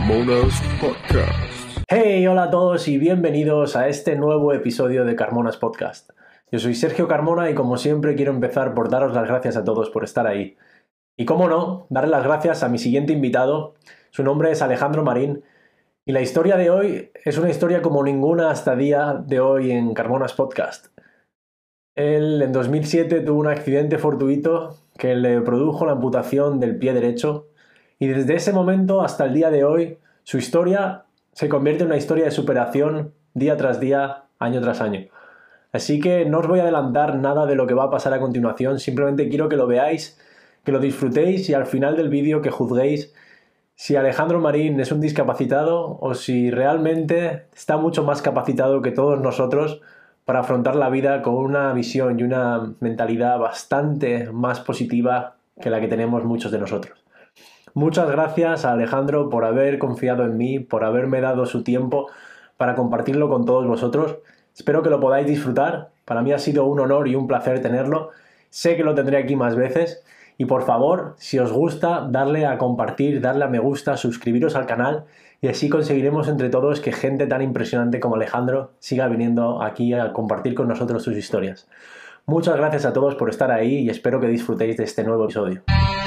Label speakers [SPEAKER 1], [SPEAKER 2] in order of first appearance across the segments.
[SPEAKER 1] Carmona's Podcast.
[SPEAKER 2] Hey, hola a todos y bienvenidos a este nuevo episodio de Carmona's Podcast. Yo soy Sergio Carmona y como siempre quiero empezar por daros las gracias a todos por estar ahí. Y cómo no, darle las gracias a mi siguiente invitado. Su nombre es Alejandro Marín y la historia de hoy es una historia como ninguna hasta el día de hoy en Carmona's Podcast. Él en 2007 tuvo un accidente fortuito que le produjo la amputación del pie derecho y desde ese momento hasta el día de hoy su historia se convierte en una historia de superación día tras día, año tras año. Así que no os voy a adelantar nada de lo que va a pasar a continuación, simplemente quiero que lo veáis, que lo disfrutéis y al final del vídeo que juzguéis si Alejandro Marín es un discapacitado o si realmente está mucho más capacitado que todos nosotros para afrontar la vida con una visión y una mentalidad bastante más positiva que la que tenemos muchos de nosotros. Muchas gracias a Alejandro por haber confiado en mí, por haberme dado su tiempo para compartirlo con todos vosotros. Espero que lo podáis disfrutar. Para mí ha sido un honor y un placer tenerlo. Sé que lo tendré aquí más veces. Y por favor, si os gusta, darle a compartir, darle a me gusta, suscribiros al canal y así conseguiremos entre todos que gente tan impresionante como Alejandro siga viniendo aquí a compartir con nosotros sus historias. Muchas gracias a todos por estar ahí y espero que disfrutéis de este nuevo episodio.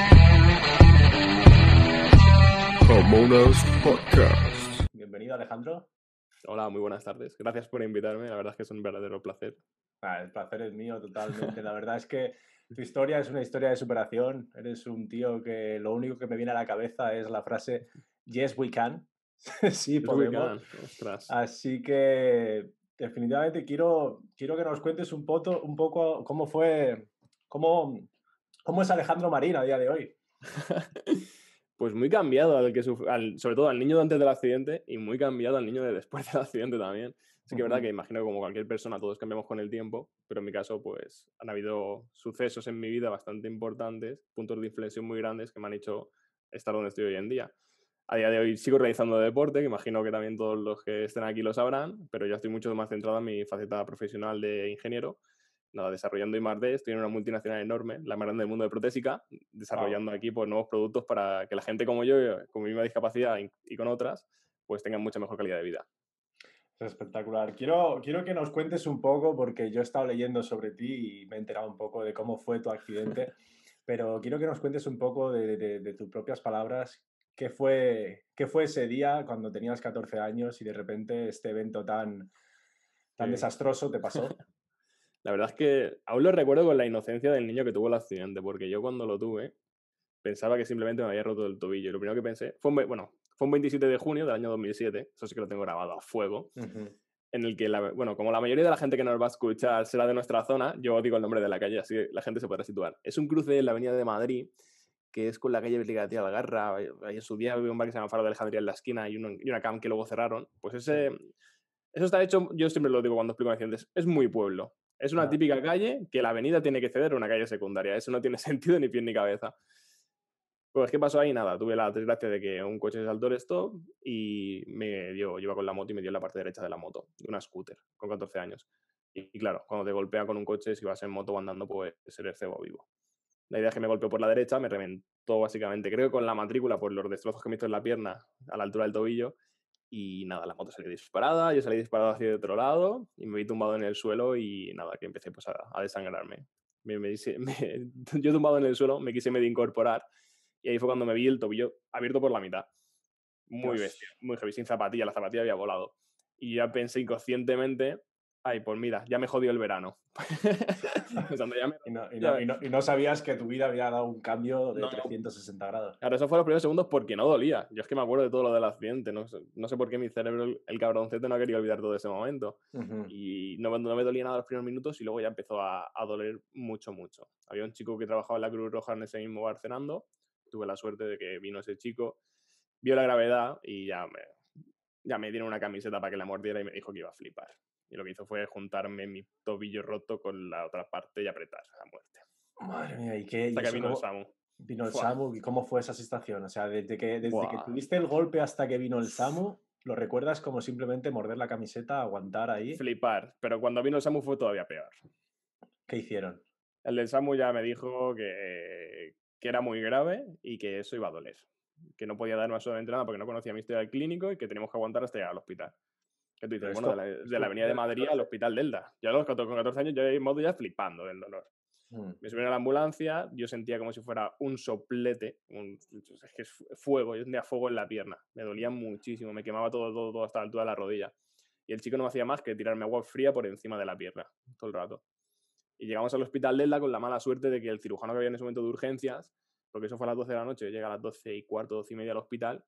[SPEAKER 1] Carmona's Podcast.
[SPEAKER 2] Bienvenido, Alejandro.
[SPEAKER 3] Hola, muy buenas tardes. Gracias por invitarme. La verdad es que es un verdadero placer.
[SPEAKER 2] El placer es mío totalmente. La verdad es que tu historia es una historia de superación. Eres un tío que lo único que me viene a la cabeza es la frase Yes, we can. Sí, podemos.
[SPEAKER 3] Ostras.
[SPEAKER 2] Así que definitivamente quiero que nos cuentes un poco cómo es Alejandro Marín a día de hoy.
[SPEAKER 3] Pues muy cambiado sobre todo al niño de antes del accidente y muy cambiado al niño de después del accidente también. Sí que es verdad que imagino que como cualquier persona todos cambiamos con el tiempo, pero en mi caso pues han habido sucesos en mi vida bastante importantes, puntos de inflexión muy grandes que me han hecho estar donde estoy hoy en día. A día de hoy sigo realizando deporte, que imagino que también todos los que estén aquí lo sabrán, pero ya estoy mucho más centrado en mi faceta profesional de ingeniero. Nada, desarrollando I+D, estoy en una multinacional enorme, la más grande del mundo de protésica, desarrollando aquí pues, nuevos productos para que la gente como yo, con mi misma discapacidad y con otras, pues tengan mucha mejor calidad de vida.
[SPEAKER 2] Es espectacular. Quiero que nos cuentes un poco, porque yo he estado leyendo sobre ti y me he enterado un poco de cómo fue tu accidente, pero quiero que nos cuentes un poco de tus propias palabras. ¿Qué fue ese día cuando tenías 14 años y de repente este evento tan desastroso te pasó?
[SPEAKER 3] La verdad es que aún lo recuerdo con la inocencia del niño que tuvo el accidente, porque yo cuando lo tuve pensaba que simplemente me había roto el tobillo. Y lo primero que pensé fue un 27 de junio del año 2007, eso sí que lo tengo grabado a fuego, en el que, como la mayoría de la gente que nos va a escuchar será de nuestra zona, yo digo el nombre de la calle, así que la gente se podrá situar. Es un cruce en la avenida de Madrid, que es con la calle Brigatía Algarra. Ahí en su día había un bar que se llama Faro de Alejandría en la esquina y una CAM que luego cerraron. Pues eso está hecho, yo siempre lo digo cuando explico accidentes, es muy pueblo. Es una típica calle que la avenida tiene que ceder a una calle secundaria. Eso no tiene sentido ni pie ni cabeza. Pues, ¿qué pasó ahí? Nada, tuve la desgracia de que un coche se saltó el stop y yo iba con la moto y me dio en la parte derecha de la moto, de una scooter, con 14 años. Y claro, cuando te golpea con un coche, si vas en moto o andando, pues eres cebo vivo. La idea es que me golpeó por la derecha, me reventó básicamente, creo que con la matrícula, por los destrozos que me hizo en la pierna, a la altura del tobillo. Y nada, la moto salió disparada, yo salí disparado hacia el otro lado y me vi tumbado en el suelo y nada, que empecé pues a desangrarme. Yo tumbado en el suelo me quise medio incorporar y ahí fue cuando me vi el tobillo abierto por la mitad. Muy bestia, muy heavy, sin zapatilla, la zapatilla había volado. Y ya pensé inconscientemente, ay, pues mira, ya me jodió el verano.
[SPEAKER 2] Y no sabías que tu vida había dado un cambio de 360 grados.
[SPEAKER 3] Claro, eso fue los primeros segundos porque no dolía. Yo es que me acuerdo de todo lo del accidente. No sé por qué mi cerebro, el cabroncete, no quería olvidar todo ese momento. Y no me dolía nada los primeros minutos y luego ya empezó a doler mucho, mucho. Había un chico que trabajaba en la Cruz Roja en ese mismo bar cenando. Tuve la suerte de que vino ese chico, vio la gravedad y ya me dieron una camiseta para que la mordiera y me dijo que iba a flipar. Y lo que hizo fue juntarme mi tobillo roto con la otra parte y apretar a muerte.
[SPEAKER 2] Madre mía, ¿y qué?
[SPEAKER 3] Hasta que vino el SAMU.
[SPEAKER 2] Vino el SAMU, ¿y cómo fue esa sensación? O sea, desde que tuviste el golpe hasta que vino el SAMU, ¿lo recuerdas como simplemente morder la camiseta, aguantar ahí?
[SPEAKER 3] Flipar, pero cuando vino el SAMU fue todavía peor.
[SPEAKER 2] ¿Qué hicieron?
[SPEAKER 3] El del SAMU ya me dijo que era muy grave y que eso iba a doler. que no podía darme absolutamente nada porque no conocía mi historial clínico y que teníamos que aguantar hasta llegar al hospital. Que tú dices,
[SPEAKER 2] Pero
[SPEAKER 3] bueno, de la avenida de Madrid al hospital de Elda. Yo a los 14 años, yo en modo ya flipando del dolor.
[SPEAKER 2] Mm.
[SPEAKER 3] Me subieron a la ambulancia, yo sentía como si fuera un soplete, es que es fuego, yo sentía fuego en la pierna, me dolía muchísimo, me quemaba todo hasta la altura de la rodilla. Y el chico no me hacía más que tirarme agua fría por encima de la pierna, todo el rato. Y llegamos al hospital de Elda con la mala suerte de que el cirujano que había en ese momento de urgencias, porque eso fue a las 12 de la noche, yo llegué a las 12:15, 12:30 al hospital,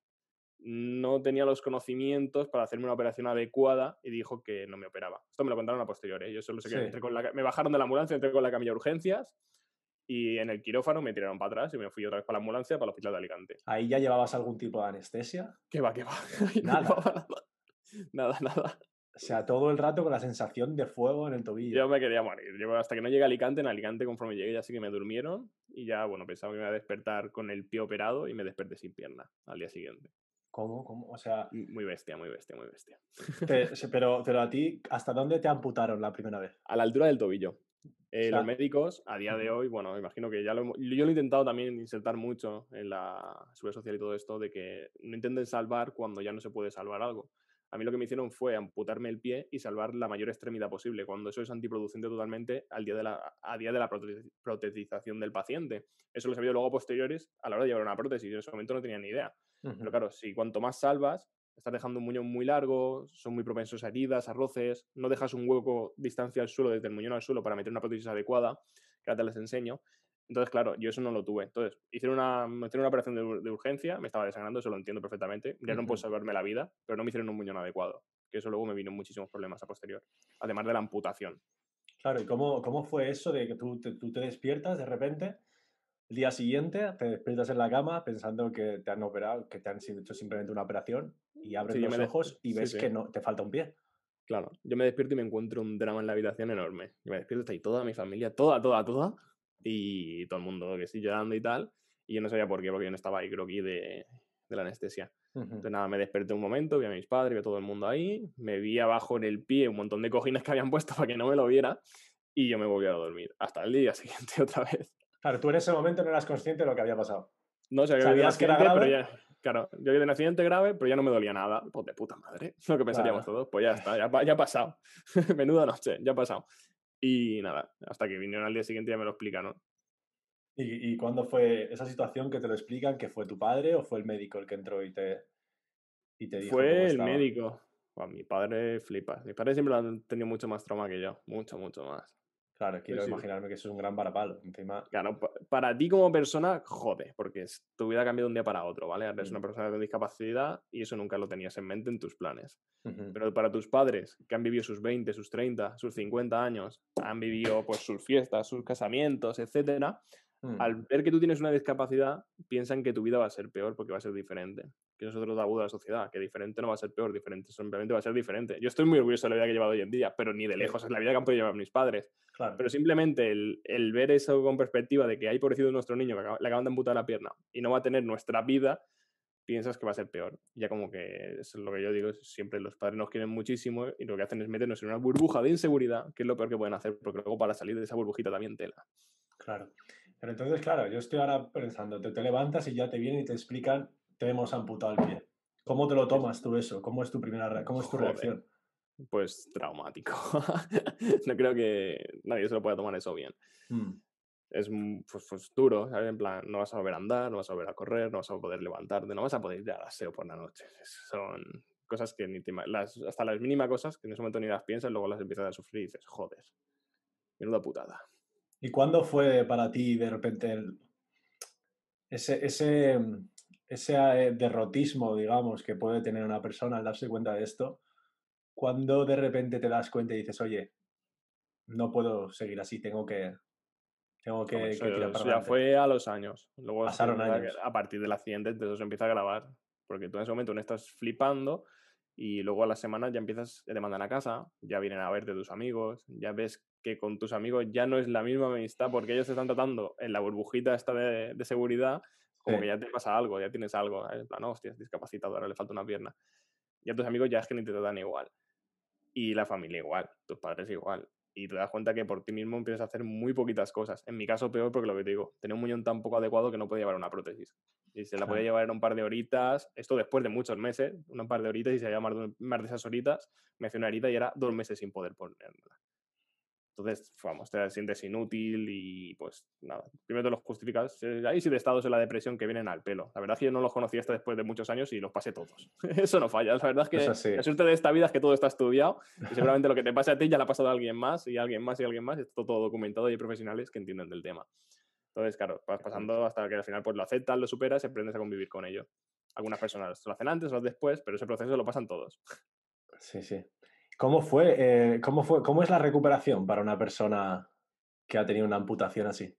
[SPEAKER 3] no tenía los conocimientos para hacerme una operación adecuada y dijo que no me operaba. Esto me lo contaron a posteriori, yo solo sé que
[SPEAKER 2] Sí.
[SPEAKER 3] me bajaron de la ambulancia, entré con la camilla de urgencias y en el quirófano me tiraron para atrás y me fui otra vez para la ambulancia para el hospital de Alicante.
[SPEAKER 2] ¿Ahí ya llevabas algún tipo de anestesia?
[SPEAKER 3] ¿Qué va, qué va? Ahí no
[SPEAKER 2] Nada.
[SPEAKER 3] llevaba nada. Nada.
[SPEAKER 2] O sea, todo el rato con la sensación de fuego en el tobillo.
[SPEAKER 3] Yo me quería morir. Yo hasta que no llegué a Alicante, en Alicante conforme llegué ya sí que me durmieron y ya, bueno, pensaba que me iba a despertar con el pie operado y me desperté sin pierna al día siguiente.
[SPEAKER 2] ¿Cómo? ¿Cómo? O sea,
[SPEAKER 3] Muy bestia, muy bestia, muy bestia.
[SPEAKER 2] pero a ti, ¿hasta dónde te amputaron la primera vez?
[SPEAKER 3] A la altura del tobillo.
[SPEAKER 2] O sea,
[SPEAKER 3] Los médicos, a día de hoy, bueno, me imagino que ya yo lo he intentado también insertar mucho en la seguridad social y todo esto, de que no intenten salvar cuando ya no se puede salvar algo. A mí lo que me hicieron fue amputarme el pie y salvar la mayor extremidad posible, cuando eso es antiproducente totalmente a día de la protetización del paciente. Eso lo he sabido luego a posteriores a la hora de llevar una prótesis. Yo en ese momento no tenía ni idea. Pero claro, si cuanto más salvas, estás dejando un muñón muy largo, son muy propensos a heridas, a roces, no dejas un hueco distancia al suelo, desde el muñón al suelo, para meter una prótesis adecuada, que ahora te les enseño. Entonces, claro, yo eso no lo tuve. Entonces, me hicieron una operación de urgencia, me estaba desangrando, eso lo entiendo perfectamente. Ya no puedo salvarme la vida, pero no me hicieron un muñón adecuado, que eso luego me vino muchísimos problemas a posterior, además de la amputación.
[SPEAKER 2] Claro, ¿y cómo fue eso de que tú te despiertas de repente, el día siguiente te despiertas en la cama pensando que te han operado, que te han hecho simplemente una operación y abres
[SPEAKER 3] Sí,
[SPEAKER 2] los ojos y
[SPEAKER 3] sí,
[SPEAKER 2] ves
[SPEAKER 3] sí.
[SPEAKER 2] que no, te falta un pie?
[SPEAKER 3] Claro, yo me despierto y me encuentro un drama en la habitación enorme. Yo me despierto, está ahí toda mi familia, toda, y todo el mundo que estoy llorando y tal. Y yo no sabía por qué, porque yo no estaba ahí, creo que de la anestesia. Entonces nada, me desperté un momento, vi a mis padres, vi a todo el mundo ahí, me vi abajo en el pie un montón de cojines que habían puesto para que no me lo viera y yo me volví a dormir. Hasta el día siguiente otra vez.
[SPEAKER 2] Claro, tú en ese momento no eras consciente de lo que había pasado.
[SPEAKER 3] No sé, había habido un
[SPEAKER 2] ¿Sabías que era
[SPEAKER 3] accidente, pero
[SPEAKER 2] grave?
[SPEAKER 3] ya... Claro, yo había tenido un accidente grave, pero ya no me dolía nada. Pues de puta madre, lo que pensaríamos
[SPEAKER 2] Claro.
[SPEAKER 3] todos. Pues ya está, ya ha pasado. Menuda noche, ya ha pasado. Y nada, hasta que vinieron al día siguiente ya me lo explicaron.
[SPEAKER 2] ¿Y cuándo fue esa situación que te lo explican? ¿Que fue tu padre o fue el médico el que entró y te dijo cómo
[SPEAKER 3] Fue el
[SPEAKER 2] estaba?
[SPEAKER 3] médico. Buah, mi padre flipa. Mi padre siempre han tenido mucho más trauma que yo. Mucho, mucho más.
[SPEAKER 2] Claro,
[SPEAKER 3] Sí,
[SPEAKER 2] quiero
[SPEAKER 3] sí.
[SPEAKER 2] imaginarme que eso es un gran varapalo. Encima,
[SPEAKER 3] Claro, para ti como persona, jode, porque tu vida cambia de un día para otro, ¿vale? Eres una
[SPEAKER 2] mm,
[SPEAKER 3] persona con discapacidad y eso nunca lo tenías en mente en tus planes.
[SPEAKER 2] ujú,
[SPEAKER 3] Pero para tus padres, que han vivido sus 20, sus 30, sus 50 años, han vivido pues sus fiestas, sus casamientos, etcétera,
[SPEAKER 2] mm,
[SPEAKER 3] al ver que tú tienes una discapacidad, piensan que tu vida va a ser peor porque va a ser diferente. Que eso es otro tabú de la sociedad, que diferente no va a ser peor, diferente simplemente va a ser diferente. Yo estoy muy orgulloso de la vida que he llevado hoy en día, pero ni de
[SPEAKER 2] sí,
[SPEAKER 3] lejos es la vida que han podido llevar mis padres.
[SPEAKER 2] claro.
[SPEAKER 3] Pero simplemente el ver eso con perspectiva de que hay pobrecito nuestro niño que le acaban de amputar la pierna y no va a tener nuestra vida, piensas que va a ser peor. Ya como que es lo que yo digo, siempre los padres nos quieren muchísimo y lo que hacen es meternos en una burbuja de inseguridad, que es lo peor que pueden hacer, porque luego para salir de esa burbujita también tela.
[SPEAKER 2] Claro. Pero entonces, claro, yo estoy ahora pensando, te levantas y ya te vienen y te explican, te hemos amputado el pie. ¿Cómo te lo tomas tú eso? ¿Cómo es tu cómo es tu
[SPEAKER 3] Joder,
[SPEAKER 2] reacción?
[SPEAKER 3] pues traumático. No creo que nadie se lo pueda tomar eso bien.
[SPEAKER 2] Mm,
[SPEAKER 3] Es pues duro, ¿sabes? En plan, no vas a volver a andar, no vas a volver a correr, no vas a poder levantarte, no vas a poder ir al aseo por la noche. Son cosas que ni te hasta las mínimas cosas que en ese momento ni las piensas, luego las empiezas a sufrir y dices, joder, menuda putada.
[SPEAKER 2] ¿Y cuándo fue para ti de repente ese, ese, ese derrotismo, digamos, que puede tener una persona al darse cuenta de esto? ¿Cuándo de repente te das cuenta y dices, oye, no puedo seguir así,
[SPEAKER 3] Hombre,
[SPEAKER 2] que tirar
[SPEAKER 3] eso
[SPEAKER 2] para
[SPEAKER 3] ya
[SPEAKER 2] adelante?
[SPEAKER 3] fue a los años. Luego sí que es
[SPEAKER 2] Pasaron
[SPEAKER 3] verdad que
[SPEAKER 2] años.
[SPEAKER 3] a partir del accidente entonces se empieza a grabar, porque tú en ese momento no estás flipando y luego a las semanas ya empiezas, ya te mandan a casa, ya vienen a verte tus amigos, ya ves que con tus amigos ya no es la misma amistad porque ellos te están tratando en la burbujita esta de seguridad
[SPEAKER 2] Sí,
[SPEAKER 3] como que ya te pasa algo, ya tienes algo, ¿eh? En plan, hostia, es discapacitado, ahora le falta una pierna. Ya tus amigos ya es que ni te tratan igual. Y la familia igual, tus padres igual. Y te das cuenta que por ti mismo empiezas a hacer muy poquitas cosas. En mi caso peor porque lo que te digo, tenía un muñón tan poco adecuado que no podía llevar una prótesis. Y se la podía
[SPEAKER 2] Claro.
[SPEAKER 3] llevar en un par de horitas, esto después de muchos meses, un par de horitas y se había más de esas horitas, me hacía una herida y era 2 meses sin poder ponérmela. Entonces, vamos, te sientes inútil y pues nada, primero te los justificas. Hay 7 estados en la depresión que vienen al pelo. La verdad es que yo no los conocí hasta después de muchos años y los pasé todos. Eso no falla. La verdad es
[SPEAKER 2] Eso
[SPEAKER 3] que
[SPEAKER 2] sí.
[SPEAKER 3] la suerte de esta vida es que todo está estudiado y seguramente lo que te pase a ti ya le ha pasado a alguien más y a alguien más y a alguien más. Está todo documentado y hay profesionales que entienden del tema. Entonces, claro, vas pasando hasta que al final pues lo aceptas, lo superas y aprendes a convivir con ello. Algunas personas lo hacen antes, otras después, pero ese proceso lo pasan todos.
[SPEAKER 2] Sí, sí. ¿Cómo es la recuperación para una persona que ha tenido una amputación así?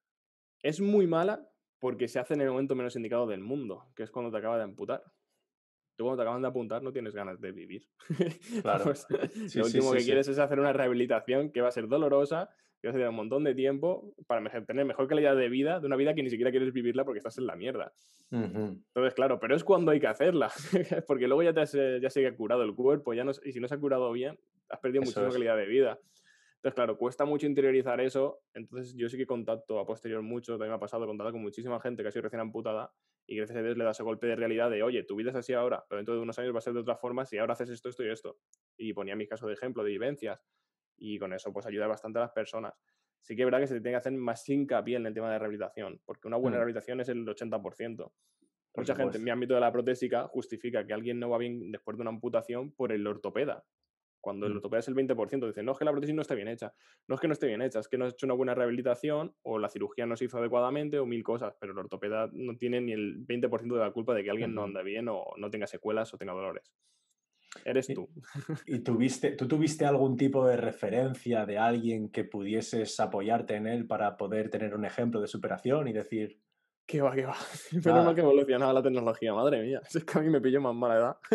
[SPEAKER 3] Es muy mala porque se hace en el momento menos indicado del mundo, que es cuando te acaba de amputar. Tú cuando te acaban de apuntar no tienes ganas de vivir.
[SPEAKER 2] Claro.
[SPEAKER 3] Pues,
[SPEAKER 2] Sí,
[SPEAKER 3] lo
[SPEAKER 2] sí,
[SPEAKER 3] último
[SPEAKER 2] sí,
[SPEAKER 3] que
[SPEAKER 2] sí.
[SPEAKER 3] quieres es hacer una rehabilitación que va a ser dolorosa, que va a ser un montón de tiempo para tener mejor calidad de vida, de una vida que ni siquiera quieres vivirla porque estás en la mierda.
[SPEAKER 2] Ujú.
[SPEAKER 3] Entonces, claro, pero es cuando hay que hacerla, porque luego ya se ha curado el cuerpo, y si no se ha curado bien, has perdido
[SPEAKER 2] Eso
[SPEAKER 3] muchísima
[SPEAKER 2] es.
[SPEAKER 3] calidad de vida. Entonces, claro, cuesta mucho interiorizar eso. Entonces, yo sí que contacto a posterior mucho, también me ha pasado contacto con muchísima gente que ha sido recién amputada y gracias a Dios le da ese golpe de realidad de, oye, tu vida es así ahora, pero dentro de unos años va a ser de otra forma si ahora haces esto, esto y esto. Y ponía mi caso de ejemplo, de vivencias, y con eso pues ayuda bastante a las personas. Sí que es verdad que se tiene que hacer más hincapié en el tema de rehabilitación, porque una buena
[SPEAKER 2] Mm,
[SPEAKER 3] rehabilitación es el 80%.
[SPEAKER 2] por
[SPEAKER 3] Mucha gente en
[SPEAKER 2] supuesto.
[SPEAKER 3] mi ámbito de la protésica justifica que alguien no va bien después de una amputación por el ortopeda, cuando el
[SPEAKER 2] Mm,
[SPEAKER 3] ortopeda es el 20%. Dicen, no, es que la prótesis no está bien hecha. No es que no esté bien hecha, es que no has hecho una buena rehabilitación o la cirugía no se hizo adecuadamente o 1000 cosas, pero el ortopeda no tiene ni el 20% de la culpa de que alguien no
[SPEAKER 2] ujú.
[SPEAKER 3] anda bien o no tenga secuelas o tenga dolores. Eres
[SPEAKER 2] ¿Y,
[SPEAKER 3] tú.
[SPEAKER 2] y tú tuviste algún tipo de referencia de alguien que pudieses apoyarte en él para poder tener un ejemplo de superación y decir,
[SPEAKER 3] ¿Qué va, qué va? Menos mal que
[SPEAKER 2] nada,
[SPEAKER 3] evolucionaba la tecnología, madre mía. Es que a mí me pilló más mala edad.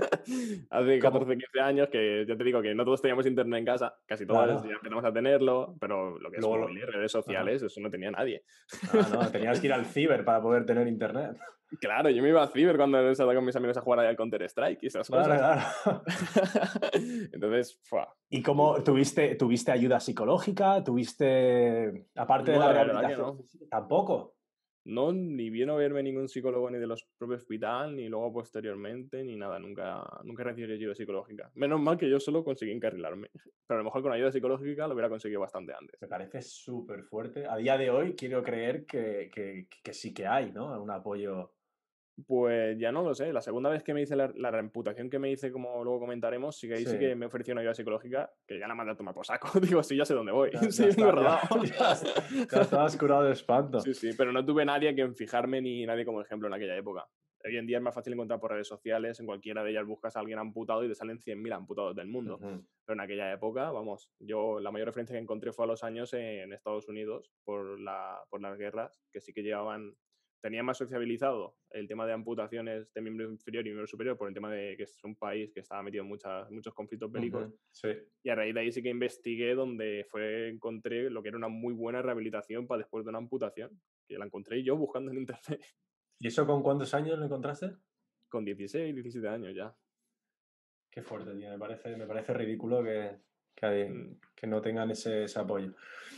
[SPEAKER 3] Hace
[SPEAKER 2] ¿cómo?
[SPEAKER 3] 14, 15 años que ya te digo que no todos teníamos internet en casa, casi todos ya
[SPEAKER 2] Claro.
[SPEAKER 3] empezamos a tenerlo, pero lo que es
[SPEAKER 2] Luego
[SPEAKER 3] móviles, redes
[SPEAKER 2] ajá.
[SPEAKER 3] sociales, eso no tenía nadie.
[SPEAKER 2] Ah, no, tenías que ir al ciber para poder tener internet.
[SPEAKER 3] Claro, yo me iba a ciber cuando estaba con mis amigos a jugar ahí al Counter-Strike y esas
[SPEAKER 2] Claro,
[SPEAKER 3] cosas.
[SPEAKER 2] claro.
[SPEAKER 3] Entonces, ¡fua!
[SPEAKER 2] ¿Y cómo tuviste ayuda psicológica? ¿Tuviste, aparte de
[SPEAKER 3] No,
[SPEAKER 2] la
[SPEAKER 3] la verdad que
[SPEAKER 2] rehabilitación
[SPEAKER 3] no.
[SPEAKER 2] física, tampoco?
[SPEAKER 3] No, ni vino a verme ningún psicólogo ni de los propios hospital, ni luego posteriormente, ni nada. Nunca recibí ayuda psicológica. Menos mal que yo solo conseguí encarrilarme. Pero a lo mejor con ayuda psicológica lo hubiera conseguido bastante antes.
[SPEAKER 2] Me parece súper fuerte. A día de hoy quiero creer que sí que hay, ¿no? Un apoyo.
[SPEAKER 3] Pues ya no lo sé. La segunda vez que me hice la reamputación que me hice, como luego comentaremos, sí que ahí sí
[SPEAKER 2] Sí,
[SPEAKER 3] que me ofreció una ayuda psicológica que ya la mandé a tomar por saco. Digo, sí, ya sé dónde voy.
[SPEAKER 2] ya, ya
[SPEAKER 3] Sí, vengo
[SPEAKER 2] está, ya,
[SPEAKER 3] rodado.
[SPEAKER 2] ya estabas curado de espanto.
[SPEAKER 3] Sí, sí, pero no tuve nadie a quien fijarme ni nadie como ejemplo en aquella época. Hoy en día es más fácil encontrar por redes sociales, en cualquiera de ellas buscas a alguien amputado y te salen 100.000 amputados del mundo.
[SPEAKER 2] Ujú.
[SPEAKER 3] Pero en aquella época, vamos, yo la mayor referencia que encontré fue a los años en Estados Unidos por las guerras, que sí que tenían más sociabilizado el tema de amputaciones de miembro inferior y miembro superior por el tema de que es un país que estaba metido en muchos conflictos bélicos.
[SPEAKER 2] Ujú, sí.
[SPEAKER 3] Y a raíz de ahí sí que investigué donde encontré lo que era una muy buena rehabilitación para después de una amputación, que la encontré yo buscando en internet
[SPEAKER 2] ¿Y eso con cuántos años lo encontraste?
[SPEAKER 3] con 16, 17 años ya.
[SPEAKER 2] Qué fuerte, tío. Me parece ridículo que,
[SPEAKER 3] Mm.
[SPEAKER 2] que no tengan ese apoyo.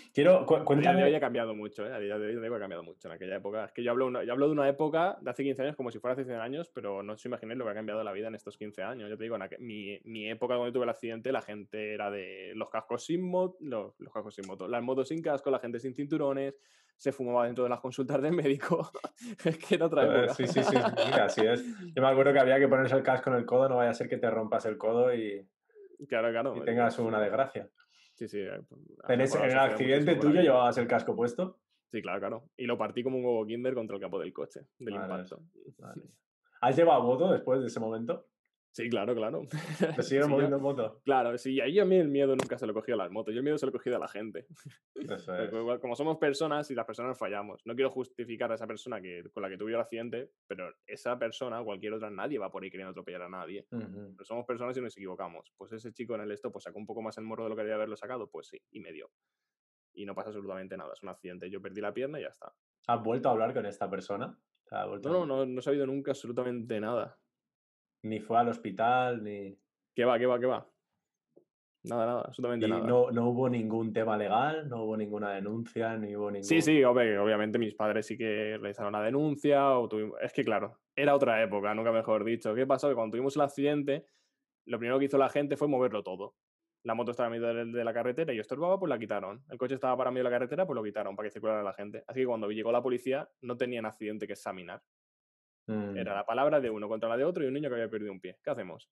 [SPEAKER 3] A día de hoy
[SPEAKER 2] Cuéntame.
[SPEAKER 3] ha cambiado mucho, ¿eh? A día de hoy ha cambiado mucho. En aquella época, es que yo hablo de una época de hace 15 años como si fuera hace 100 años, pero no os imagináis lo que ha cambiado la vida en estos 15 años. Yo te digo, mi época cuando tuve el accidente, la gente era de los cascos sin moto, los cascos sin moto, las motos sin casco, la gente sin cinturones, se fumaba dentro de las consultas del médico. Es que era otra época.
[SPEAKER 2] Sí, sí, sí, sí, sí, así es. Yo me acuerdo que había que ponerse el casco en el codo, no vaya a ser que te rompas el codo
[SPEAKER 3] Claro,
[SPEAKER 2] y
[SPEAKER 3] claro.
[SPEAKER 2] tengas una desgracia.
[SPEAKER 3] Sí, sí, ha
[SPEAKER 2] En,
[SPEAKER 3] mejorado la
[SPEAKER 2] en el
[SPEAKER 3] sociedad
[SPEAKER 2] accidente
[SPEAKER 3] muchísimo por
[SPEAKER 2] tuyo
[SPEAKER 3] aquello.
[SPEAKER 2] llevabas el casco puesto.
[SPEAKER 3] Sí, claro, claro. Y lo partí como un huevo Kinder contra el capó del coche, del
[SPEAKER 2] Madre,
[SPEAKER 3] impacto.
[SPEAKER 2] madre mía. ¿Has llevado moto después de ese momento?
[SPEAKER 3] Sí, claro, claro.
[SPEAKER 2] ¿Te sigues
[SPEAKER 3] Sí,
[SPEAKER 2] moviendo en moto?
[SPEAKER 3] claro, sí, ahí a mí el miedo nunca se lo he cogido a las motos, yo el miedo se lo he cogido a la gente.
[SPEAKER 2] Eso
[SPEAKER 3] Porque
[SPEAKER 2] es.
[SPEAKER 3] igual, como somos personas y las personas fallamos, no quiero justificar a esa persona con la que tuve el accidente, pero esa persona o cualquier otra, nadie va por ahí queriendo atropellar a nadie.
[SPEAKER 2] Ujú.
[SPEAKER 3] Pero somos personas y nos equivocamos. Pues ese chico en el esto pues sacó un poco más el morro de lo que debía haberlo sacado, pues sí, y me dio. Y no pasa absolutamente nada, es un accidente. Yo perdí la pierna y ya está.
[SPEAKER 2] ¿Has vuelto a hablar con esta persona? ¿Te ha
[SPEAKER 3] No,
[SPEAKER 2] vuelto?
[SPEAKER 3] no he sabido nunca absolutamente nada.
[SPEAKER 2] Ni fue al hospital, ni.
[SPEAKER 3] ¿Qué va, qué va, qué va? Nada, absolutamente
[SPEAKER 2] Y
[SPEAKER 3] nada.
[SPEAKER 2] no hubo ningún tema legal, no hubo ninguna denuncia, ni hubo
[SPEAKER 3] Sí,
[SPEAKER 2] ningún...
[SPEAKER 3] sí, obviamente mis padres sí que realizaron la denuncia o es que claro, era otra época, nunca mejor dicho. ¿Qué pasó? Que cuando tuvimos el accidente, lo primero que hizo la gente fue moverlo todo. La moto estaba en medio de la carretera y yo estorbaba, pues la quitaron. El coche estaba para medio de la carretera, pues lo quitaron para que circulara la gente. Así que cuando llegó la policía, no tenían accidente que examinar. Era la palabra de uno contra la de otro y un niño que había perdido un pie. ¿Qué hacemos?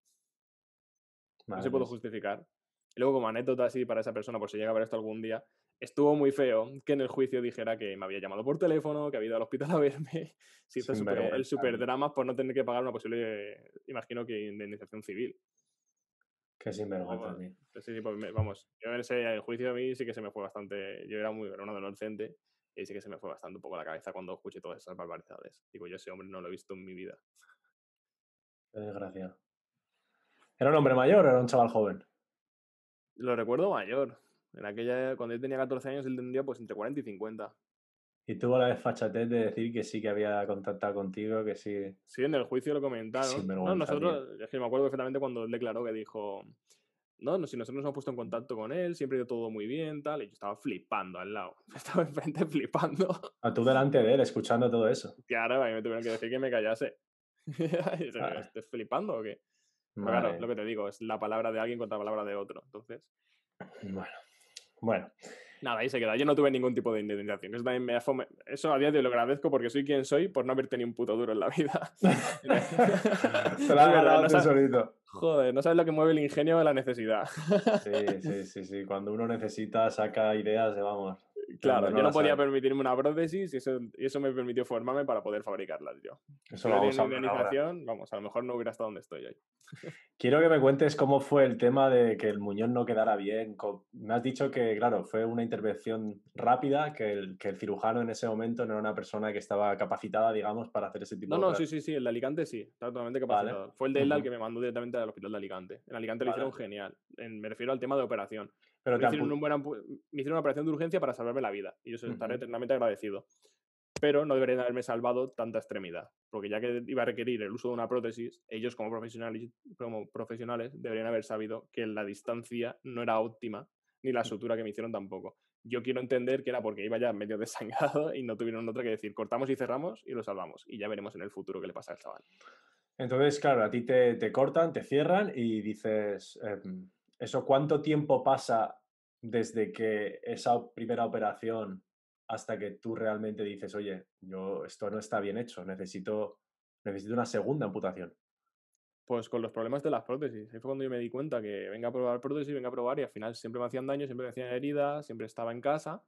[SPEAKER 3] No se puede
[SPEAKER 2] Madres.
[SPEAKER 3] justificar. Y luego, como anécdota así para esa persona, por si llega a ver esto algún día, estuvo muy feo que en el juicio dijera que me había llamado por teléfono, que había ido al hospital a verme. Se hizo el
[SPEAKER 2] Sinvergüenza,
[SPEAKER 3] super
[SPEAKER 2] tío.
[SPEAKER 3] drama por no tener que pagar una posible, imagino que indemnización civil.
[SPEAKER 2] Qué sinvergüenza,
[SPEAKER 3] Luego,
[SPEAKER 2] tío.
[SPEAKER 3] pues sí, pues vamos, yo en ese juicio a mí sí que se me fue bastante. Yo era un adolescente y sí que se me fue bastante un poco la cabeza cuando escuché todas esas barbaridades. Digo, yo ese hombre no lo he visto en mi vida.
[SPEAKER 2] Qué desgracia. ¿Era un hombre mayor o era un chaval joven?
[SPEAKER 3] Lo recuerdo mayor. En aquella, cuando yo tenía 14 años, él tendría pues entre 40 y 50.
[SPEAKER 2] Y tuvo la desfachatez de decir que sí que había contactado contigo, que sí.
[SPEAKER 3] Sí, en el juicio lo
[SPEAKER 2] Qué
[SPEAKER 3] comentaron. No,
[SPEAKER 2] sinvergüenza, tío.
[SPEAKER 3] nosotros, es que me acuerdo perfectamente cuando él declaró que dijo, no, no, si nosotros nos hemos puesto en contacto con él, siempre ha ido todo muy bien, tal, y yo estaba flipando al lado. Estaba enfrente flipando.
[SPEAKER 2] A tú delante de él, escuchando todo eso.
[SPEAKER 3] Claro, a mí me tuvieron que decir que me callase. Y yo,
[SPEAKER 2] Ah,
[SPEAKER 3] ¿estás flipando o qué? Pero claro, lo
[SPEAKER 2] madre.
[SPEAKER 3] que te digo, es la palabra de alguien contra la palabra de otro. Entonces,
[SPEAKER 2] Bueno, bueno.
[SPEAKER 3] nada, ahí se queda. Yo no tuve ningún tipo de indemnización. Eso, también eso a día de hoy lo agradezco porque soy quien soy por no haber tenido un puto duro en la vida.
[SPEAKER 2] Te lo
[SPEAKER 3] Es
[SPEAKER 2] has
[SPEAKER 3] verdad,
[SPEAKER 2] ganado
[SPEAKER 3] no
[SPEAKER 2] tú
[SPEAKER 3] sabes,
[SPEAKER 2] solito.
[SPEAKER 3] joder, no sabes lo que mueve el ingenio de la necesidad.
[SPEAKER 2] Sí, sí, sí, sí. Cuando uno necesita, saca ideas de vamos, de donde
[SPEAKER 3] Claro,
[SPEAKER 2] no
[SPEAKER 3] yo no
[SPEAKER 2] las
[SPEAKER 3] podía
[SPEAKER 2] hay.
[SPEAKER 3] permitirme una prótesis y eso me permitió formarme para poder fabricarla, yo.
[SPEAKER 2] Eso
[SPEAKER 3] Si
[SPEAKER 2] lo
[SPEAKER 3] hubiera
[SPEAKER 2] vamos a
[SPEAKER 3] tenido
[SPEAKER 2] hablar ahora.
[SPEAKER 3] indemnización, vamos, a lo mejor no hubiera estado donde estoy hoy.
[SPEAKER 2] Quiero que me cuentes cómo fue el tema de que el muñón no quedara bien. Me has dicho que, claro, fue una intervención rápida, que el cirujano en ese momento no era una persona que estaba capacitada, digamos, para hacer ese tipo
[SPEAKER 3] No,
[SPEAKER 2] de
[SPEAKER 3] no, sí,
[SPEAKER 2] operaciones.
[SPEAKER 3] sí, sí, el de Alicante sí, está totalmente
[SPEAKER 2] Vale.
[SPEAKER 3] capacitado. Fue el de él al
[SPEAKER 2] Ujú.
[SPEAKER 3] que me mandó directamente al hospital de Alicante. En Alicante lo hicieron
[SPEAKER 2] Vale.
[SPEAKER 3] genial. Me refiero al tema de operación.
[SPEAKER 2] Pero
[SPEAKER 3] Me
[SPEAKER 2] te
[SPEAKER 3] hicieron, me hicieron una operación de urgencia para salvarme la vida y yo estaré
[SPEAKER 2] Ujú.
[SPEAKER 3] eternamente agradecido. Pero no deberían haberme salvado tanta extremidad, porque ya que iba a requerir el uso de una prótesis, ellos como profesionales deberían haber sabido que la distancia no era óptima, ni la sutura que me hicieron tampoco. Yo quiero entender que era porque iba ya medio desangrado y no tuvieron otra que decir, cortamos y cerramos y lo salvamos. Y ya veremos en el futuro qué le pasa al chaval.
[SPEAKER 2] Entonces, claro, a ti te cortan, te cierran y dices, ¿eso cuánto tiempo pasa desde que esa primera operación hasta que tú realmente dices, oye, esto no está bien hecho, necesito una segunda amputación?
[SPEAKER 3] Pues con los problemas de las prótesis. Ahí fue cuando yo me di cuenta que venga a probar prótesis, venga a probar y al final siempre me hacían daño, siempre me hacían heridas, siempre estaba en casa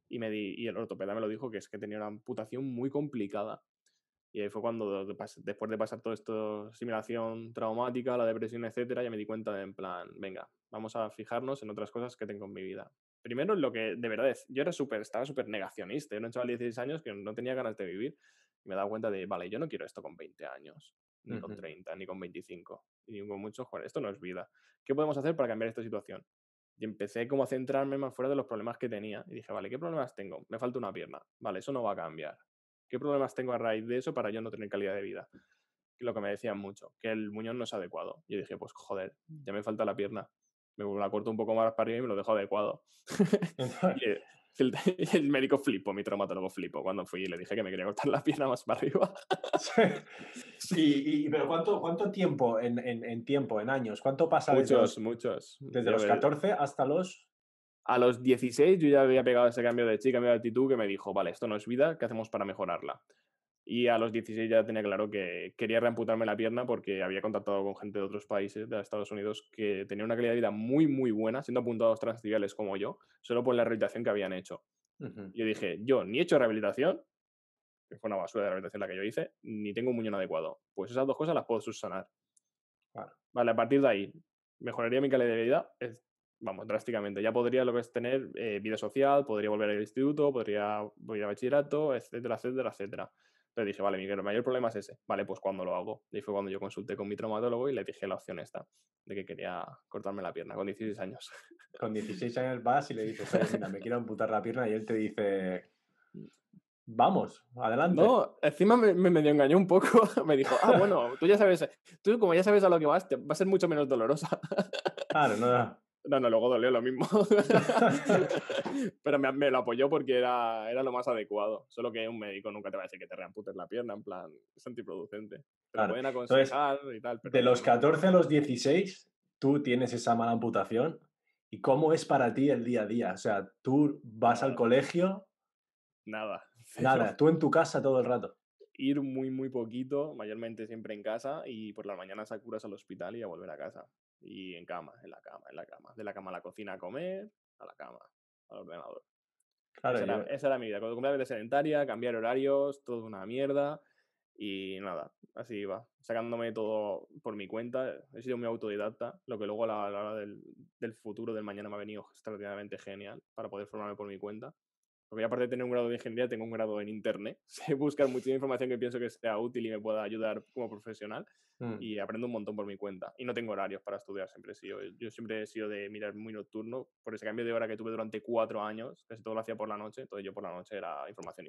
[SPEAKER 3] y el ortopeda me lo dijo que es que tenía una amputación muy complicada. Y ahí fue cuando, después de pasar todo esto, simulación traumática, la depresión, etcétera, ya me di cuenta de, en plan, venga, vamos a fijarnos en otras cosas que tengo en mi vida. Primero, en lo que de verdad es, yo estaba súper negacionista. Yo era un chaval de 16 años que no tenía ganas de vivir. Y me he dado cuenta de, vale, yo no quiero esto con 20 años, ni con
[SPEAKER 2] Ujú.
[SPEAKER 3] 30, ni con 25, ni con muchos jóvenes. Esto no es vida. ¿Qué podemos hacer para cambiar esta situación? Y empecé como a centrarme más fuera de los problemas que tenía. Y dije, vale, ¿qué problemas tengo? Me falta una pierna. Vale, eso no va a cambiar. ¿Qué problemas tengo a raíz de eso para yo no tener calidad de vida? Lo que me decían mucho, que el muñón no es adecuado. Yo dije, pues joder, ya me falta la pierna. Me la corto un poco más para arriba y me lo dejo adecuado.
[SPEAKER 2] Entonces,
[SPEAKER 3] y el médico flipó, mi traumatólogo flipó cuando fui y le dije que me quería cortar la pierna más para arriba.
[SPEAKER 2] sí. Pero ¿cuánto tiempo en tiempo, en años? ¿Cuánto pasa desde
[SPEAKER 3] Muchos,
[SPEAKER 2] los,
[SPEAKER 3] muchos.
[SPEAKER 2] desde los 14 hasta los...
[SPEAKER 3] A los 16 yo ya había pegado ese cambio de chip, cambio de actitud que me dijo, vale, esto no es vida, ¿qué hacemos para mejorarla? Y a los 16 ya tenía claro que quería reamputarme la pierna porque había contactado con gente de otros países, de Estados Unidos, que tenía una calidad de vida muy, muy buena, siendo apuntados transcibales como yo, solo por la rehabilitación que habían hecho.
[SPEAKER 2] Ujú.
[SPEAKER 3] Y yo dije, yo ni he hecho rehabilitación, que fue una basura de rehabilitación la que yo hice, ni tengo un muñón adecuado. Pues esas dos cosas las puedo subsanar.
[SPEAKER 2] Claro.
[SPEAKER 3] Vale, a partir de ahí, mejoraría mi calidad de vida, vamos, drásticamente. Ya podría lo que es tener vida social, podría volver al instituto, podría ir a bachillerato, etcétera, etcétera, etcétera. Entonces dije, vale, mi mayor problema es ese. Vale, pues ¿cuándo lo hago? Y fue cuando yo consulté con mi traumatólogo y le dije la opción esta, de que quería cortarme la pierna con 16 años.
[SPEAKER 2] Con 16 años vas y le dices, oye, mira, me quiero amputar la pierna y él te dice, vamos, adelante.
[SPEAKER 3] No, encima me medio engañó un poco. Me dijo, bueno, tú como ya sabes a lo que vas, va a ser mucho menos dolorosa.
[SPEAKER 2] Claro, no,
[SPEAKER 3] No, luego dolió lo mismo. Pero me lo apoyó porque era lo más adecuado. Solo que un médico nunca te va a decir que te reamputes la pierna, en plan, es antiproducente. Te lo
[SPEAKER 2] Claro.
[SPEAKER 3] pueden
[SPEAKER 2] Entonces,
[SPEAKER 3] aconsejar y tal, pero
[SPEAKER 2] de los
[SPEAKER 3] no.
[SPEAKER 2] 14 a los 16, tú tienes esa mala amputación. ¿Y cómo es para ti el día a día? O sea, tú vas al
[SPEAKER 3] Nada,
[SPEAKER 2] colegio,
[SPEAKER 3] nada, cero.
[SPEAKER 2] nada, tú en tu casa todo el rato.
[SPEAKER 3] Ir muy poquito, mayormente siempre en casa, y por la mañana a curas al hospital y a volver a casa. Y en cama, en la cama, en la cama. De la cama a la cocina a comer, a la cama, al ordenador.
[SPEAKER 2] Claro,
[SPEAKER 3] Esa era mi vida. Completamente sedentaria, cambiar horarios, todo una mierda. Y nada, así iba. Sacándome todo por mi cuenta. He sido muy autodidacta, lo que luego a la hora del futuro, del mañana, me ha venido extraordinariamente genial para poder formarme por mi cuenta. Porque yo, aparte de tener un grado de ingeniería, tengo un grado en internet. Sé buscar mucha información que pienso que sea útil y me pueda ayudar como profesional.
[SPEAKER 2] Mm.
[SPEAKER 3] Y aprendo un montón por mi cuenta. Y no tengo horarios para estudiar, siempre he sido. Yo siempre he sido de mirar muy nocturno, por ese cambio de hora que tuve durante 4 años, casi todo lo hacía por la noche, entonces yo por la noche era información.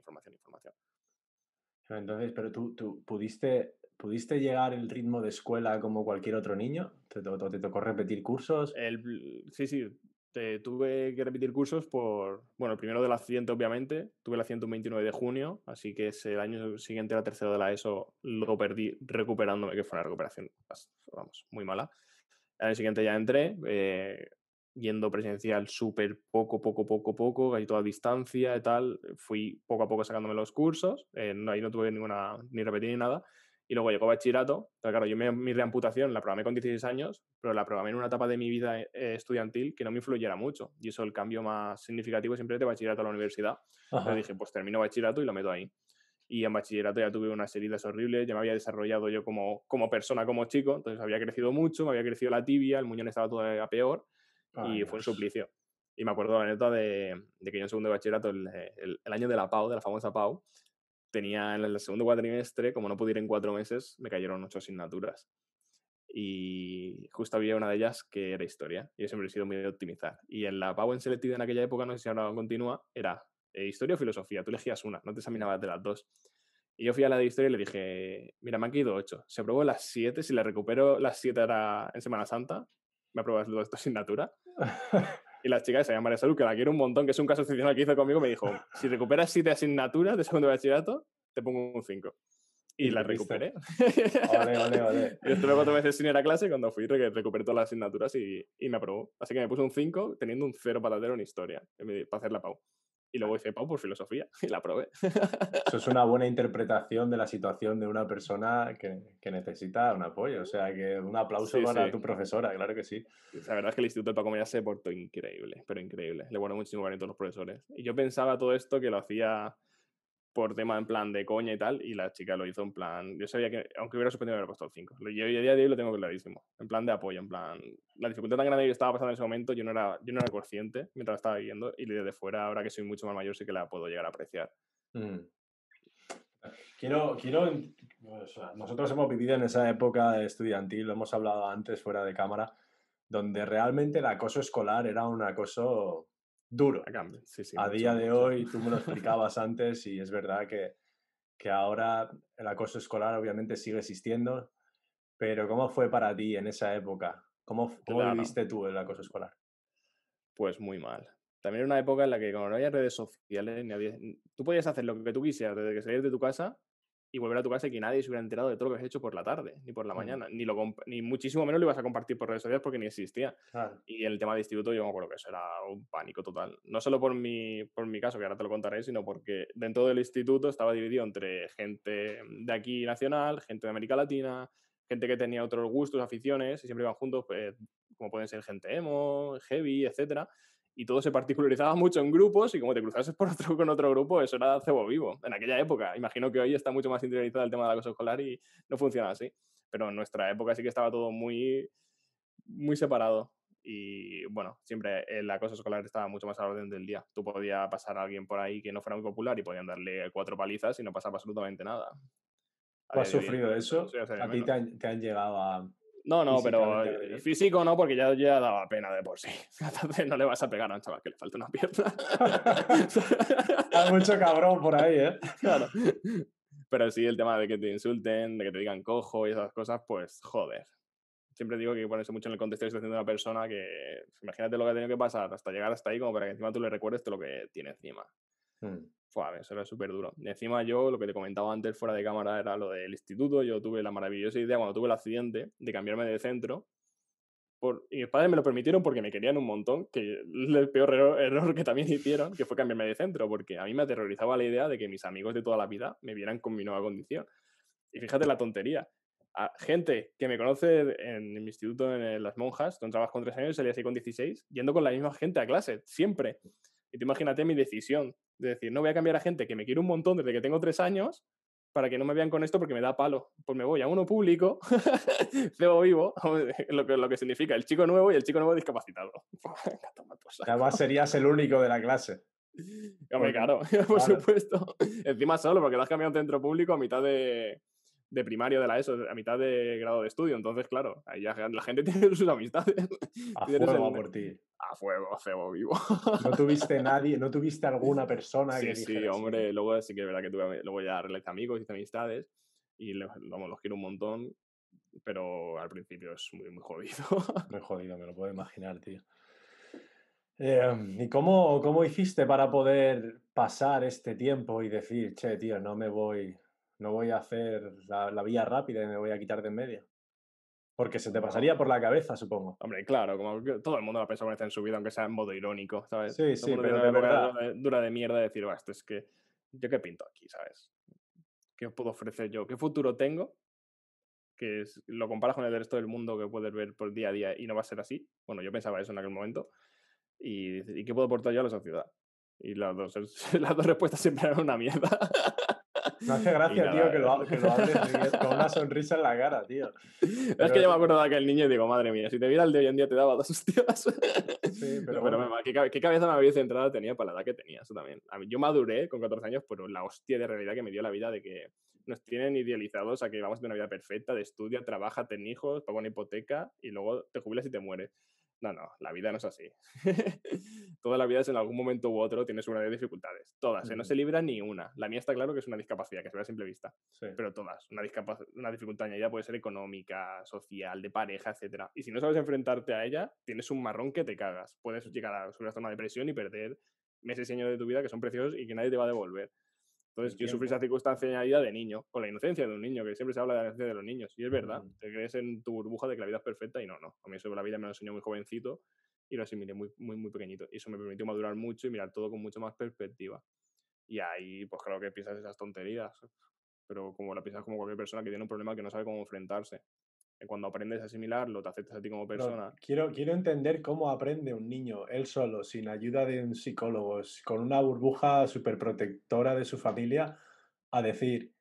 [SPEAKER 2] Entonces, pero tú pudiste llegar el ritmo de escuela como cualquier otro niño. ¿Te tocó repetir cursos?
[SPEAKER 3] Sí, tuve que repetir cursos bueno, el primero del accidente, obviamente, tuve el accidente un 29 de junio, así que el año siguiente, la tercera de la ESO, lo perdí recuperándome, que fue una recuperación, vamos, muy mala. Al año siguiente ya entré, yendo presencial súper poco, casi toda distancia y tal. Fui poco a poco sacándome los cursos, ahí no tuve ni repetir ni nada. Y luego llegó bachillerato, pero claro, mi reamputación la programé con 16 años, pero la programé en una etapa de mi vida estudiantil que no me influyera mucho. Y eso, el cambio más significativo siempre es de bachillerato a la universidad.
[SPEAKER 2] Ajá.
[SPEAKER 3] Entonces dije, pues termino bachillerato y lo meto ahí. Y en bachillerato ya tuve unas heridas horribles, ya me había desarrollado yo como persona, como chico, entonces había crecido mucho, me había crecido la tibia, el muñón estaba todavía peor y
[SPEAKER 2] Ay,
[SPEAKER 3] fue un
[SPEAKER 2] Dios.
[SPEAKER 3] suplicio. Y me acuerdo la anécdota de que yo en segundo de bachillerato, el año de la PAU, de la famosa PAU, tenía en el segundo cuatrimestre, como no pude ir en 4 meses, me cayeron 8 asignaturas. Y justo había una de ellas que era historia. Yo siempre he sido muy de optimizar. Y en la PAU en selectividad en aquella época, no sé si ahora continúa, era historia o filosofía. Tú elegías una, no te examinabas de las dos. Y yo fui a la de historia y le dije, mira, me han caído 8. Se aprobó las 7. Si le recupero las 7 ahora en Semana Santa, me apruebas las 2 asignaturas. Y la chica, que se llama María Salud, que la quiero un montón, que es un caso excepcional que hizo conmigo, me dijo, si recuperas 7 asignaturas de segundo de bachillerato, te pongo un 5. Y la recuperé.
[SPEAKER 2] Ole.
[SPEAKER 3] Y estuve 4 meses sin ir a clase, cuando fui recuperé todas las asignaturas y me aprobó. Así que me puse un 5 teniendo un 0 patatero en historia para hacer la PAU. Y luego hice PAU por filosofía y la aprobé.
[SPEAKER 2] Eso es una buena interpretación de la situación de una persona que necesita un apoyo. O sea, que un aplauso
[SPEAKER 3] Sí,
[SPEAKER 2] para
[SPEAKER 3] sí.
[SPEAKER 2] tu profesora, claro que sí.
[SPEAKER 3] La verdad es que el Instituto de Pacomedia se portó increíble, pero increíble. Le guardó muchísimo cariño a todos los profesores. Y yo pensaba todo esto que lo hacía por tema en plan de coña y tal, y la chica lo hizo en plan... Yo sabía que, aunque hubiera suspendido, me hubiera puesto el 5. Yo a día de hoy lo tengo clarísimo. En plan de apoyo, en plan... La dificultad tan grande que yo estaba pasando en ese momento, yo no era consciente mientras la estaba viviendo, y desde fuera, ahora que soy mucho más mayor, sí que la puedo llegar a apreciar.
[SPEAKER 2] Mm. O sea, nosotros hemos vivido en esa época estudiantil, lo hemos hablado antes fuera de cámara, donde realmente el acoso escolar era un acoso duro.
[SPEAKER 3] A cambio, sí,
[SPEAKER 2] A
[SPEAKER 3] mucho,
[SPEAKER 2] día de
[SPEAKER 3] mucho.
[SPEAKER 2] hoy, tú me lo explicabas antes y es verdad que ahora el acoso escolar obviamente sigue existiendo, pero ¿cómo fue para ti en esa época? ¿Cómo
[SPEAKER 3] Claro,
[SPEAKER 2] viviste tú el acoso escolar?
[SPEAKER 3] pues muy mal. También era una época en la que, como no había redes sociales, tú podías hacer lo que tú quisieras desde que salir de tu casa y volver a tu casa y que nadie se hubiera enterado de todo lo que has hecho por la tarde, ni por la mañana, ni muchísimo menos lo ibas a compartir por redes sociales porque ni existía.
[SPEAKER 2] Claro.
[SPEAKER 3] Y el tema de instituto, yo me acuerdo que eso era un pánico total. No solo por mi caso, que ahora te lo contaré, sino porque dentro del instituto estaba dividido entre gente de aquí nacional, gente de América Latina, gente que tenía otros gustos, aficiones, y siempre iban juntos, pues, como pueden ser gente emo, heavy, etcétera. Y todo se particularizaba mucho en grupos y como te cruzases con otro grupo, eso era cebo vivo. En aquella época, imagino que hoy está mucho más interiorizado el tema del acoso escolar y no funciona así. Pero en nuestra época sí que estaba todo muy, muy separado. Y bueno, siempre el acoso escolar estaba mucho más a la orden del día. Tú podías pasar a alguien por ahí que no fuera muy popular y podían darle 4 palizas y no pasaba absolutamente nada. A
[SPEAKER 2] ¿Tú
[SPEAKER 3] día
[SPEAKER 2] has
[SPEAKER 3] de hoy
[SPEAKER 2] sufrido
[SPEAKER 3] eso
[SPEAKER 2] eso?
[SPEAKER 3] ya se ve
[SPEAKER 2] ¿A ti
[SPEAKER 3] menos.
[SPEAKER 2] te han llegado a
[SPEAKER 3] No, pero
[SPEAKER 2] físicamente agredir?
[SPEAKER 3] físico no, porque ya daba pena de por sí. Entonces no le vas a pegar a un chaval que le falta una pierna.
[SPEAKER 2] Hay mucho cabrón por ahí, ¿eh?
[SPEAKER 3] Claro. Pero sí, el tema de que te insulten, de que te digan cojo y esas cosas, pues joder. siempre digo que hay que ponerse mucho en el contexto de la situación de una persona que, imagínate lo que ha tenido que pasar hasta llegar hasta ahí, como para que encima tú le recuerdes todo lo que tiene encima.
[SPEAKER 2] Mm.
[SPEAKER 3] Fue, eso era súper duro. Y encima yo, lo que te comentaba antes fuera de cámara era lo del instituto. Yo tuve la maravillosa idea cuando tuve el accidente de cambiarme de centro. Y mis padres me lo permitieron porque me querían un montón, que es el peor error que también hicieron, que fue cambiarme de centro, porque a mí me aterrorizaba la idea de que mis amigos de toda la vida me vieran con mi nueva condición. Y fíjate la tontería. A gente que me conoce en mi instituto en Las Monjas, donde trabajo con 3 años, salía así con 16, yendo con la misma gente a clase, siempre. Y tú imagínate mi decisión de decir, no voy a cambiar a gente que me quiere un montón desde que tengo 3 años para que no me vean con esto porque me da palo. Pues me voy a uno público, cebo vivo, lo que significa el chico nuevo y el chico nuevo discapacitado.
[SPEAKER 2] Además serías el único de la clase.
[SPEAKER 3] Hombre, claro, por supuesto. Encima solo, porque lo has cambiado de centro público a mitad de primario de la ESO, a mitad de grado de estudio. Entonces, claro, ahí ya la gente tiene sus amistades.
[SPEAKER 2] A
[SPEAKER 3] Tienes
[SPEAKER 2] fuego por ti.
[SPEAKER 3] A fuego, cebo vivo.
[SPEAKER 2] ¿No tuviste nadie, no tuviste alguna persona que
[SPEAKER 3] Sí,
[SPEAKER 2] dijera
[SPEAKER 3] hombre, luego sí que es verdad que luego ya realicé amigos, hice amistades y los quiero un montón, pero al principio es muy, muy jodido.
[SPEAKER 2] Muy jodido, me lo puedo imaginar, tío. ¿Y cómo hiciste para poder pasar este tiempo y decir, che, tío, no voy a hacer la vía rápida y me voy a quitar de en medio? Porque se te pasaría por la cabeza, supongo.
[SPEAKER 3] Hombre, claro, como que todo el mundo lo ha pensado una vez en su vida, aunque sea en modo irónico, ¿sabes?
[SPEAKER 2] Sí,
[SPEAKER 3] Todo
[SPEAKER 2] sí,
[SPEAKER 3] el mundo
[SPEAKER 2] pero
[SPEAKER 3] tiene
[SPEAKER 2] de
[SPEAKER 3] una
[SPEAKER 2] verdad.
[SPEAKER 3] época dura de mierda de decir, esto es que, ¿yo qué pinto aquí, sabes? ¿Qué os puedo ofrecer yo? ¿Qué futuro tengo? Que lo comparas con el del resto del mundo que puedes ver por día a día y no va a ser así. Bueno, yo pensaba eso en aquel momento. ¿Y qué puedo aportar yo a la sociedad? Y las dos, las dos respuestas siempre eran una mierda.
[SPEAKER 2] Me hace
[SPEAKER 3] Y
[SPEAKER 2] gracia, tío,
[SPEAKER 3] nada,
[SPEAKER 2] que lo hables con una sonrisa en la cara, tío.
[SPEAKER 3] es que yo me acuerdo de aquel niño y digo, madre mía, si te viera el de hoy en día te daba dos hostias.
[SPEAKER 2] Sí, pero
[SPEAKER 3] No, pero
[SPEAKER 2] bueno.
[SPEAKER 3] ¿qué cabeza me había centrado tenía para la edad que tenía? Eso también. Yo maduré con 14 años por la hostia de realidad que me dio la vida de que nos tienen idealizados a que vamos a tener una vida perfecta, de estudia, trabaja, ten hijos, paga una hipoteca y luego te jubilas y te mueres. No, la vida no es así. Toda la vida es en algún momento u otro tienes una de dificultades. Todas, no se libra ni una. La mía está claro que es una discapacidad, que se ve a simple vista.
[SPEAKER 2] Sí.
[SPEAKER 3] Pero todas. Una dificultad añadida puede ser económica, social, de pareja, etc. Y si no sabes enfrentarte a ella, tienes un marrón que te cagas. Puedes llegar a sufrir hasta una depresión y perder meses y años de tu vida que son preciosos y que nadie te va a devolver. Entonces, yo sufrí esa circunstancia añadida de niño, con la inocencia de un niño, que siempre se habla de la inocencia de los niños. Y es verdad, te crees en tu burbuja de que la vida es perfecta y no. A mí eso la vida me lo enseñó muy jovencito y lo asimilé muy, muy, muy pequeñito. Y eso me permitió madurar mucho y mirar todo con mucho más perspectiva. Y ahí, pues claro que piensas esas tonterías, pero como la piensas como cualquier persona que tiene un problema que no sabe cómo enfrentarse. Y cuando aprendes a asimilarlo, te aceptas a ti como persona.
[SPEAKER 2] Pero quiero entender cómo aprende un niño, él solo, sin ayuda de un psicólogo, con una burbuja súper protectora de su familia, a decir,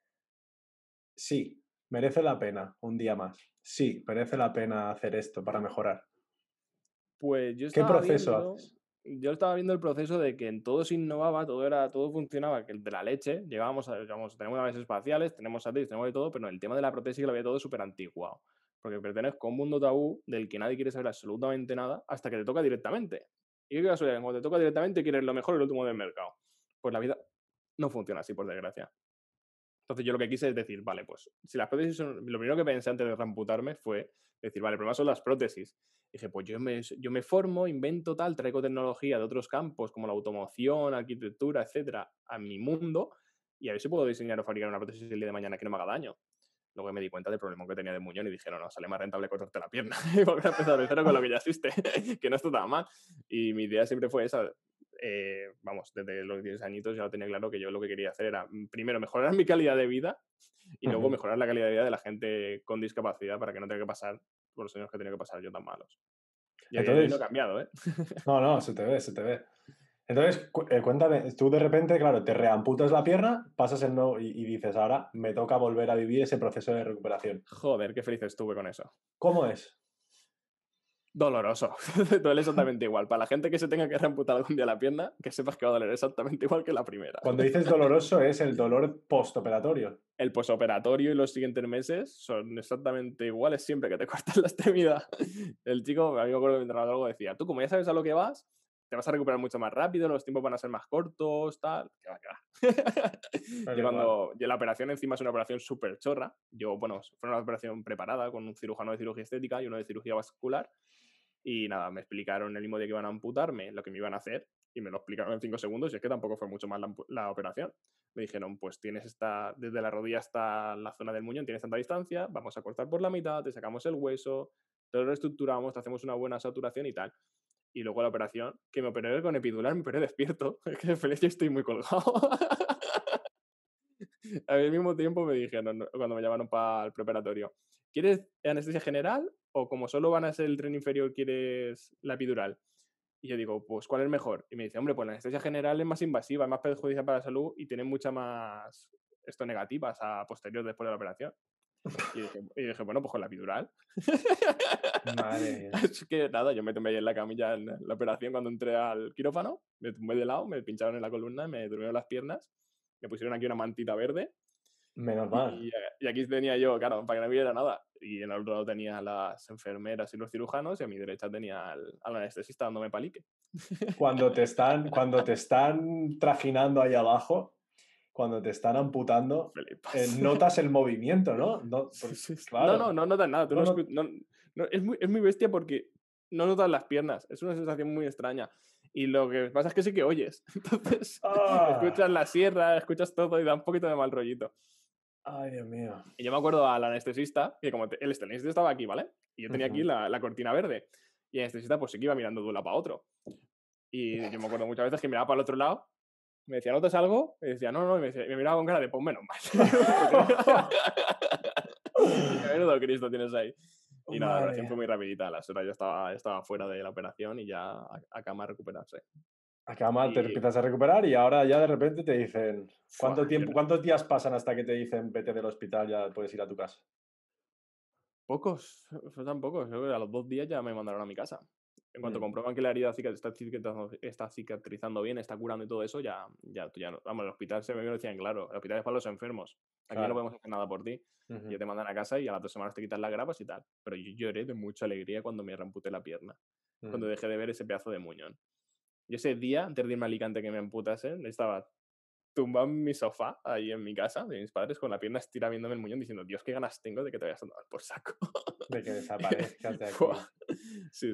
[SPEAKER 2] sí, merece la pena un día más. Sí, merece la pena hacer esto para mejorar.
[SPEAKER 3] Pues yo
[SPEAKER 2] ¿Qué
[SPEAKER 3] estaba
[SPEAKER 2] proceso
[SPEAKER 3] viendo,
[SPEAKER 2] haces?
[SPEAKER 3] yo estaba viendo el proceso de que en todo se innovaba, todo funcionaba, que el de la leche, tenemos naves espaciales, tenemos satélites, tenemos de todo, pero el tema de la prótesis lo había todo súper antiguado. Porque pertenezco a un mundo tabú del que nadie quiere saber absolutamente nada hasta que te toca directamente. Y qué casualidad, cuando te toca directamente quieres lo mejor y lo último del mercado. Pues la vida no funciona así, por desgracia. Entonces yo lo que quise es decir, vale, pues si las prótesis son... Lo primero que pensé antes de reamputarme fue decir, vale, el problema son las prótesis. Y dije, pues yo me formo, invento tal, traigo tecnología de otros campos como la automoción, arquitectura, etcétera, a mi mundo y a ver si puedo diseñar o fabricar una prótesis el día de mañana que no me haga daño. Luego me di cuenta del problema que tenía de muñón y dije, no, sale más rentable cortarte la pierna y volver a empezar de cero con lo que ya existe, que no está tan mal. Y mi idea siempre fue esa. Desde los 10 añitos ya lo tenía claro que yo lo que quería hacer era, primero, mejorar mi calidad de vida y luego mejorar la calidad de vida de la gente con discapacidad para que no tenga que pasar por los años que he tenido que pasar yo tan malos. Y a día de hoy no he cambiado, ¿eh?
[SPEAKER 2] No, se te ve. Entonces, cuéntame, tú de repente, claro, te reamputas la pierna, pasas el no y dices, ahora me toca volver a vivir ese proceso de recuperación.
[SPEAKER 3] Joder, qué feliz estuve con eso.
[SPEAKER 2] ¿Cómo es?
[SPEAKER 3] Doloroso. Duele exactamente igual. Para la gente que se tenga que reamputar algún día la pierna, que sepas que va a doler exactamente igual que la primera.
[SPEAKER 2] Cuando dices doloroso es el dolor postoperatorio.
[SPEAKER 3] El posoperatorio y los siguientes meses son exactamente iguales siempre que te cortas la extremidad. El chico, a mí me acuerdo que mi entrenador algo decía, tú como ya sabes a lo que vas, te vas a recuperar mucho más rápido, los tiempos van a ser más cortos, tal. Que va, que va. Yo la operación encima es una operación súper chorra. Fue una operación preparada con un cirujano de cirugía estética y uno de cirugía vascular. Y nada, me explicaron el mismo día que iban a amputarme lo que me iban a hacer y me lo explicaron en 5 segundos y es que tampoco fue mucho más la operación. Me dijeron, pues tienes desde la rodilla hasta la zona del muñón, tienes tanta distancia, vamos a cortar por la mitad, te sacamos el hueso, te lo reestructuramos, te hacemos una buena saturación y tal. Y luego la operación, que me operé con epidural, me operé despierto. Es que feliz, yo estoy muy colgado. Al mismo tiempo me dijeron, cuando me llamaron para el preparatorio, ¿quieres anestesia general o como solo van a ser el tren inferior, quieres la epidural? Y yo digo, pues ¿cuál es mejor? Y me dice, hombre, pues la anestesia general es más invasiva, es más perjudicial para la salud y tiene muchas más negativas a posterior después de la operación. Y dije, bueno, pues con la epidural.
[SPEAKER 2] Madre mía.
[SPEAKER 3] Así que nada, yo me tumbé ahí en la camilla en la operación cuando entré al quirófano, me tumbé de lado, me pincharon en la columna, me durmieron las piernas, me pusieron aquí una mantita verde.
[SPEAKER 2] Menos mal.
[SPEAKER 3] Y aquí tenía yo, claro, para que no viera nada. Y en el otro lado tenía a las enfermeras y los cirujanos y a mi derecha tenía al anestesista dándome palique.
[SPEAKER 2] Cuando te están trajinando ahí abajo, cuando te están amputando, notas el movimiento, ¿no?
[SPEAKER 3] Claro. No notas nada. Es muy bestia porque no notas las piernas. Es una sensación muy extraña. Y lo que pasa es que sí que oyes. Entonces, escuchas la sierra, escuchas todo y da un poquito de mal rollito.
[SPEAKER 2] Ay, Dios mío.
[SPEAKER 3] Y yo me acuerdo al anestesista, que como el anestesista estaba aquí, ¿vale? Y yo tenía aquí la cortina verde. Y el anestesista pues sí que iba mirando de un lado para otro. Y yo me acuerdo muchas veces que miraba para el otro lado, me decía, ¿notas algo? Y decía, no, y me miraba con cara de, pues menos mal. Menudo Cristo tienes ahí. Y nada, la operación fue muy rapidita. A las horas yo estaba fuera de la operación y ya a cama a recuperarse.
[SPEAKER 2] A cama te empiezas a recuperar y ahora ya de repente te dicen,
[SPEAKER 3] Fua,
[SPEAKER 2] ¿cuántos días pasan hasta que te dicen vete del hospital, ya puedes ir a tu casa?
[SPEAKER 3] Pocos, tan pocos. Creo que a los 2 días ya me mandaron a mi casa. En cuanto comprueban que la herida está cicatrizando bien, está curando y todo eso, vamos, el hospital se me decían, claro, el hospital es para los enfermos. Aquí no podemos hacer nada por ti. Ya te mandan a casa y a las 2 semanas te quitan las grapas y tal. Pero yo lloré de mucha alegría cuando me reamputé la pierna. Cuando dejé de ver ese pedazo de muñón. Y ese día, antes de irme a Alicante que me amputasen, estaba tumbado en mi sofá, ahí en mi casa, de mis padres, con la pierna estirada viéndome el muñón, diciendo, Dios, qué ganas tengo de que te vayas a tomar por saco.
[SPEAKER 2] De que desaparezcas de aquí.
[SPEAKER 3] Sí.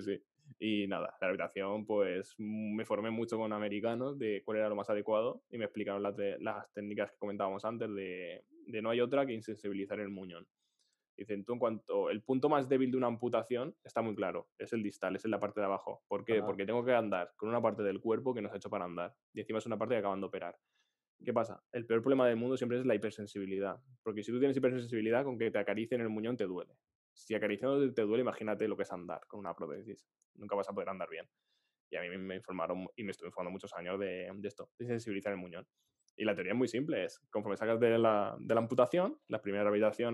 [SPEAKER 3] Y nada, la habitación, pues me formé mucho con americanos de cuál era lo más adecuado y me explicaron las técnicas que comentábamos antes de no hay otra que insensibilizar el muñón. Dicen, tú el punto más débil de una amputación está muy claro, es el distal, es en la parte de abajo. ¿Por qué? Porque tengo que andar con una parte del cuerpo que no se ha hecho para andar y encima es una parte que acaban de operar. ¿Qué pasa? El peor problema del mundo siempre es la hipersensibilidad. Porque si tú tienes hipersensibilidad, con que te acaricien el muñón te duele. Si acariciando te duele, imagínate lo que es andar con una prótesis. Nunca vas a poder andar bien. Y a mí me informaron y me estuve informando muchos años de esto, de sensibilizar el muñón. Y la teoría es muy simple, es conforme sacas de la amputación, la primera rehabilitación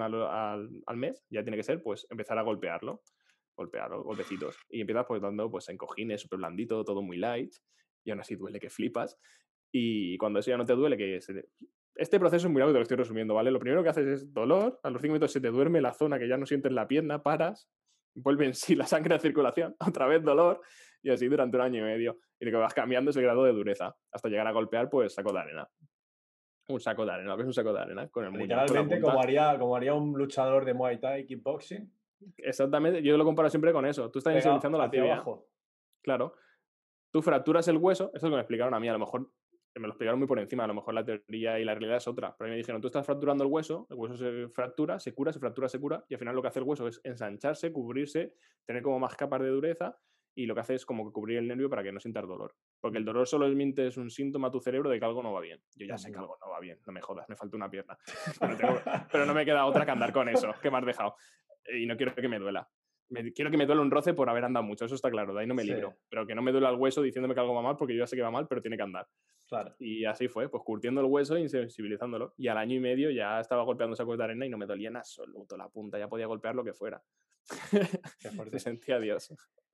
[SPEAKER 3] al mes, ya tiene que ser pues empezar a golpearlo, golpecitos. Y empiezas pues dando pues en cojines, súper blandito, todo muy light, y aún así duele que flipas. Y cuando eso ya no te duele, este proceso es muy largo, te lo estoy resumiendo, ¿vale? Lo primero que haces es dolor, a los 5 minutos se te duerme la zona que ya no sientes la pierna, paras, vuelve en sí la sangre a circulación, otra vez dolor, y así durante 1 año y medio. Y lo que vas cambiando es el grado de dureza, hasta llegar a golpear, pues, saco de arena. Un saco de arena, lo que es un saco de arena, con el muñón.
[SPEAKER 2] Literalmente como haría un luchador de Muay Thai, kickboxing.
[SPEAKER 3] Exactamente, yo lo comparo siempre con eso. Tú estás insensibilizando la tibia.
[SPEAKER 2] Abajo.
[SPEAKER 3] Claro. Tú fracturas el hueso, eso es lo que me explicaron a mí, a lo mejor me lo explicaron muy por encima, a lo mejor la teoría y la realidad es otra, pero a mí me dijeron, tú estás fracturando el hueso se fractura, se cura, y al final lo que hace el hueso es ensancharse, cubrirse, tener como más capas de dureza y lo que hace es como que cubrir el nervio para que no sientas dolor. Porque el dolor solamente es un síntoma a tu cerebro de que algo no va bien. Yo ya sé que algo no va bien, no me jodas, me falta una pierna. Pero no me queda otra que andar con eso, que me has dejado. Y no quiero que me duela. Quiero que me duele un roce por haber andado mucho, eso está claro, de ahí no me libro. Pero que no me duele el hueso diciéndome que algo va mal, porque yo ya sé que va mal, pero tiene que andar.
[SPEAKER 2] Claro.
[SPEAKER 3] Y así fue, pues curtiendo el hueso e insensibilizándolo. Y al 1 año y medio ya estaba golpeando sacos de arena y no me dolía en absoluto la punta, ya podía golpear lo que fuera. Se sentía Dios.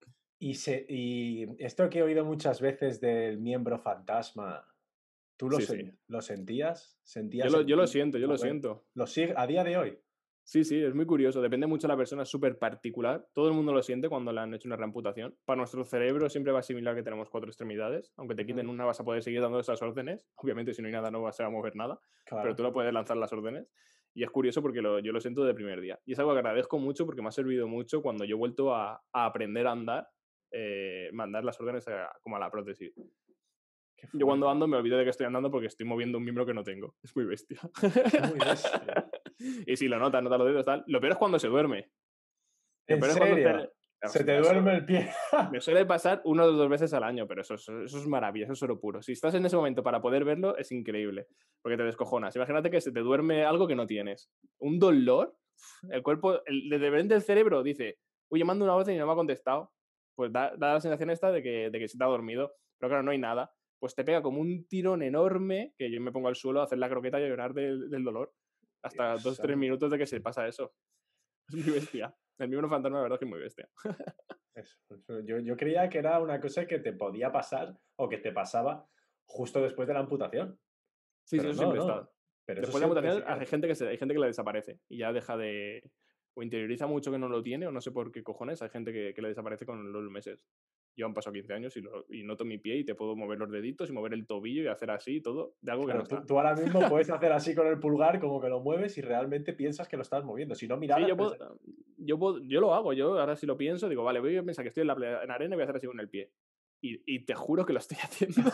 [SPEAKER 2] Y esto que he oído muchas veces del miembro fantasma, ¿tú lo sentías?
[SPEAKER 3] Yo lo siento.
[SPEAKER 2] ¿Lo sigue a día de hoy?
[SPEAKER 3] Sí, sí, es muy curioso. Depende mucho de la persona, es súper particular. Todo el mundo lo siente cuando le han hecho una reamputación. Para nuestro cerebro siempre va a asimilar que tenemos 4 extremidades. Aunque te quiten una, vas a poder seguir dando esas órdenes. Obviamente, si no hay nada, no vas a mover nada. Pero tú
[SPEAKER 2] Claro.
[SPEAKER 3] lo puedes lanzar las órdenes. Y es curioso porque yo lo siento de primer día. Y es algo que agradezco mucho porque me ha servido mucho cuando yo he vuelto a aprender a andar, mandar las órdenes como a la prótesis.
[SPEAKER 2] Qué
[SPEAKER 3] Yo cuando
[SPEAKER 2] fuerte.
[SPEAKER 3] ando me olvido de que estoy andando porque estoy moviendo un miembro que no tengo. Es muy bestia.
[SPEAKER 2] Es muy bestia.
[SPEAKER 3] Y si lo notas, nota los dedos, tal. Lo peor es cuando se duerme. Lo
[SPEAKER 2] ¿En
[SPEAKER 3] peor es cuando
[SPEAKER 2] serio? Se te
[SPEAKER 3] Ostras,
[SPEAKER 2] duerme el pie.
[SPEAKER 3] me suele pasar 1 o 2 veces al año, pero eso es maravilla, eso es oro puro. Si estás en ese momento para poder verlo, es increíble, porque te descojonas. Imagínate que se te duerme algo que no tienes. Un dolor, el cuerpo, de repente el cerebro dice, oye, mando una orden y no me ha contestado. Pues da la sensación esta de que se te ha dormido, pero claro, no hay nada. Pues te pega como un tirón enorme, que yo me pongo al suelo a hacer la croqueta y a llorar del dolor. Hasta
[SPEAKER 2] Dios
[SPEAKER 3] 2 o 3
[SPEAKER 2] santo.
[SPEAKER 3] minutos de que se pasa eso. Es muy bestia. El miembro fantasma, la verdad es que es muy bestia.
[SPEAKER 2] Eso. Yo creía que era una cosa que te podía pasar o que te pasaba justo después de la amputación.
[SPEAKER 3] Sí, sí,
[SPEAKER 2] Pero
[SPEAKER 3] eso
[SPEAKER 2] no,
[SPEAKER 3] siempre está.
[SPEAKER 2] no. Pero eso
[SPEAKER 3] Después de la
[SPEAKER 2] siempre
[SPEAKER 3] mutación
[SPEAKER 2] sigue.
[SPEAKER 3] hay gente que le desaparece y ya deja de... O interioriza mucho que no lo tiene o no sé por qué cojones. Hay gente que le desaparece con los meses. Yo han pasado 15 años y noto mi pie y te puedo mover los deditos y mover el tobillo y hacer así y todo de algo que no
[SPEAKER 2] Claro, tú,
[SPEAKER 3] está.
[SPEAKER 2] tú ahora mismo puedes hacer así con el pulgar, como que lo mueves y realmente piensas que lo estás moviendo. Si no
[SPEAKER 3] Sí,
[SPEAKER 2] miraras,
[SPEAKER 3] yo lo hago. Yo ahora si lo pienso, digo, vale, voy a pensar que estoy en arena y voy a hacer así con el pie. Y te juro que lo estoy haciendo.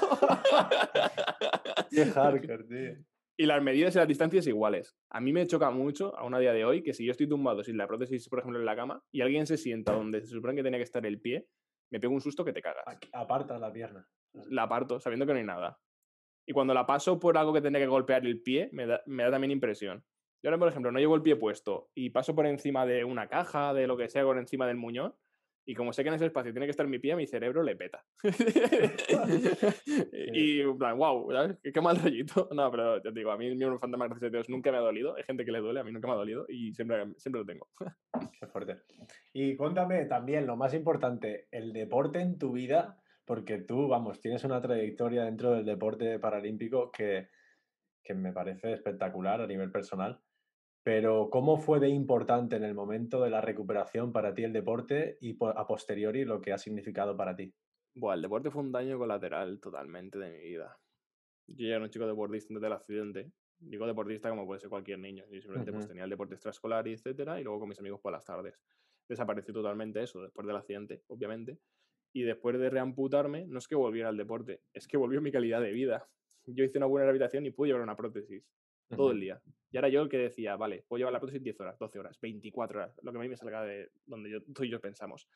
[SPEAKER 2] qué hardcore, tío.
[SPEAKER 3] Y las medidas y las distancias iguales. A mí me choca mucho, aún a día de hoy, que si yo estoy tumbado sin la prótesis, por ejemplo, en la cama, y alguien se sienta donde se supone que tenía que estar el pie, me pego un susto que te cagas.
[SPEAKER 2] Apartas la pierna.
[SPEAKER 3] La aparto, sabiendo que no hay nada. Y cuando la paso por algo que tendría que golpear el pie, me da también impresión. Yo ahora, por ejemplo, no llevo el pie puesto y paso por encima de una caja, de lo que sea, por encima del muñón, y como sé que en ese espacio tiene que estar mi pie, mi cerebro le peta. Y, en plan, wow, ¿sabes? Qué mal rollito. No, pero ya te digo, a mí el miembro fantasma, gracias a Dios, nunca me ha dolido. Hay gente que le duele, a mí nunca me ha dolido y siempre lo tengo.
[SPEAKER 2] Qué fuerte. Y cuéntame también, lo más importante, el deporte en tu vida, porque tú, vamos, tienes una trayectoria dentro del deporte paralímpico que me parece espectacular a nivel personal, pero ¿cómo fue de importante en el momento de la recuperación para ti el deporte y a posteriori lo que ha significado para ti?
[SPEAKER 3] Buah, el deporte fue un daño colateral totalmente de mi vida. Yo ya era un chico deportista antes del accidente. Digo deportista como puede ser cualquier niño. Yo simplemente pues
[SPEAKER 2] Ujú.
[SPEAKER 3] tenía el deporte extraescolar y etcétera, y luego con mis amigos por las tardes. Desapareció totalmente eso después del accidente, obviamente. Y después de reamputarme, no es que volviera al deporte, es que volvió mi calidad de vida. Yo hice una buena rehabilitación y pude llevar una prótesis todo el
[SPEAKER 2] Ujú.
[SPEAKER 3] día. Y ahora yo el que decía, vale, puedo llevar la prótesis 10 horas, 12 horas, 24 horas, lo que a mí me salga de donde tú y yo pensamos.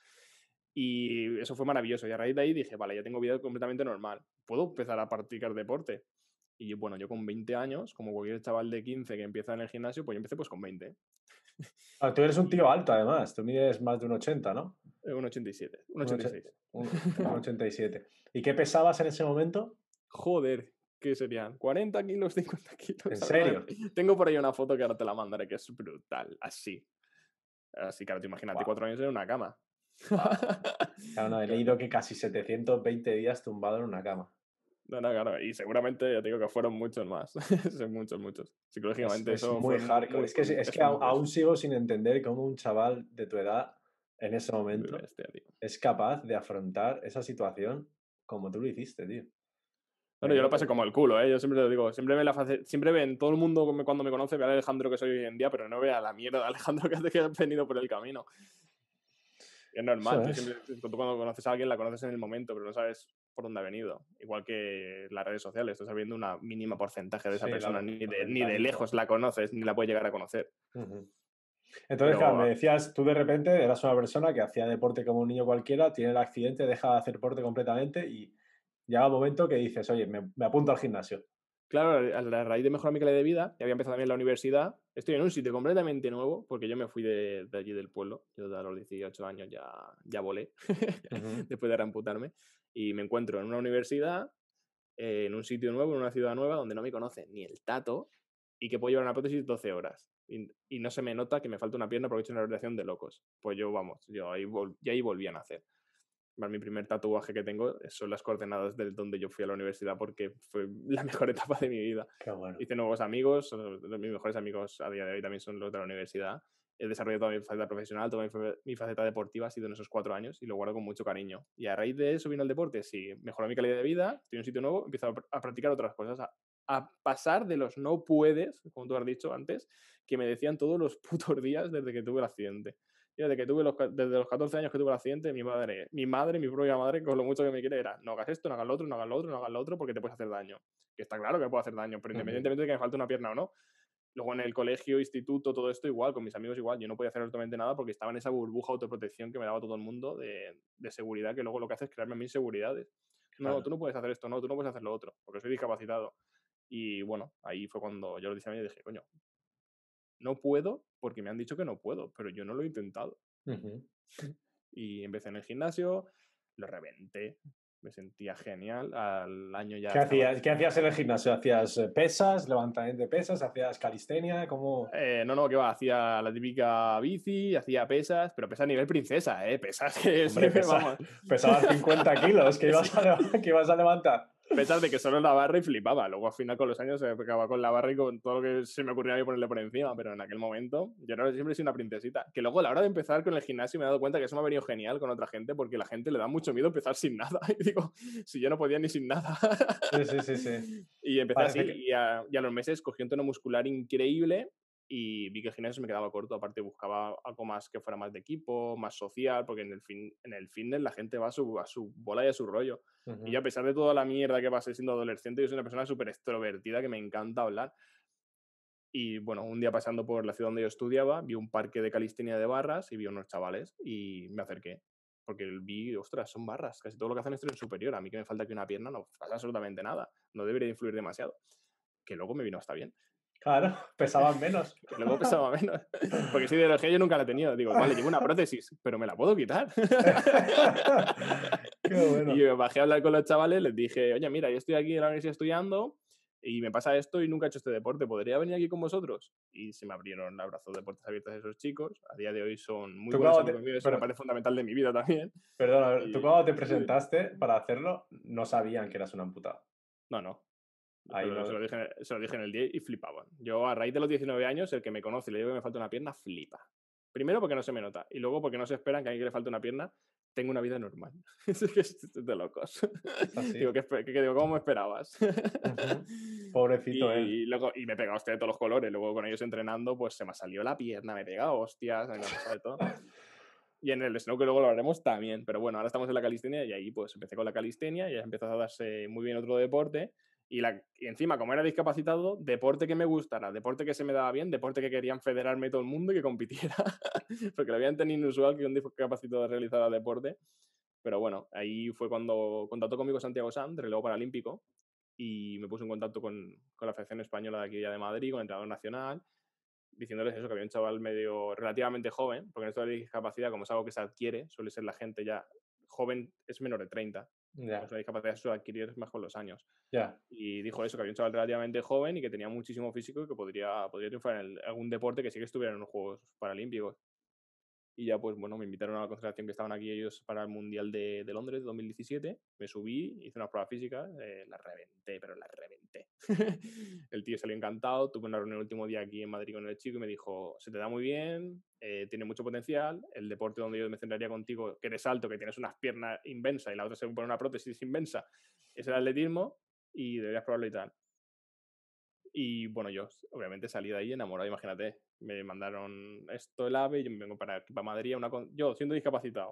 [SPEAKER 3] Y eso fue maravilloso. Y a raíz de ahí dije, vale, ya tengo vida completamente normal. Puedo empezar a practicar deporte. Y bueno, yo con 20 años, como cualquier chaval de 15 que empieza en el gimnasio, pues yo empecé pues con 20.
[SPEAKER 2] Ah, tú eres un tío alto además, tú mides más de un 80, ¿no?
[SPEAKER 3] Un 87, un
[SPEAKER 2] Un, och-
[SPEAKER 3] 86.
[SPEAKER 2] un 87. ¿Y qué pesabas en ese momento?
[SPEAKER 3] Joder, ¿qué serían? ¿40 kilos, 50
[SPEAKER 2] ¿En
[SPEAKER 3] kilos?
[SPEAKER 2] serio?
[SPEAKER 3] Tengo por ahí una foto que ahora te la mandaré, que es brutal, así. Así que ahora te imagínate,
[SPEAKER 2] Wow.
[SPEAKER 3] 4 años en una cama.
[SPEAKER 2] Wow. Claro, no, he leído que casi 720 días tumbado en una cama.
[SPEAKER 3] No, no, claro, y seguramente ya te digo que fueron muchos más. Son muchos, muchos. Psicológicamente
[SPEAKER 2] Es
[SPEAKER 3] eso
[SPEAKER 2] muy
[SPEAKER 3] fue
[SPEAKER 2] hardcore.
[SPEAKER 3] muy,
[SPEAKER 2] Es que
[SPEAKER 3] eso fue muy
[SPEAKER 2] aún
[SPEAKER 3] bestia.
[SPEAKER 2] sigo sin entender cómo un chaval de tu edad en ese
[SPEAKER 3] Muy
[SPEAKER 2] momento
[SPEAKER 3] bestia, tío.
[SPEAKER 2] es capaz de afrontar esa situación como tú lo hiciste, tío. Me
[SPEAKER 3] Bueno, yo lo
[SPEAKER 2] quedo
[SPEAKER 3] pasé como el culo, ¿eh? Yo siempre lo digo, siempre ven, todo el mundo cuando me conoce ve al Alejandro que soy hoy en día, pero no ve a la mierda de Alejandro que has venido por el camino. Y es
[SPEAKER 2] Eso
[SPEAKER 3] normal,
[SPEAKER 2] es.
[SPEAKER 3] tú cuando conoces a alguien la conoces en el momento, pero no sabes por dónde ha venido. Igual que las redes sociales, estás sabiendo una mínima porcentaje de esa
[SPEAKER 2] Sí,
[SPEAKER 3] persona, ni
[SPEAKER 2] la
[SPEAKER 3] de lejos la conoces, ni la puedes llegar a conocer.
[SPEAKER 2] Ujú. Entonces, claro, me
[SPEAKER 3] Pero
[SPEAKER 2] decías, tú de repente eras una persona que hacía deporte como un niño cualquiera, tiene el accidente, deja de hacer deporte completamente y llega un momento que dices, oye, me apunto al gimnasio.
[SPEAKER 3] claro, a la raíz de mejorar mi calidad de vida, ya había empezado también la universidad, estoy en un sitio completamente nuevo, porque yo me fui de allí del pueblo, yo a los 18 años ya volé,
[SPEAKER 2] Ujú.
[SPEAKER 3] después de reamputarme, y me encuentro en una universidad, en un sitio nuevo, en una ciudad nueva, donde no me conoce ni el tato, y que puedo llevar una prótesis 12 horas. Y no se me nota que me falta una pierna porque he hecho una rehabilitación de locos. Pues yo, vamos, yo ahí volví a nacer. Más mi primer tatuaje que tengo son las coordenadas de donde yo fui a la universidad porque fue la mejor etapa de mi vida.
[SPEAKER 2] Qué bueno.
[SPEAKER 3] Hice nuevos amigos, mis mejores amigos a día de hoy también son los de la universidad. He desarrollado toda mi faceta profesional, toda mi faceta deportiva ha sido en esos 4 años y lo guardo con mucho cariño. Y a raíz de eso vino el deporte, sí, mejoró mi calidad de vida, estoy en un sitio nuevo, empiezo a practicar otras cosas, a pasar de los no puedes, como tú has dicho antes, que me decían todos los putos días desde que tuve el accidente. Y desde los 14 años que tuve el accidente, mi propia madre, con lo mucho que me quiere era, no hagas esto, no hagas lo otro, no hagas lo otro, no hagas lo otro, porque te puedes hacer daño. Que está claro que me puedo hacer daño, pero independientemente de que me falte una pierna o no. Luego en el colegio, instituto, todo esto igual, con mis amigos igual, yo no podía hacer absolutamente nada porque estaba en esa burbuja de autoprotección que me daba todo el mundo de seguridad, que luego lo que hace es crearme mis inseguridades. No,
[SPEAKER 2] Claro.
[SPEAKER 3] tú no puedes hacer esto, no, tú no puedes hacer lo otro, porque soy discapacitado. Y bueno, ahí fue cuando yo lo dije a mí y dije, coño, no puedo porque me han dicho que no puedo, pero yo no lo he intentado.
[SPEAKER 2] Ujú.
[SPEAKER 3] Y empecé en el gimnasio, lo reventé, me sentía genial, al año ya
[SPEAKER 2] ¿Qué
[SPEAKER 3] estaba...
[SPEAKER 2] hacías en el gimnasio? ¿Hacías pesas, levantamiento de pesas? ¿Hacías calistenia? ¿Cómo?
[SPEAKER 3] No, que va, hacía la típica bici, hacía pesas, pero pesas a nivel princesa, pesas que
[SPEAKER 2] Hombre,
[SPEAKER 3] vamos,
[SPEAKER 2] pesabas 50 kilos que ibas que ibas a levantar.
[SPEAKER 3] pesas de que solo la barra y flipaba. Luego al final con los años se acababa con la barra y con todo lo que se me ocurría a mí ponerle por encima, pero en aquel momento yo siempre he sido una princesita. Que luego a la hora de empezar con el gimnasio me he dado cuenta que eso me ha venido genial con otra gente porque la gente le da mucho miedo empezar sin nada. Y digo, si yo no podía ni sin nada.
[SPEAKER 2] Sí.
[SPEAKER 3] Y empecé
[SPEAKER 2] Parece
[SPEAKER 3] así y a los meses cogí un tono muscular increíble y vi que el gimnasio se me quedaba corto. Aparte buscaba algo más que fuera más de equipo, más social, porque en el fitness la gente va a su bola y a su rollo. Y yo, a pesar de toda la mierda que pasé siendo adolescente, yo soy una persona súper extrovertida que me encanta hablar. Y bueno, un día pasando por la ciudad donde yo estudiaba, vi un parque de calistenia de barras y vi unos chavales y me acerqué. Porque vi, ostras, son barras, casi todo lo que hacen es tren superior. A mí que me falta aquí una pierna no pasa absolutamente nada. No debería influir demasiado. Que luego me vino hasta bien.
[SPEAKER 2] Claro, pesaban menos.
[SPEAKER 3] Que luego pesaba menos. Porque esa ideología yo nunca la he tenido. Digo, vale, llevo una prótesis, pero me la puedo quitar.
[SPEAKER 2] Qué bueno.
[SPEAKER 3] Y me bajé a hablar con los chavales, les dije, oye, mira, yo estoy aquí en la universidad estudiando y me pasa esto y nunca he hecho este deporte, ¿podría venir aquí con vosotros? Y se me abrieron los brazos de puertas abiertas esos chicos. A día de hoy son muy buenos amigos míos, eso me parece fundamental de mi vida también.
[SPEAKER 2] Perdona, tú cuando te
[SPEAKER 3] Sí.
[SPEAKER 2] presentaste para hacerlo, no sabían que eras un amputado.
[SPEAKER 3] No.
[SPEAKER 2] Ahí
[SPEAKER 3] Pero
[SPEAKER 2] no-
[SPEAKER 3] se lo dije en el día y flipaban. Yo, a raíz de los 19 años, el que me conoce y le digo que me falta una pierna, flipa. Primero porque no se me nota. Y luego porque no se esperan que a alguien que le falte una pierna tenga una vida normal. Es de locos.
[SPEAKER 2] Es así.
[SPEAKER 3] Digo, digo, ¿cómo me esperabas?
[SPEAKER 2] Pobrecito él.
[SPEAKER 3] Y luego, y me he pegado hostia de todos los colores. Luego con ellos entrenando, pues se me salió la pierna, me he pegado hostias, me ha pasado de todo. Y en el snooker luego lo haremos también. Pero bueno, ahora estamos en la calistenia y ahí pues empecé con la calistenia y ya empezó a darse muy bien otro deporte. Y encima, como era discapacitado, deporte que me gustara, deporte que se me daba bien, deporte que querían federarme todo el mundo y que compitiera. Porque lo habían tenido inusual que un discapacitado realizara deporte. Pero bueno, ahí fue cuando contactó conmigo Santiago Sanz, de relevo paralímpico, y me puso en contacto con la Federación Española de aquí ya de Madrid, con el entrenador nacional, diciéndoles eso, que había un chaval medio relativamente joven, porque en esto de la discapacidad, como es algo que se adquiere, suele ser la gente ya joven, es menor de 30.
[SPEAKER 2] Ya,
[SPEAKER 3] Pues la discapacidad se suele adquirir más con los años.
[SPEAKER 2] ya.
[SPEAKER 3] Y dijo eso, que había un chaval relativamente joven y que tenía muchísimo físico y que podría triunfar en algún deporte que sí que estuviera en los Juegos Paralímpicos. Y ya, pues bueno, me invitaron a la concentración que estaban aquí ellos para el Mundial de Londres de 2017. Me subí, hice unas pruebas físicas, la reventé, pero la reventé. El tío salió encantado. Tuve una reunión el último día aquí en Madrid con el chico y me dijo, se te da muy bien, tiene mucho potencial. El deporte donde yo me centraría contigo, que eres alto, que tienes unas piernas inmensas y la otra se pone una prótesis inmensa, es el atletismo y deberías probarlo y tal. Y bueno, yo obviamente salí de ahí enamorado, imagínate. Me mandaron esto, el AVE, y yo me vengo para Madrid. Yo, siendo discapacitado,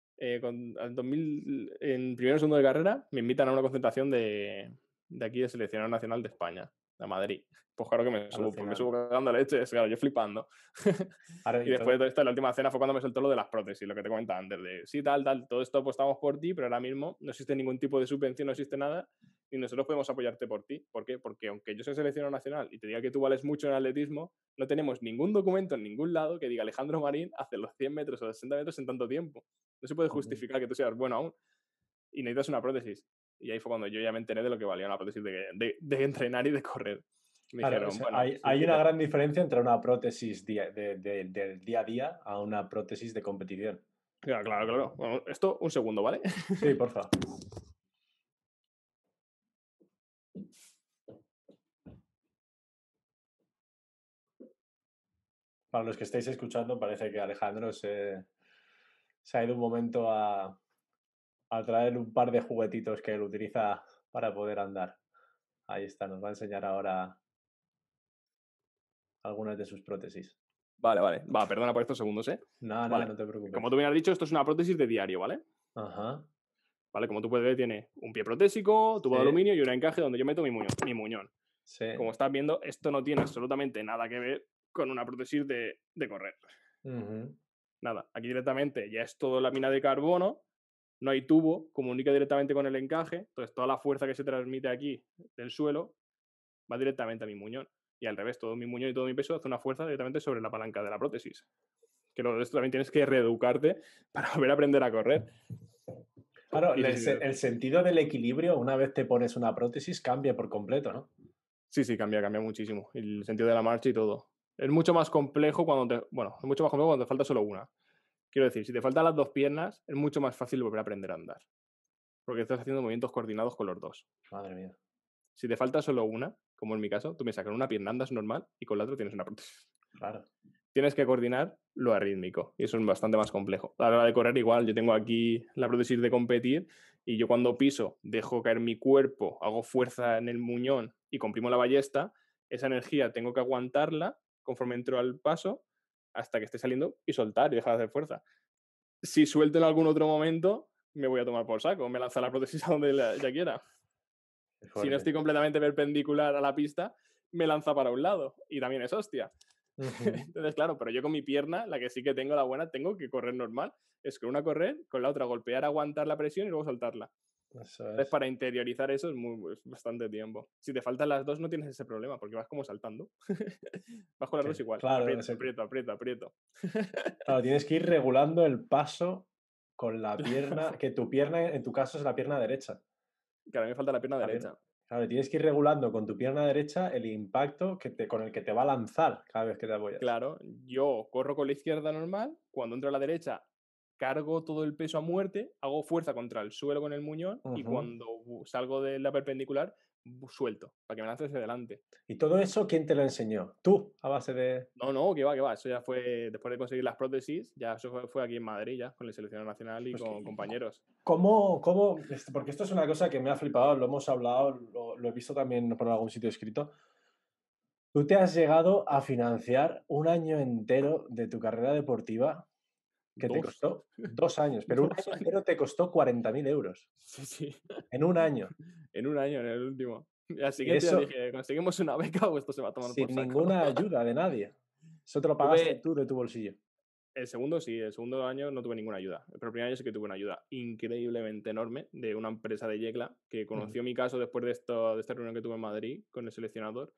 [SPEAKER 3] en primero o segundo de carrera, me invitan a una concentración de aquí de Seleccionado Nacional de España, de Madrid. Pues claro que me subo cagando leches, claro, yo flipando.
[SPEAKER 2] Ahora,
[SPEAKER 3] Y después de todo esto, la última cena fue cuando me soltó lo de las prótesis, lo que te comentaba antes, de sí, tal, todo esto apostamos por ti, pero ahora mismo no existe ningún tipo de subvención, no existe nada, y nosotros podemos apoyarte por ti. ¿Por qué? Porque aunque yo soy seleccionado nacional y te diga que tú vales mucho en atletismo, no tenemos ningún documento en ningún lado que diga Alejandro Marín hace los 100 metros o los 60 metros en tanto tiempo. No se puede justificar que tú seas bueno aún y necesitas una prótesis. Y ahí fue cuando yo ya me enteré de lo que valía una prótesis de entrenar y de correr. Me
[SPEAKER 2] claro,
[SPEAKER 3] dijeron,
[SPEAKER 2] o sea,
[SPEAKER 3] bueno,
[SPEAKER 2] hay una gran diferencia entre una prótesis del día a día a una prótesis de competición.
[SPEAKER 3] Claro, claro, claro. Bueno, esto, un segundo, ¿vale?
[SPEAKER 2] Sí, porfa. Para los que estáis escuchando, parece que Alejandro se ha ido un momento a traer un par de juguetitos que él utiliza para poder andar. Ahí está, nos va a enseñar ahora algunas de sus prótesis.
[SPEAKER 3] Vale, vale. Va, perdona por estos segundos, ¿eh?
[SPEAKER 2] Nada,
[SPEAKER 3] Vale.
[SPEAKER 2] no te preocupes.
[SPEAKER 3] Como tú me has dicho, esto es una prótesis de diario, ¿vale?
[SPEAKER 2] Ajá.
[SPEAKER 3] ¿Vale? Como tú puedes ver, tiene un pie protésico, tubo de
[SPEAKER 2] Sí.
[SPEAKER 3] aluminio y un encaje donde yo meto mi muñón.
[SPEAKER 2] Sí.
[SPEAKER 3] Como estás viendo, esto no tiene absolutamente nada que ver con una prótesis de correr.
[SPEAKER 2] Ujú.
[SPEAKER 3] Nada, aquí directamente ya es todo lámina de carbono, no hay tubo, comunica directamente con el encaje, entonces toda la fuerza que se transmite aquí del suelo va directamente a mi muñón. Y al revés, todo mi muñón y todo mi peso hace una fuerza directamente sobre la palanca de la prótesis. Que lo de esto también tienes que reeducarte para volver a aprender a correr.
[SPEAKER 2] Claro,
[SPEAKER 3] Y sí,
[SPEAKER 2] el sentido del equilibrio, una vez te pones una prótesis, cambia por completo, ¿no?
[SPEAKER 3] sí, cambia muchísimo. Y el sentido de la marcha y todo. Es mucho más complejo cuando es mucho más complejo cuando te falta solo una. Quiero decir, si te faltan las dos piernas, es mucho más fácil volver a aprender a andar. Porque estás haciendo movimientos coordinados con los dos.
[SPEAKER 2] Madre mía.
[SPEAKER 3] Si te falta solo una, como en mi caso, tú piensas que con una pierna andas normal y con la otra tienes una prótesis.
[SPEAKER 2] Claro.
[SPEAKER 3] Tienes que coordinar lo arrítmico y eso es bastante más complejo. A la hora de correr igual, yo tengo aquí la prótesis de competir y yo cuando piso dejo caer mi cuerpo, hago fuerza en el muñón y comprimo la ballesta, esa energía tengo que aguantarla conforme entro al paso hasta que esté saliendo y soltar y dejar de hacer fuerza. Si suelto en algún otro momento, me voy a tomar por saco, me lanza la prótesis a donde ya quiera. Si no estoy completamente perpendicular a la pista, me lanza para un lado y también es hostia. Entonces, claro, pero yo con mi pierna, la que sí que tengo la buena, tengo que correr normal. Es con una correr, con la otra golpear, aguantar la presión y luego soltarla.
[SPEAKER 2] Eso
[SPEAKER 3] Entonces,
[SPEAKER 2] es.
[SPEAKER 3] para interiorizar eso es bastante tiempo. Si te faltan las dos, no tienes ese problema, porque vas como saltando. Vas con las dos igual.
[SPEAKER 2] Claro,
[SPEAKER 3] Aprieto.
[SPEAKER 2] claro, tienes que ir regulando el paso con la pierna, que tu pierna, en tu caso, es la pierna derecha.
[SPEAKER 3] Claro, a mí me falta la pierna derecha.
[SPEAKER 2] Claro, tienes que ir regulando con tu pierna derecha el impacto con el que te va a lanzar cada vez que te apoyas.
[SPEAKER 3] Claro, yo corro con la izquierda normal, cuando entro a la derecha cargo todo el peso a muerte, hago fuerza contra el suelo con el muñón y cuando salgo de la perpendicular suelto, para que me lance hacia adelante.
[SPEAKER 2] ¿Y todo eso quién te lo enseñó? ¿Tú? A base de...
[SPEAKER 3] No, que va. Eso ya fue después de conseguir las prótesis, ya eso fue aquí en Madrid, ya, con el seleccionador nacional y
[SPEAKER 2] Pues
[SPEAKER 3] con compañeros.
[SPEAKER 2] ¿Cómo? Porque esto es una cosa que me ha flipado, lo hemos hablado, lo he visto también por algún sitio escrito. Tú te has llegado a financiar un año entero de tu carrera deportiva que te
[SPEAKER 3] Dos.
[SPEAKER 2] costó 2 años, pero un
[SPEAKER 3] 2
[SPEAKER 2] año
[SPEAKER 3] años.
[SPEAKER 2] entero te costó 40.000 euros.
[SPEAKER 3] Sí.
[SPEAKER 2] En un año.
[SPEAKER 3] En un año, en el último. Y al
[SPEAKER 2] Y
[SPEAKER 3] siguiente ya
[SPEAKER 2] eso
[SPEAKER 3] dije, ¿conseguimos una beca o esto se va a tomar
[SPEAKER 2] sin
[SPEAKER 3] por saco?
[SPEAKER 2] ninguna ayuda de nadie. Eso te lo pagaste tú de tu bolsillo.
[SPEAKER 3] El segundo sí, el segundo año no tuve ninguna ayuda. Pero el primer año sí que tuve una ayuda increíblemente enorme de una empresa de Yecla que conoció mi caso después de esta reunión que tuve en Madrid con el seleccionador.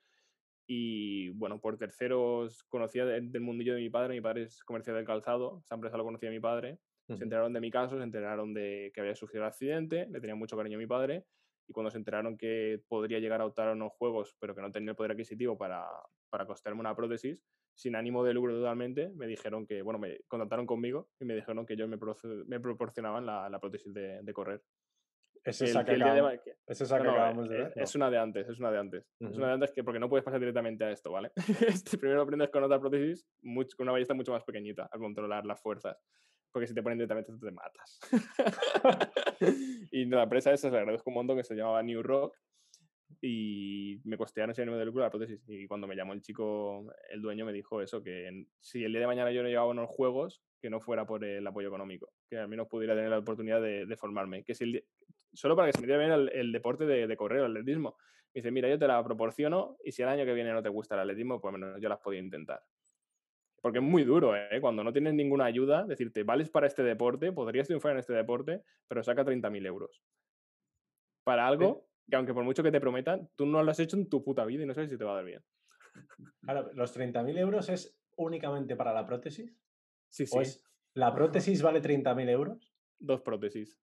[SPEAKER 3] Y bueno, por terceros conocía del mundillo de mi padre. Mi padre es comercial del calzado, esa empresa lo conocía mi padre. Se enteraron de mi caso, se enteraron de que había sufrido el accidente, le tenía mucho cariño a mi padre. Y cuando se enteraron que podría llegar a optar a unos juegos, pero que no tenía el poder adquisitivo para costarme una prótesis, sin ánimo de lucro totalmente, me dijeron que, bueno, me contactaron conmigo y me dijeron que ellos me proporcionaban la prótesis de correr.
[SPEAKER 2] ¿Es
[SPEAKER 3] Que
[SPEAKER 2] esa
[SPEAKER 3] el,
[SPEAKER 2] que
[SPEAKER 3] que el día de
[SPEAKER 2] acabamos, ¿es esa que acabamos de ver?
[SPEAKER 3] es
[SPEAKER 2] No.
[SPEAKER 3] una de antes, es una de antes. Es una de antes porque no puedes pasar directamente a esto, ¿vale? Primero aprendes con otra prótesis, con una ballesta mucho más pequeñita, a controlar las fuerzas. Porque si te ponen directamente te matas. Y la empresa esa, le agradezco un montón, que se llamaba New Rock, y me costearon ese ánimo de lucro la prótesis. Y cuando me llamó el chico, el dueño, me dijo eso, que si el día de mañana yo no llevaba unos juegos, que no fuera por el apoyo económico, que al menos pudiera tener la oportunidad de formarme. Que si solo para que se me diera bien el deporte de correr, el atletismo. Me dice, mira, yo te la proporciono y si el año que viene no te gusta el atletismo, pues menos yo las podía intentar. Porque es muy duro, ¿eh? Cuando no tienes ninguna ayuda, decirte, vales para este deporte, podrías triunfar en este deporte, pero saca 30.000 euros. Para algo que aunque por mucho que te prometan, tú no lo has hecho en tu puta vida y no sabes si te va a dar bien.
[SPEAKER 2] Claro, ¿los 30.000 euros es únicamente para la prótesis?
[SPEAKER 3] Sí,
[SPEAKER 2] ¿O
[SPEAKER 3] sí.
[SPEAKER 2] la prótesis vale 30.000 euros?
[SPEAKER 3] 2 prótesis.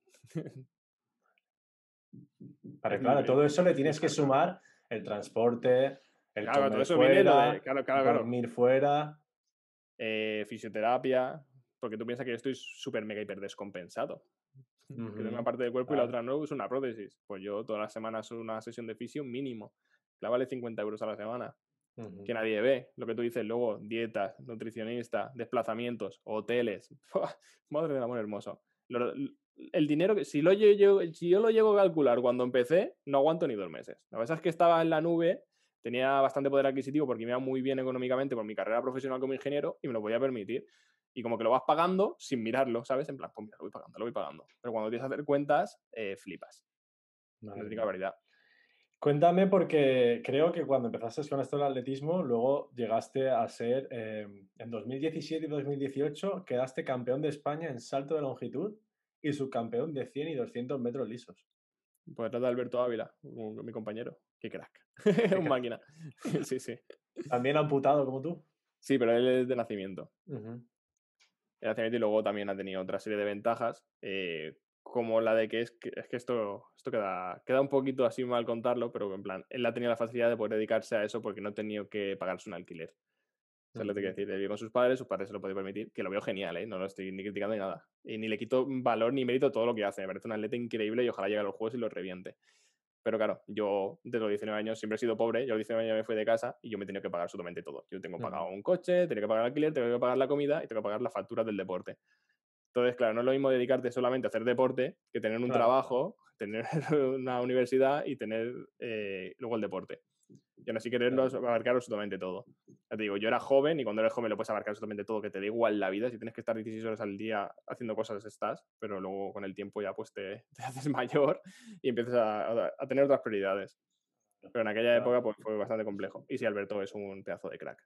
[SPEAKER 2] Pero
[SPEAKER 3] Es muy
[SPEAKER 2] claro, todo
[SPEAKER 3] increíble.
[SPEAKER 2] eso le tienes que sumar el transporte, el
[SPEAKER 3] Claro, todo
[SPEAKER 2] comer
[SPEAKER 3] eso viene lo
[SPEAKER 2] fuera,
[SPEAKER 3] de. Claro.
[SPEAKER 2] dormir fuera.
[SPEAKER 3] Fisioterapia, porque tú piensas que yo estoy súper mega hiper descompensado. Que tengo una
[SPEAKER 2] Ujú,
[SPEAKER 3] parte del cuerpo y la
[SPEAKER 2] claro.
[SPEAKER 3] otra no, es una prótesis. Pues yo todas las semanas una sesión de fisio mínimo. La vale 50 euros a la semana.
[SPEAKER 2] Ujú.
[SPEAKER 3] Que nadie ve. Lo que tú dices luego, dietas, nutricionista, desplazamientos, hoteles. ¡Fua! Madre del amor hermoso. El dinero que, si yo lo llego a calcular cuando empecé, no aguanto ni 2 meses. La verdad es que estaba en la nube, tenía bastante poder adquisitivo porque me iba muy bien económicamente por mi carrera profesional como ingeniero y me lo podía permitir. Y como que lo vas pagando sin mirarlo, ¿sabes? En plan, pues mira, lo voy pagando, lo voy pagando. Pero cuando tienes que hacer cuentas, flipas. No
[SPEAKER 2] Madre
[SPEAKER 3] tiene
[SPEAKER 2] mía.
[SPEAKER 3] barbaridad.
[SPEAKER 2] Cuéntame porque creo que cuando empezaste con esto del atletismo, luego llegaste a ser, en 2017 y 2018, quedaste campeón de España en salto de longitud y subcampeón de 100 y 200 metros lisos.
[SPEAKER 3] Pues trata de Alberto Ávila, mi compañero. Qué crack.
[SPEAKER 2] Qué
[SPEAKER 3] Un
[SPEAKER 2] crack.
[SPEAKER 3] máquina. Sí, sí.
[SPEAKER 2] También amputado como tú.
[SPEAKER 3] Sí, pero él es de nacimiento.
[SPEAKER 2] Ujú.
[SPEAKER 3] De nacimiento y luego también ha tenido otra serie de ventajas, como la de que es que esto queda un poquito así mal contarlo, pero en plan, él ha tenido la facilidad de poder dedicarse a eso porque no ha tenido que pagarse un alquiler. O sea, lo que quiero
[SPEAKER 2] Ujú.
[SPEAKER 3] decir, él vive con sus padres se lo puede permitir, que lo veo genial, ¿eh? No lo estoy ni criticando ni nada. Y ni le quito valor ni mérito a todo lo que hace. Me parece un atleta increíble y ojalá llegue a los juegos y los reviente. Pero claro, yo desde los 19 años siempre he sido pobre, yo a los 19 años me fui de casa y yo me he tenido que pagar absolutamente todo. Yo tengo pagado
[SPEAKER 2] Ujú.
[SPEAKER 3] un coche, tengo que pagar el alquiler, tengo que pagar la comida y tengo que pagar las facturas del deporte. Entonces, claro, no es lo mismo dedicarte solamente a hacer deporte que tener un
[SPEAKER 2] Claro,
[SPEAKER 3] trabajo, tener una universidad y tener luego el deporte. Y aún así quererlo
[SPEAKER 2] claro.
[SPEAKER 3] abarcar absolutamente todo. Ya te digo, yo era joven y cuando eres joven lo puedes abarcar absolutamente todo, que te da igual la vida. Si tienes que estar 16 horas al día haciendo cosas, estás, pero luego con el tiempo ya pues te haces mayor y empiezas a tener otras prioridades. Pero en aquella
[SPEAKER 2] Claro.
[SPEAKER 3] época pues fue bastante complejo. Y sí, Alberto es un pedazo de crack.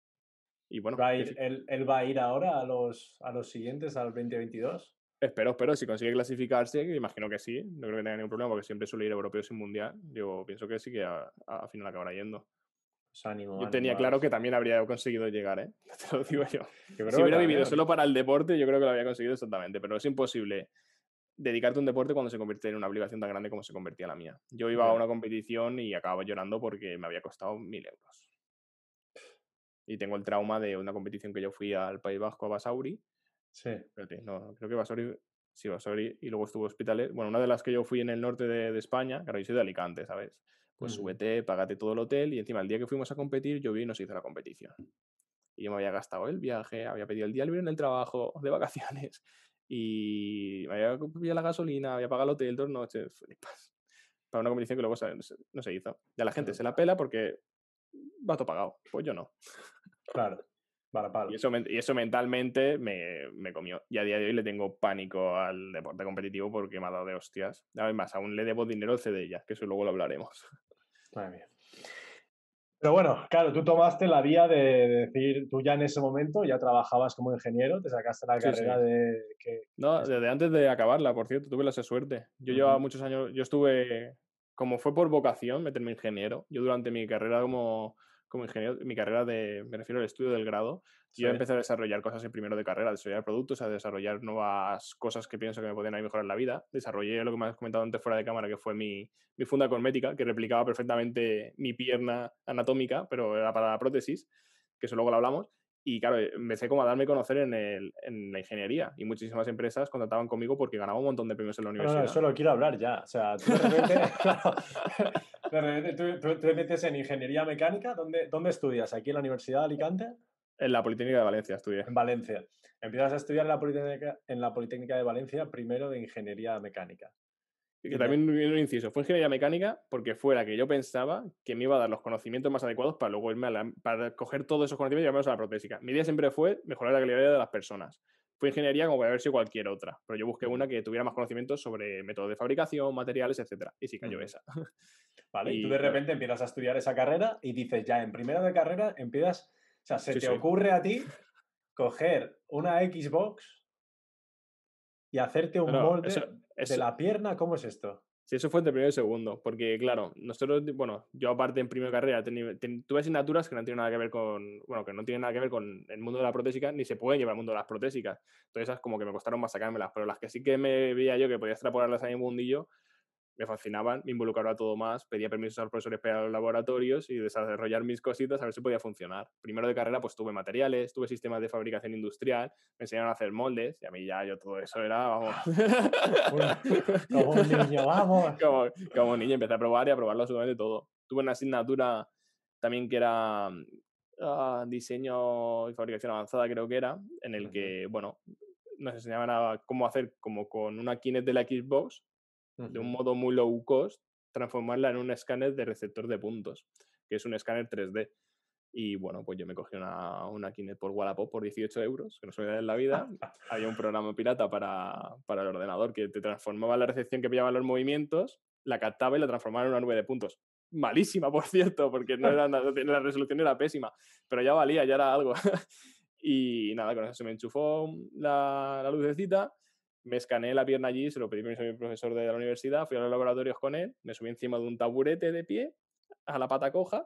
[SPEAKER 3] Y bueno,
[SPEAKER 2] ¿Va a
[SPEAKER 3] que
[SPEAKER 2] ir,
[SPEAKER 3] sí.
[SPEAKER 2] él va a ir ahora a los siguientes, al 2022?
[SPEAKER 3] Espero, si consigue clasificarse, que imagino que sí, no creo que tenga ningún problema porque siempre suele ir europeo sin mundial. Yo pienso que sí que a final acabará yendo.
[SPEAKER 2] Pues ánimo,
[SPEAKER 3] Yo
[SPEAKER 2] ánimo,
[SPEAKER 3] tenía claro que
[SPEAKER 2] Alex.
[SPEAKER 3] también habría conseguido llegar, ¿eh? Te lo digo yo.
[SPEAKER 2] Yo
[SPEAKER 3] Si
[SPEAKER 2] creo que
[SPEAKER 3] hubiera vivido
[SPEAKER 2] también.
[SPEAKER 3] solo para el deporte, yo creo que lo habría conseguido exactamente, pero es imposible dedicarte a un deporte cuando se convierte en una obligación tan grande como se convertía la mía. Yo iba a
[SPEAKER 2] Ya.
[SPEAKER 3] una competición y acababa llorando porque me había costado 1.000 euros. Y tengo el trauma de una competición que yo fui al País Vasco, a Basauri.
[SPEAKER 2] Sí.
[SPEAKER 3] Espérate, no, creo que Basauri, sí, Basauri, y luego estuvo Hospitalet. Bueno, una de las que yo fui en el norte de España, claro, yo soy de Alicante, ¿sabes? Pues
[SPEAKER 2] Ujú.
[SPEAKER 3] súbete, págate todo el hotel y encima el día que fuimos a competir llovió y no se hizo la competición. Y yo me había gastado el viaje, había pedido el día libre en el trabajo, de vacaciones, y me había pillado la gasolina, había pagado el hotel 2 noches, flipas. Para una competición que luego no se hizo. Ya la gente se la pela porque va todo pagado, pues yo no.
[SPEAKER 2] Claro, para
[SPEAKER 3] Y
[SPEAKER 2] palo.
[SPEAKER 3] eso mentalmente me comió. Y a día de hoy le tengo pánico al deporte competitivo porque me ha dado de hostias. Además, aún le debo dinero al CDI, que eso luego lo hablaremos.
[SPEAKER 2] Madre mía. Pero bueno, claro, tú tomaste la vía de decir, tú ya en ese momento ya trabajabas como ingeniero, te sacaste la
[SPEAKER 3] Sí, sí.
[SPEAKER 2] carrera de que...
[SPEAKER 3] No, desde antes de acabarla, por cierto, tuve esa suerte. Yo llevaba
[SPEAKER 2] Ujú.
[SPEAKER 3] muchos años, yo estuve, como fue por vocación meterme ingeniero, yo durante mi carrera como ingeniero, mi carrera me refiero al estudio del grado,
[SPEAKER 2] Sí.
[SPEAKER 3] yo empecé a desarrollar cosas en primero de carrera, a desarrollar productos, a desarrollar nuevas cosas que pienso que me podían ayudar a mejorar la vida. Desarrollé lo que me has comentado antes fuera de cámara, que fue mi funda cosmética, que replicaba perfectamente mi pierna anatómica, pero era para la prótesis, que eso luego lo hablamos. Y claro, empecé como a darme a conocer en la ingeniería y muchísimas empresas contrataban conmigo porque ganaba un montón de premios en la
[SPEAKER 2] No, no,
[SPEAKER 3] universidad.
[SPEAKER 2] eso lo quiero hablar ya. O sea, tú de repente, claro, de repente tú te metes en ingeniería mecánica. ¿Dónde estudias? ¿Aquí en la Universidad de Alicante?
[SPEAKER 3] En la Politécnica de Valencia estudié.
[SPEAKER 2] En Valencia. Empiezas a estudiar en la Politécnica de Valencia, primero de ingeniería mecánica.
[SPEAKER 3] Y que
[SPEAKER 2] Y de,
[SPEAKER 3] también un inciso, fue ingeniería mecánica porque fue la que yo pensaba que me iba a dar los conocimientos más adecuados para luego irme para coger todos esos conocimientos y llevarlos a la protésica. Mi idea siempre fue mejorar la calidad de vida de las personas. Fue ingeniería como puede haber sido cualquier otra, pero yo busqué
[SPEAKER 2] Ujú,
[SPEAKER 3] una que tuviera más conocimientos sobre métodos de fabricación, materiales, etcétera. Y sí cayó
[SPEAKER 2] ujú.
[SPEAKER 3] esa.
[SPEAKER 2] ¿Vale? Y tú
[SPEAKER 3] Y
[SPEAKER 2] de
[SPEAKER 3] claro,
[SPEAKER 2] repente empiezas a estudiar esa carrera y dices, ya en primero de carrera empiezas, o sea, se
[SPEAKER 3] sí,
[SPEAKER 2] te
[SPEAKER 3] sí.
[SPEAKER 2] ocurre a ti coger una Xbox y hacerte
[SPEAKER 3] No,
[SPEAKER 2] un
[SPEAKER 3] no,
[SPEAKER 2] molde de la pierna. ¿Cómo es esto?
[SPEAKER 3] sí, eso fue entre primero y segundo, porque claro, nosotros, bueno, yo aparte en primera carrera tuve asignaturas que no tienen nada que ver con, bueno, que no tienen nada que ver con el mundo de la protésica, ni se pueden llevar al mundo de las protésicas. Entonces esas como que me costaron más sacármelas, pero las que sí que me veía yo que podía extrapolarlas a mi mundillo, me fascinaban, me involucraba todo más, pedía permisos a los profesores para ir a los laboratorios y desarrollar mis cositas a ver si podía funcionar. Primero de carrera pues tuve materiales, tuve sistemas de fabricación industrial, me enseñaron a hacer moldes y a mí ya yo todo eso era, vamos...
[SPEAKER 2] Como un niño, vamos.
[SPEAKER 3] como un niño, empecé a probar y a probarlo absolutamente todo. Tuve una asignatura también que era diseño y fabricación avanzada, creo que era, en el que, bueno, nos enseñaban a cómo hacer como con una Kinect de la Xbox, de un modo muy low cost, transformarla en un escáner de receptor de puntos, que es un escáner 3D. Y bueno, pues yo me cogí una Kinect por Wallapop por 18 euros, que no suele dar en la vida. Había un programa pirata para el ordenador que te transformaba la recepción que pillaba los movimientos, la captaba y la transformaba en una nube de puntos. Malísima, por cierto, porque no era nada, la resolución era pésima, pero ya valía, ya era algo. Y nada, con eso se me enchufó la lucecita, me escaneé la pierna allí, se lo pedí permiso a mi profesor de la universidad, fui a los laboratorios con él, me subí encima de un taburete de pie, a la pata coja,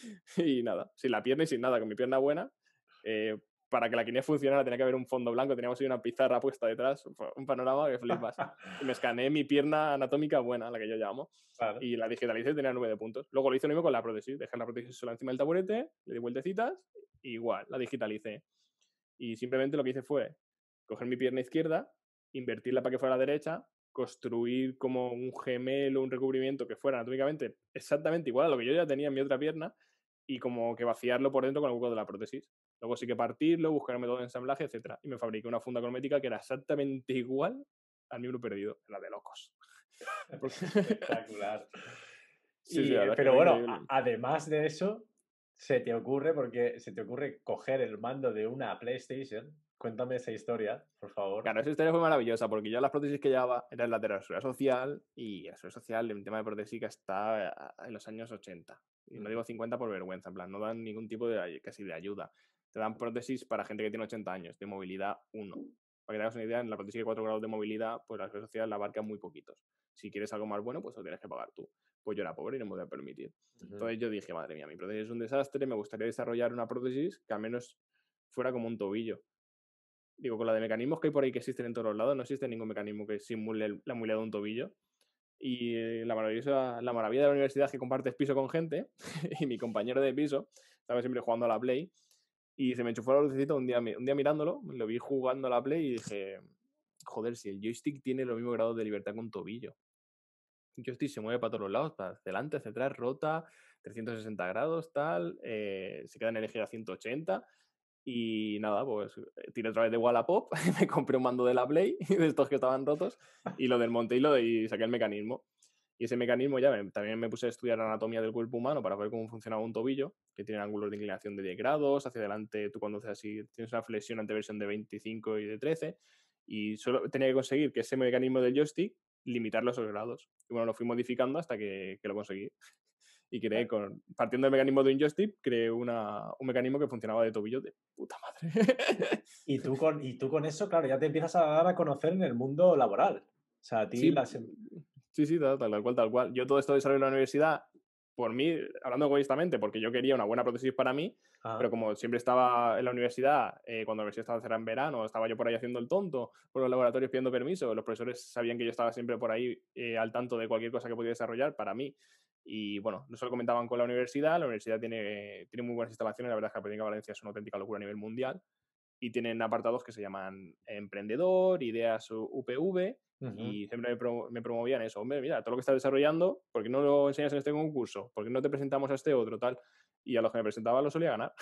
[SPEAKER 3] y nada, sin la pierna y sin nada, con mi pierna buena. Para que la Kinect funcionara tenía que haber un fondo blanco, teníamos ahí una pizarra puesta detrás, un panorama que flipas. Y me escaneé mi pierna anatómica buena, la que yo llamo,
[SPEAKER 2] Claro.
[SPEAKER 3] y la digitalicé y tenía 9 de puntos. Luego lo hice lo mismo con la prótesis, dejé la prótesis sola encima del taburete, le di vueltecitas, y igual, la digitalicé. Y simplemente lo que hice fue coger mi pierna izquierda, invertirla para que fuera a la derecha, construir como un gemelo, un recubrimiento que fuera anatómicamente exactamente igual a lo que yo ya tenía en mi otra pierna y como que vaciarlo por dentro con el hueco de la prótesis. Luego sí que partirlo, buscar el método de ensamblaje, etc. Y me fabriqué una funda cosmética que era exactamente igual al miembro perdido, la de locos.
[SPEAKER 2] Espectacular.
[SPEAKER 3] Sí, la verdad es que
[SPEAKER 2] Pero
[SPEAKER 3] fue
[SPEAKER 2] bueno,
[SPEAKER 3] increíble.
[SPEAKER 2] además de eso, se te ocurre coger el mando de una PlayStation. Cuéntame esa historia, por favor.
[SPEAKER 3] Claro, esa historia fue maravillosa porque yo las prótesis que llevaba eran las de la Seguridad Social y la Seguridad Social, el tema de prótesis está en los años 80. Y no digo 50 por vergüenza, en plan, no dan ningún tipo de casi de ayuda. Te dan prótesis para gente que tiene 80 años, de movilidad 1. Para que te hagas una idea, en la prótesis de 4 grados de movilidad, pues la Seguridad Social la abarca muy poquitos. Si quieres algo más bueno, pues lo tienes que pagar tú. Pues yo era pobre y no me voy a permitir. Entonces yo dije, madre mía, mi prótesis es un desastre, me gustaría desarrollar una prótesis que al menos fuera como un tobillo. Digo, con la de mecanismos que hay por ahí que existen en todos los lados, no existe ningún mecanismo que simule la movilidad de un tobillo. Y la maravilla de la universidad es que compartes piso con gente y mi compañero de piso estaba siempre jugando a la Play y se me enchufó la lucecita un día mirándolo, lo vi jugando a la Play y dije, joder, si el joystick tiene los mismos grados de libertad que un tobillo. El joystick se mueve para todos los lados, para adelante, hacia atrás, rota, 360 grados, tal, se queda en el eje a 180. Y nada, pues tiré otra vez de Wallapop, me compré un mando de la Play, de estos que estaban rotos, y lo desmonté y saqué el mecanismo. Y ese mecanismo ya también me puse a estudiar anatomía del cuerpo humano para ver cómo funcionaba un tobillo, que tiene ángulos de inclinación de 10 grados, hacia adelante tú cuando haces así tienes una flexión anteversión de 25 y de 13, y solo tenía que conseguir que ese mecanismo del joystick limitar los grados. Y bueno, lo fui modificando hasta que lo conseguí. Y creé, partiendo del mecanismo de un joystick, creé un mecanismo que funcionaba de tobillo de puta madre.
[SPEAKER 2] Y tú con eso, claro, ya te empiezas a dar a conocer en el mundo laboral. O sea, a ti
[SPEAKER 3] Sí, sí, tal cual. Yo todo esto desarrollo en la universidad, por mí, hablando egoístamente, porque yo quería una buena prótesis para mí, pero como siempre estaba en la universidad, cuando la universidad estaba cerrada en verano, estaba yo por ahí haciendo el tonto, por los laboratorios pidiendo permiso, los profesores sabían que yo estaba siempre por ahí al tanto de cualquier cosa que podía desarrollar para mí. Y bueno, no se lo comentaban con la universidad tiene muy buenas instalaciones, la verdad es que la Politécnica de Valencia es una auténtica locura a nivel mundial, y tienen apartados que se llaman Emprendedor, Ideas UPV, y siempre me promovían eso. Hombre, mira, todo lo que estás desarrollando, ¿por qué no lo enseñas en este concurso? ¿Por qué no te presentamos a este otro, tal? Y a los que me presentaba lo solía ganar.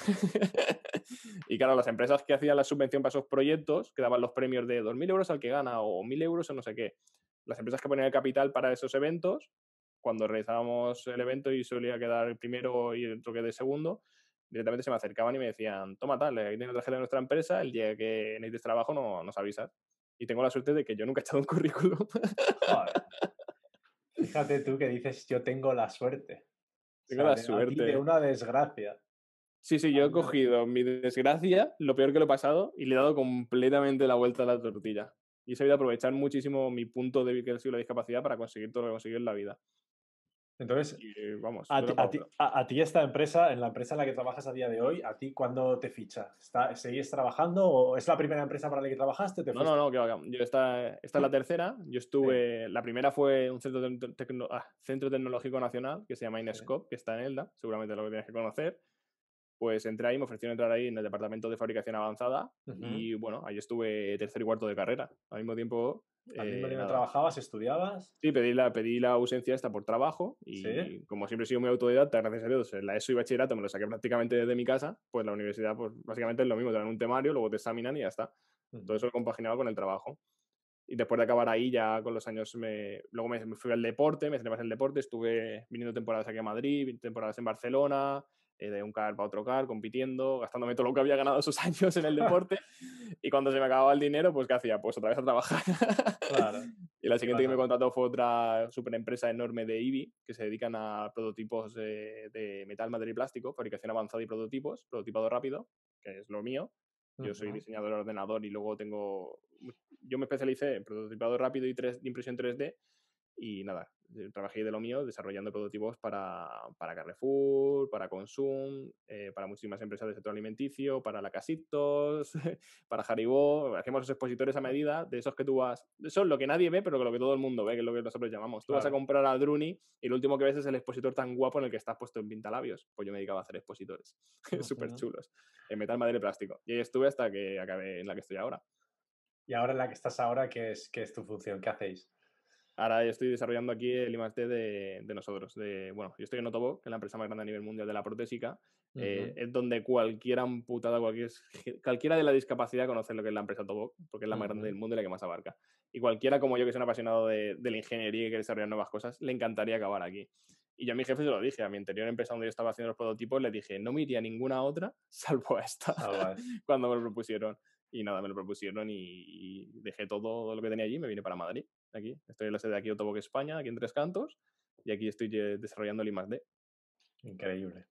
[SPEAKER 3] Y claro, las empresas que hacían la subvención para esos proyectos, que daban los premios de 2.000 euros al que gana o 1.000 euros en no sé qué. Las empresas que ponían el capital para esos eventos, cuando realizábamos el evento y solía quedar el primero y el otro que de segundo, directamente se me acercaban y me decían, toma tal, ahí tienes la tarjeta de nuestra empresa, el día que necesites trabajo nos avisas. Y tengo la suerte de que yo nunca he echado un currículum.
[SPEAKER 2] Joder. Fíjate tú que dices, yo tengo la suerte.
[SPEAKER 3] Tengo la suerte.
[SPEAKER 2] De una desgracia.
[SPEAKER 3] Sí, yo he cogido mi desgracia, lo peor que lo he pasado, y le he dado completamente la vuelta a la tortilla. Y he sabido aprovechar muchísimo mi punto débil, que ha sido la discapacidad, para conseguir todo lo que he conseguido en la vida.
[SPEAKER 2] Entonces,
[SPEAKER 3] Y vamos,
[SPEAKER 2] a
[SPEAKER 3] de
[SPEAKER 2] ti,
[SPEAKER 3] una para otra.
[SPEAKER 2] a ti esta empresa, en la empresa en la que trabajas a día de hoy, ¿a ti cuándo te ficha? ¿Seguís trabajando o es la primera empresa para la que trabajaste o te
[SPEAKER 3] No, no,
[SPEAKER 2] fuiste?
[SPEAKER 3] no, que va, que va. Yo esta es la tercera. Yo
[SPEAKER 2] Sí,
[SPEAKER 3] estuve. La primera fue un centro tecnológico nacional que se llama
[SPEAKER 2] sí.
[SPEAKER 3] Inescope, que está en Elda, seguramente lo que tienes que conocer. Pues entré ahí, me ofrecieron entrar ahí en el departamento de fabricación avanzada
[SPEAKER 2] Ujú.
[SPEAKER 3] y bueno, ahí estuve tercero y cuarto de carrera. Al mismo tiempo,
[SPEAKER 2] Al mismo tiempo
[SPEAKER 3] nada.
[SPEAKER 2] trabajabas, estudiabas.
[SPEAKER 3] Sí, pedí la ausencia esta por trabajo
[SPEAKER 2] Sí.
[SPEAKER 3] y como siempre he sido muy autodidacta, gracias a Dios, la ESO y bachillerato me lo saqué prácticamente desde mi casa, pues la universidad pues básicamente es lo mismo, te dan un temario, luego te examinan y ya está. Todo
[SPEAKER 2] Ujú.
[SPEAKER 3] eso lo compaginaba con el trabajo. Y después de acabar ahí, ya con los años, luego me fui al deporte, me centré más en el deporte, estuve viniendo temporadas aquí a Madrid, temporadas en Barcelona, de un car para otro car, compitiendo, gastándome todo lo que había ganado esos años en el deporte. Y cuando se me acababa el dinero, pues ¿qué hacía? Pues otra vez a trabajar.
[SPEAKER 2] Claro.
[SPEAKER 3] Y la
[SPEAKER 2] ¿Qué
[SPEAKER 3] siguiente que me
[SPEAKER 2] pasa?
[SPEAKER 3] contrató fue otra super empresa enorme de IBI, que se dedican a prototipos de metal, madera y plástico, fabricación avanzada y prototipos, prototipado rápido, que es lo mío. Yo soy
[SPEAKER 2] Ujú.
[SPEAKER 3] diseñador de ordenador y luego yo me especialicé en prototipado rápido y impresión 3D y nada, trabajé de lo mío desarrollando prototipos para Carrefour, para Consum, para muchísimas empresas del sector alimenticio, para la Casitos, para Haribo. Hacemos los expositores a medida de esos que tú vas. Eso es lo que nadie ve, pero lo que todo el mundo ve, que es lo que nosotros llamamos. Tú vas a
[SPEAKER 2] Claro.
[SPEAKER 3] comprar a Druni y lo último que ves es el expositor tan guapo en el que estás puesto en pintalabios. Pues yo me dedicaba a hacer expositores súper
[SPEAKER 2] Ujú.
[SPEAKER 3] chulos en metal, madera y plástico. Y ahí estuve hasta que acabé en la que estoy ahora.
[SPEAKER 2] Y ahora en la que estás ahora, qué es tu función? ¿Qué hacéis?
[SPEAKER 3] Ahora yo estoy desarrollando aquí el I+D de nosotros. Bueno, yo estoy en Otobo, que es la empresa más grande a nivel mundial de la protésica.
[SPEAKER 2] Ujú.
[SPEAKER 3] Es donde cualquier amputada, cualquiera de la discapacidad conoce lo que es la empresa Otobo, porque es la más grande del
[SPEAKER 2] Ujú.
[SPEAKER 3] mundo y la que más abarca. Y cualquiera como yo, que es un apasionado de la ingeniería y que quiere desarrollar nuevas cosas, le encantaría acabar aquí. Y yo a mi jefe se lo dije, a mi anterior empresa donde yo estaba haciendo los prototipos, le dije, no me iría a ninguna otra salvo a esta,
[SPEAKER 2] Salva.
[SPEAKER 3] cuando me lo propusieron. Y nada, me lo propusieron y dejé todo lo que tenía allí y me vine para Madrid. Aquí, estoy en la sede de aquí, Otoboc, España, aquí en Tres Cantos, y aquí estoy desarrollando el I+D.
[SPEAKER 2] Increíble.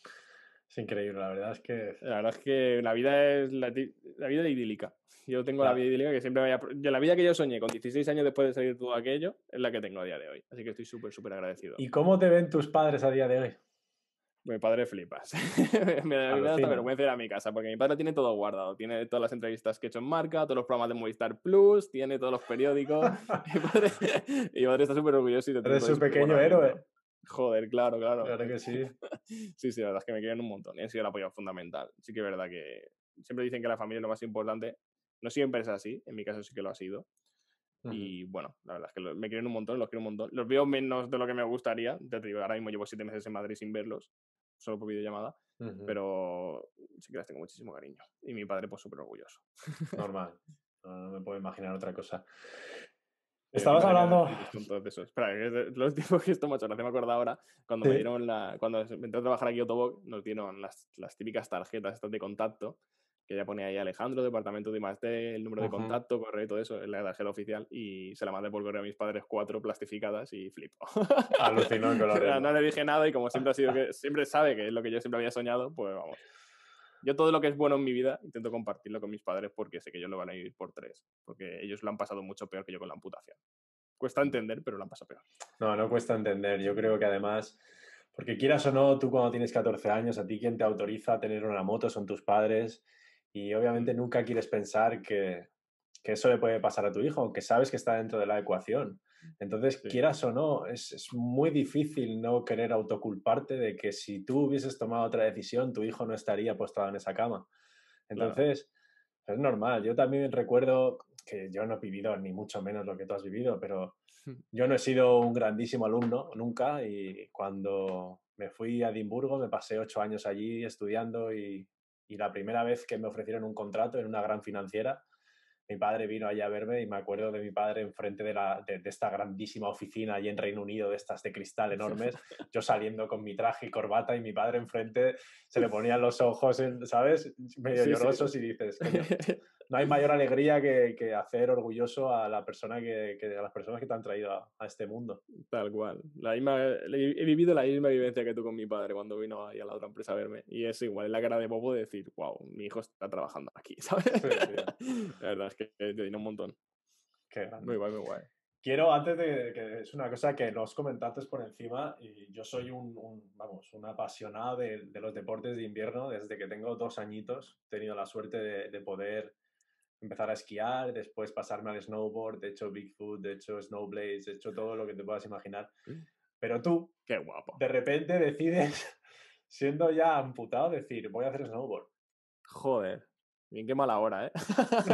[SPEAKER 2] Es increíble, la verdad es que
[SPEAKER 3] La verdad es que la vida es la vida idílica. Yo tengo la vida
[SPEAKER 2] la-
[SPEAKER 3] idílica que siempre la vida que yo soñé con 16 años después de salir todo aquello es la que tengo a día de hoy. Así que estoy súper, súper agradecido.
[SPEAKER 2] ¿Y cómo te ven tus padres a día de hoy?
[SPEAKER 3] Mi padre flipas. A mí me da hasta
[SPEAKER 2] Alucinan.
[SPEAKER 3] vergüenza ir a mi casa, porque mi padre tiene todo guardado. Tiene todas las entrevistas que he hecho en Marca, todos los programas de Movistar Plus, tiene todos los periódicos. Mi padre está súper orgulloso y te
[SPEAKER 2] Eres
[SPEAKER 3] todo
[SPEAKER 2] su
[SPEAKER 3] súper bueno
[SPEAKER 2] pequeño
[SPEAKER 3] haciendo.
[SPEAKER 2] héroe.
[SPEAKER 3] Joder, claro, claro.
[SPEAKER 2] Claro que sí.
[SPEAKER 3] Sí, sí, la verdad es que me quieren un montón y han sido el apoyo fundamental. Sí que es verdad que siempre dicen que la familia es lo más importante. No siempre es así, en mi caso sí que lo ha sido.
[SPEAKER 2] Ujú.
[SPEAKER 3] Y bueno, la verdad es que me quieren un montón, los quiero un montón. Los veo menos de lo que me gustaría. Ya te digo, ahora mismo llevo 7 meses en Madrid sin verlos, solo por videollamada,
[SPEAKER 2] Ujú.
[SPEAKER 3] pero sí que les tengo muchísimo cariño. Y mi padre, pues súper orgulloso.
[SPEAKER 2] Normal. No me puedo imaginar otra cosa.
[SPEAKER 3] Mi
[SPEAKER 2] Estabas
[SPEAKER 3] padre me da
[SPEAKER 2] hablando.
[SPEAKER 3] detallitos tontos de eso. Espera, lo último que esto, macho, gracia me acuerdo ahora, cuando me
[SPEAKER 2] Sí.
[SPEAKER 3] dieron cuando entré a trabajar aquí a Otoboc, nos dieron las típicas tarjetas estas de contacto, que ya ponía ahí Alejandro, departamento de I+D, el número de
[SPEAKER 2] Ujú.
[SPEAKER 3] contacto, correo y todo eso, en la tarjeta oficial, y se la mandé por correo a mis padres 4 plastificadas y flipo.
[SPEAKER 2] Alucinó en colores,
[SPEAKER 3] No
[SPEAKER 2] ¿no?
[SPEAKER 3] le dije nada y como siempre ha sido que siempre sabe que es lo que yo siempre había soñado, pues vamos. Yo todo lo que es bueno en mi vida intento compartirlo con mis padres porque sé que ellos lo van a vivir por 3, porque ellos lo han pasado mucho peor que yo con la amputación. Cuesta entender, pero lo han pasado peor.
[SPEAKER 2] No, no cuesta entender. Yo creo que además, porque quieras o no, tú cuando tienes 14 años, a ti quien te autoriza a tener una moto son tus padres y
[SPEAKER 3] Mm,
[SPEAKER 2] obviamente nunca quieres pensar que eso le puede pasar a tu hijo, aunque sabes que está dentro de la ecuación. Entonces,
[SPEAKER 3] sí,
[SPEAKER 2] quieras o no, es muy difícil no querer autoculparte de que si tú hubieses tomado otra decisión, tu hijo no estaría postrado en esa cama.
[SPEAKER 3] claro.
[SPEAKER 2] Entonces, es normal. Yo también recuerdo que yo no he vivido ni mucho menos lo que tú has vivido, pero yo no he sido un grandísimo alumno nunca y cuando me fui a Edimburgo me pasé 8 años allí estudiando y la primera vez que me ofrecieron un contrato en una gran financiera, mi padre vino allá a verme y me acuerdo de mi padre enfrente de esta grandísima oficina allí en Reino Unido, de estas de cristal enormes, yo saliendo con mi traje y corbata y mi padre enfrente se le ponían los ojos, ¿sabes? Medio
[SPEAKER 3] Sí, sí.
[SPEAKER 2] llorosos y dices, coño, no hay mayor alegría que hacer orgulloso a la persona a las personas que te han traído a este mundo.
[SPEAKER 3] Tal cual. He vivido la misma vivencia que tú con mi padre cuando vino ahí a la otra empresa a verme. Y es igual, es la cara de bobo de decir, wow, mi hijo está trabajando aquí, ¿sabes?
[SPEAKER 2] Sí, tío,
[SPEAKER 3] La verdad es que te llena un montón.
[SPEAKER 2] qué
[SPEAKER 3] Muy
[SPEAKER 2] grande.
[SPEAKER 3] guay, muy guay.
[SPEAKER 2] quiero, antes de que es una cosa que nos comentaste por encima, y yo soy un apasionado de los deportes de invierno desde que tengo 2 añitos. He tenido la suerte de poder empezar a esquiar, después pasarme al snowboard, he hecho Bigfoot, he hecho snowblades, he hecho todo lo que te puedas imaginar. Pero tú,
[SPEAKER 3] Qué guapo.
[SPEAKER 2] de repente decides, siendo ya amputado, decir, voy a hacer snowboard.
[SPEAKER 3] Joder, bien qué mala hora, ¿eh?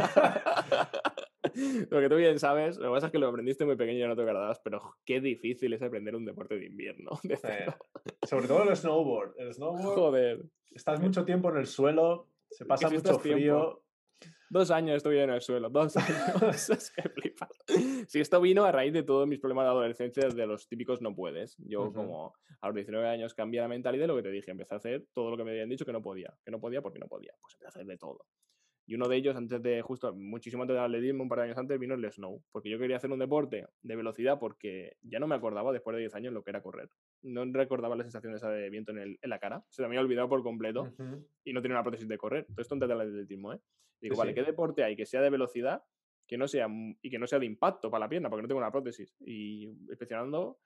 [SPEAKER 3] Lo que tú bien sabes, lo que pasa es que lo aprendiste muy pequeño y no te acordarás, pero qué difícil es aprender un deporte de invierno, de cero.
[SPEAKER 2] Sobre todo el snowboard. El snowboard,
[SPEAKER 3] Joder.
[SPEAKER 2] estás mucho tiempo en el suelo, se
[SPEAKER 3] Que
[SPEAKER 2] pasa
[SPEAKER 3] si
[SPEAKER 2] mucho
[SPEAKER 3] estás tiempo.
[SPEAKER 2] frío.
[SPEAKER 3] 2 años estuve en el suelo, 2 años. Es que flipas. Si esto vino a raíz de todos mis problemas de adolescencia, de los típicos no puedes. Yo, como a los 19 años, cambié la mentalidad y lo que te dije, empecé a hacer todo lo que me habían dicho que no podía porque no podía. Pues empecé a hacer de todo. Y uno de ellos, muchísimo antes del atletismo, un par de años antes, vino el snow. Porque yo quería hacer un deporte de velocidad porque ya no me acordaba, después de 10 años, lo que era correr. No recordaba la sensación esa de viento en la cara. Se me había olvidado por completo y no tenía una prótesis de correr. Todo esto antes del atletismo, ¿eh? Digo,
[SPEAKER 2] Sí,
[SPEAKER 3] vale,
[SPEAKER 2] sí.
[SPEAKER 3] ¿qué deporte hay que sea de velocidad que no sea de impacto para la pierna? Porque no tengo una prótesis. Y inspeccionando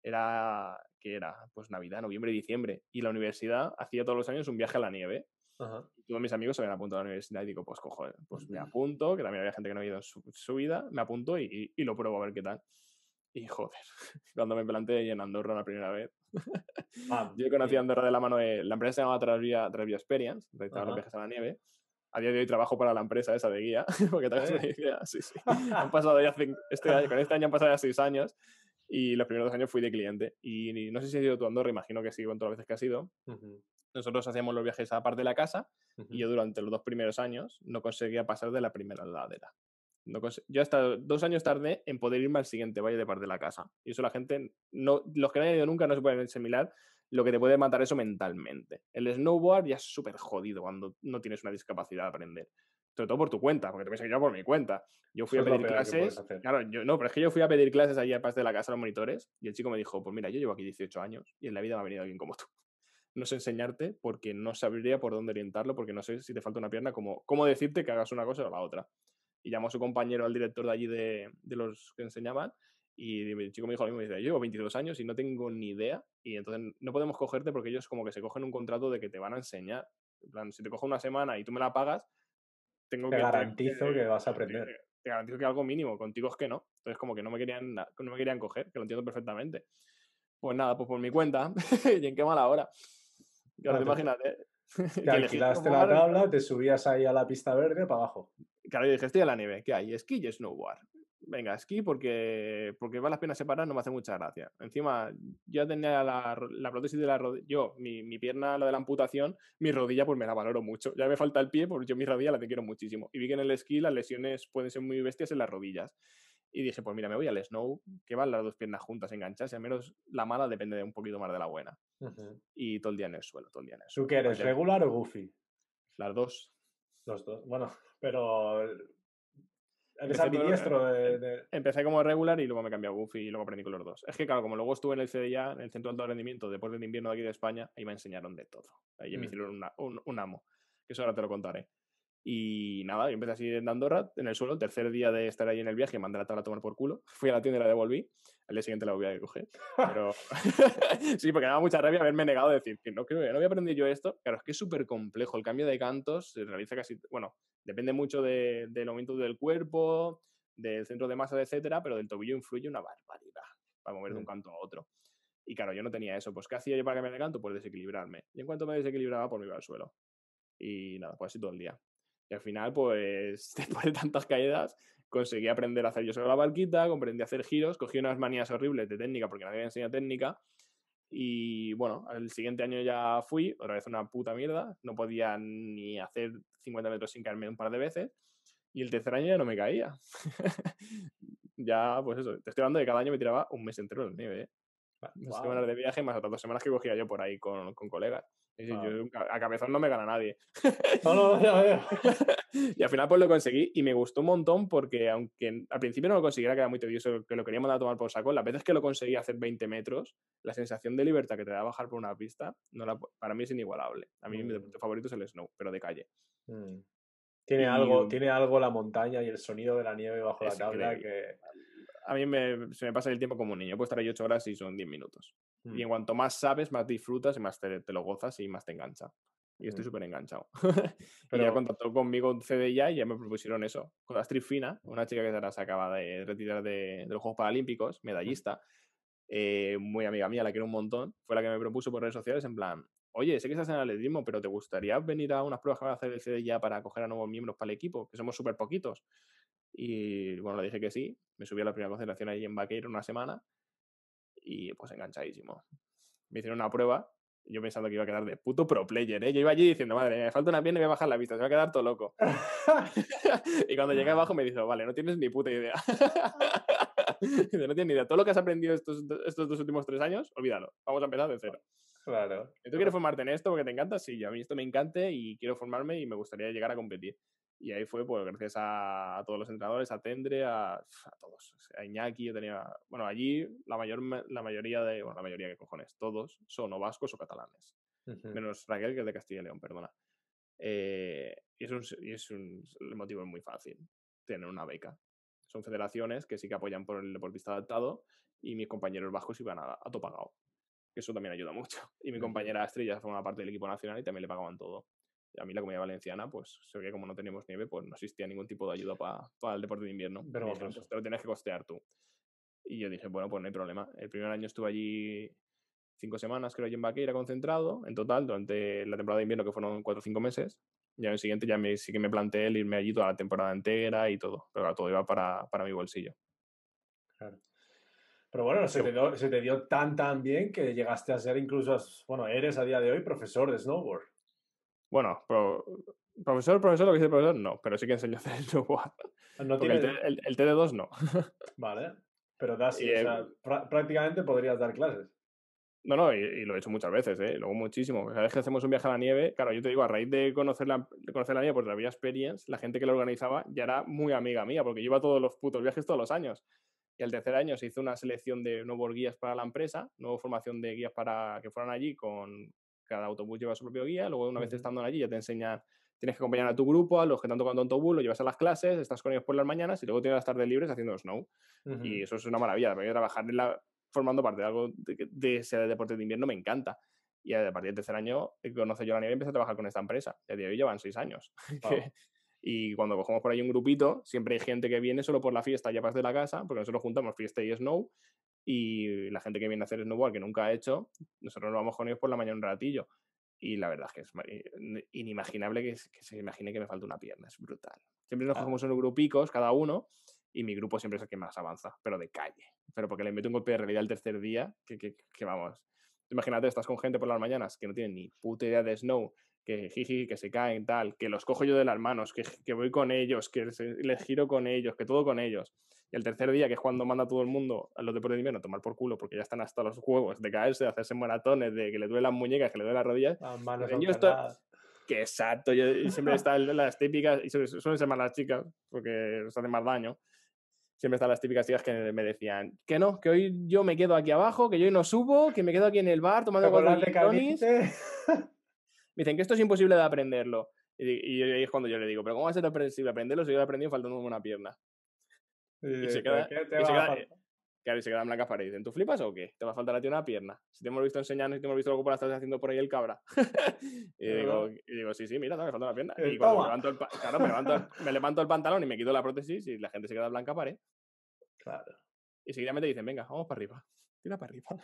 [SPEAKER 3] pues Navidad, noviembre y diciembre. Y la universidad hacía todos los años un viaje a la nieve.
[SPEAKER 2] Ajá.
[SPEAKER 3] Y todos mis amigos se habían apuntado a la universidad y digo, pues cojones, pues me apunto, que también había gente que no había ido en su vida, me apunto y lo pruebo a ver qué tal. Y joder, cuando me planteé en Andorra la primera vez, yo conocí a Andorra de la mano de la empresa, se llamaba Transvia Experience, realizaba los viajes a la nieve. A día de hoy trabajo para la empresa esa de guía, porque te hagas una idea. Sí, sí. Han pasado ya con este año han pasado ya 6 años y los primeros 2 años fui de cliente. Y no sé si has ido tú a Andorra, imagino que sí, con todas las veces que has ido. Nosotros hacíamos los viajes a la parte de la casa y yo durante los 2 primeros años no conseguía pasar de la primera ladera. Yo hasta 2 años tardé en poder irme al siguiente valle de parte de la casa. Y eso la gente, los que no han ido nunca no se pueden asimilar lo que te puede matar eso mentalmente. El snowboard ya es súper jodido cuando no tienes una discapacidad de aprender. Sobre todo por tu cuenta, porque te piensas que yo por mi cuenta. Yo fui
[SPEAKER 2] Eso
[SPEAKER 3] a
[SPEAKER 2] es lo
[SPEAKER 3] pedir
[SPEAKER 2] peor que puedes
[SPEAKER 3] clases.
[SPEAKER 2] hacer.
[SPEAKER 3] Claro, pero es que yo fui a pedir clases allí al parte de la casa a los monitores y el chico me dijo, pues mira, yo llevo aquí 18 años y en la vida me ha venido alguien como tú. No sé enseñarte porque no sabría por dónde orientarlo, porque no sé si te falta una pierna, cómo decirte que hagas una cosa o la otra. Y llamó a su compañero, al director de allí de los que enseñaban, y el chico me dijo a mí, me dice, yo llevo 22 años y no tengo ni idea, y entonces no podemos cogerte porque ellos como que se cogen un contrato de que te van a enseñar. En plan, si te cojo una semana y tú me la pagas,
[SPEAKER 2] Te garantizo que vas a aprender.
[SPEAKER 3] te garantizo que algo mínimo, contigo es que no. Entonces como que no me querían coger, que lo entiendo perfectamente. Pues nada, pues por mi cuenta, y en qué mala hora. Claro, te imagínate.
[SPEAKER 2] Te alquilaste la tabla, te subías ahí a la pista verde para abajo.
[SPEAKER 3] Claro, yo dije, estoy en la nieve, ¿qué hay? Esquí y snowboard. Venga, esquí porque va las piernas separadas, no me hace mucha gracia. Encima, yo tenía la prótesis de la rodilla, mi pierna, la de la amputación, mi rodilla pues me la valoro mucho. Ya me falta el pie, pues yo mi rodilla la te quiero muchísimo. Y vi que en el esquí las lesiones pueden ser muy bestias en las rodillas. Y dije, pues mira, me voy al snow, que van las dos piernas juntas enganchadas, y al menos la mala depende de un poquito más de la buena. Y todo el día en el suelo, todo el día en el suelo.
[SPEAKER 2] ¿Tú qué eres, regular o goofy?
[SPEAKER 3] Las dos.
[SPEAKER 2] Los dos. Bueno, pero eres ambidiestro
[SPEAKER 3] Empecé como regular y luego me cambié a Goofy y luego aprendí con los dos. Es que, claro, como luego estuve en el CDA, en el Centro de Alto Rendimiento, Deportes de Invierno de aquí de España, ahí me enseñaron de todo. Ahí me hicieron un amo, que eso ahora te lo contaré. Y nada, yo empecé así en Andorra, en el suelo, el tercer día de estar ahí en el viaje, mandé la tabla a tomar por culo. Fui a la tienda y la devolví. Al día siguiente la volví a coger. Pero sí, porque me daba mucha rabia haberme negado a decir que no voy a aprender yo esto. Claro, es que es súper complejo. El cambio de cantos se realiza bueno, depende mucho del aumento del cuerpo, del centro de masa, etcétera, pero del tobillo influye una barbaridad para mover de un canto a otro. Y claro, yo no tenía eso. Pues, ¿qué hacía yo para cambiar de canto? Pues desequilibrarme. Y en cuanto me desequilibraba, pues me iba al suelo. Y nada, pues así todo el día. Y al final, pues, después de tantas caídas, conseguí aprender a hacer yo solo la barquita, aprendí a hacer giros, cogí unas manías horribles de técnica porque nadie me enseña técnica. Y bueno, al siguiente año ya fui, otra vez una puta mierda, no podía ni hacer 50 metros sin caerme un par de veces. Y el tercer año ya no me caía. Ya, pues eso, te estoy hablando de que cada año me tiraba un mes entero en nieve, ¿eh? 2 semanas de viaje más otras 2 semanas que cogía yo por ahí con colegas. Es decir, yo a cabezón no me gana nadie.
[SPEAKER 2] No, ya veo.
[SPEAKER 3] Y al final pues lo conseguí y me gustó un montón porque aunque al principio no lo consiguiera, que era muy tedioso, que lo quería mandar a tomar por saco, las veces que lo conseguí hacer 20 metros, la sensación de libertad que te da bajar por una pista, para mí es inigualable. A mí mi deporte favorito es el snow, pero de calle.
[SPEAKER 2] Tiene algo la montaña y el sonido de la nieve bajo la tabla
[SPEAKER 3] increíble.
[SPEAKER 2] que...
[SPEAKER 3] A mí se me pasa el tiempo como un niño. Puedo estar ahí 8 horas y son 10 minutos. Y en cuanto más sabes, más disfrutas y más te lo gozas y más te engancha. Y estoy súper enganchado. Y ya
[SPEAKER 2] Pero,
[SPEAKER 3] contactó conmigo CDI y ya me propusieron eso. Con Astrid Fina, una chica que ahora se acaba de retirar de los Juegos Paralímpicos, medallista, muy amiga mía, la quiero un montón, fue la que me propuso por redes sociales en plan, oye, sé que estás en atletismo, pero ¿te gustaría venir a unas pruebas que va a hacer el CDI ya para coger a nuevos miembros para el equipo? Que somos súper poquitos. Y bueno, le dije que sí. Me subí a la primera concentración ahí en Vaqueiro una semana y pues enganchadísimo. Me hicieron una prueba, yo pensando que iba a quedar de puto pro player, ¿eh? Yo iba allí diciendo, madre, me falta una pierna y voy a bajar la vista, se va a quedar todo loco. Y cuando llegué abajo me dijo, vale, no tienes ni puta idea. Dice, no tienes ni idea. Todo lo que has aprendido estos 2 últimos 3 años, olvídalo. Vamos a empezar de cero.
[SPEAKER 2] claro.
[SPEAKER 3] ¿Y tú quieres formarte en esto porque te encanta? Sí, yo a mí esto me encanta y quiero formarme y me gustaría llegar a competir. Y ahí fue, pues, gracias a todos los entrenadores, a Tendre, a todos. A Iñaki, yo tenía... Bueno, allí la mayoría de... Bueno, la mayoría, ¿qué cojones? Todos son o vascos o catalanes. Menos Raquel, que es de Castilla y León, perdona. El motivo es muy fácil. Tener una beca. Son federaciones que sí que apoyan por el deportista adaptado y mis compañeros vascos iban a todo pagado. Eso también ayuda mucho. Y mi compañera Astrid ya forma parte del equipo nacional y también le pagaban todo. Y a mí la Comunidad Valenciana, pues se ve que como no teníamos nieve, pues no existía ningún tipo de ayuda para el deporte de invierno.
[SPEAKER 2] Pero
[SPEAKER 3] Y dijeron,
[SPEAKER 2] pues,
[SPEAKER 3] pues te lo tienes que costear tú. Y yo dije, bueno, pues no hay problema. El primer año estuve allí 5 semanas, creo, allí en Baqueira concentrado, en total, durante la temporada de invierno, que fueron 4 o 5 meses. Y al siguiente ya sí que me planteé el irme allí toda la temporada entera y todo. Pero claro, todo iba para mi bolsillo.
[SPEAKER 2] claro. Pero bueno,
[SPEAKER 3] Sí.
[SPEAKER 2] se te dio tan bien que llegaste a ser incluso, bueno, eres a día de hoy profesor de snowboard.
[SPEAKER 3] Bueno, profesor, lo que dice el profesor, no, pero sí que enseño a hacer el snowboard.
[SPEAKER 2] No
[SPEAKER 3] Porque
[SPEAKER 2] tiene...
[SPEAKER 3] el TD2 no.
[SPEAKER 2] Vale, pero das,
[SPEAKER 3] Y,
[SPEAKER 2] o sea, prácticamente podrías dar clases.
[SPEAKER 3] no, y lo he hecho muchas veces, luego muchísimo. Cada vez que hacemos un viaje a la nieve, claro, yo te digo, a raíz de conocer la nieve por la Vía Experience, la gente que lo organizaba ya era muy amiga mía, porque yo iba a todos los putos viajes todos los años. Y al tercer año se hizo una selección de nuevos guías para la empresa, nueva formación de guías para que fueran allí, con cada autobús lleva su propio guía, luego una vez estando allí ya te enseñan, tienes que acompañar a tu grupo, a los que están tocando autobús, lo llevas a las clases, estás con ellos por las mañanas y luego tienes las tardes libres haciendo snow. Y eso es una maravilla, porque trabajar formando parte de algo de ese deporte de invierno me encanta. Y a partir del tercer año que conocí yo la nieve empecé a trabajar con esta empresa. Y a día de hoy llevan 6 años.
[SPEAKER 2] Wow.
[SPEAKER 3] Y cuando cogemos por ahí un grupito, siempre hay gente que viene solo por la fiesta y apas de la casa, porque nosotros juntamos fiesta y snow, y la gente que viene a hacer snowboard que nunca ha hecho, nosotros nos vamos con ellos por la mañana un ratillo. Y la verdad es que es inimaginable que se imagine que me falta una pierna, es brutal. Siempre nos cogemos en los grupicos, cada uno, y mi grupo siempre es el que más avanza, pero de calle. Pero porque le meto un golpe de realidad el tercer día, que vamos. Imagínate, estás con gente por las mañanas que no tienen ni puta idea de snow, que jiji, que se caen, tal, que los cojo yo de las manos, que voy con ellos, que les giro con ellos, que todo con ellos. Y el tercer día, que es cuando manda todo el mundo a los deportes de invierno a tomar por culo, porque ya están hasta los huevos de caerse, de hacerse maratones, de que le duelen las muñecas, que le duelen las rodillas.
[SPEAKER 2] Las manos
[SPEAKER 3] Dicen,
[SPEAKER 2] son
[SPEAKER 3] yo estoy...
[SPEAKER 2] pesadas.
[SPEAKER 3] Que exacto, y siempre están las típicas, y suelen ser más las chicas, porque nos hacen más daño. Siempre están las típicas chicas que me decían que no, que hoy yo me quedo aquí abajo, que yo hoy no subo, que me quedo aquí en el bar tomando con los
[SPEAKER 2] Chocolate
[SPEAKER 3] gin tonis.
[SPEAKER 2] caliente.
[SPEAKER 3] Me dicen que esto es imposible de aprenderlo. Y ahí es cuando yo le digo, pero ¿cómo va a ser imposible aprenderlo si yo lo he aprendido faltándome una pierna? Y se
[SPEAKER 2] ¿Pero
[SPEAKER 3] queda,
[SPEAKER 2] qué te
[SPEAKER 3] y se
[SPEAKER 2] va a
[SPEAKER 3] queda,
[SPEAKER 2] faltar?
[SPEAKER 3] claro, y se quedan blancas para y dicen, ¿tú flipas o qué? ¿Te va a faltar a ti una pierna? Si te hemos visto enseñando, si te hemos visto luego por estás haciendo por ahí el cabra. y digo, sí, mira, no, me falta una pierna. Y cuando me
[SPEAKER 2] Toma.
[SPEAKER 3] levanto me levanto el pantalón y me quito la prótesis y la gente se queda blanca pared.
[SPEAKER 2] Claro,
[SPEAKER 3] Y seguidamente dicen, venga, vamos para arriba. Tira para arriba.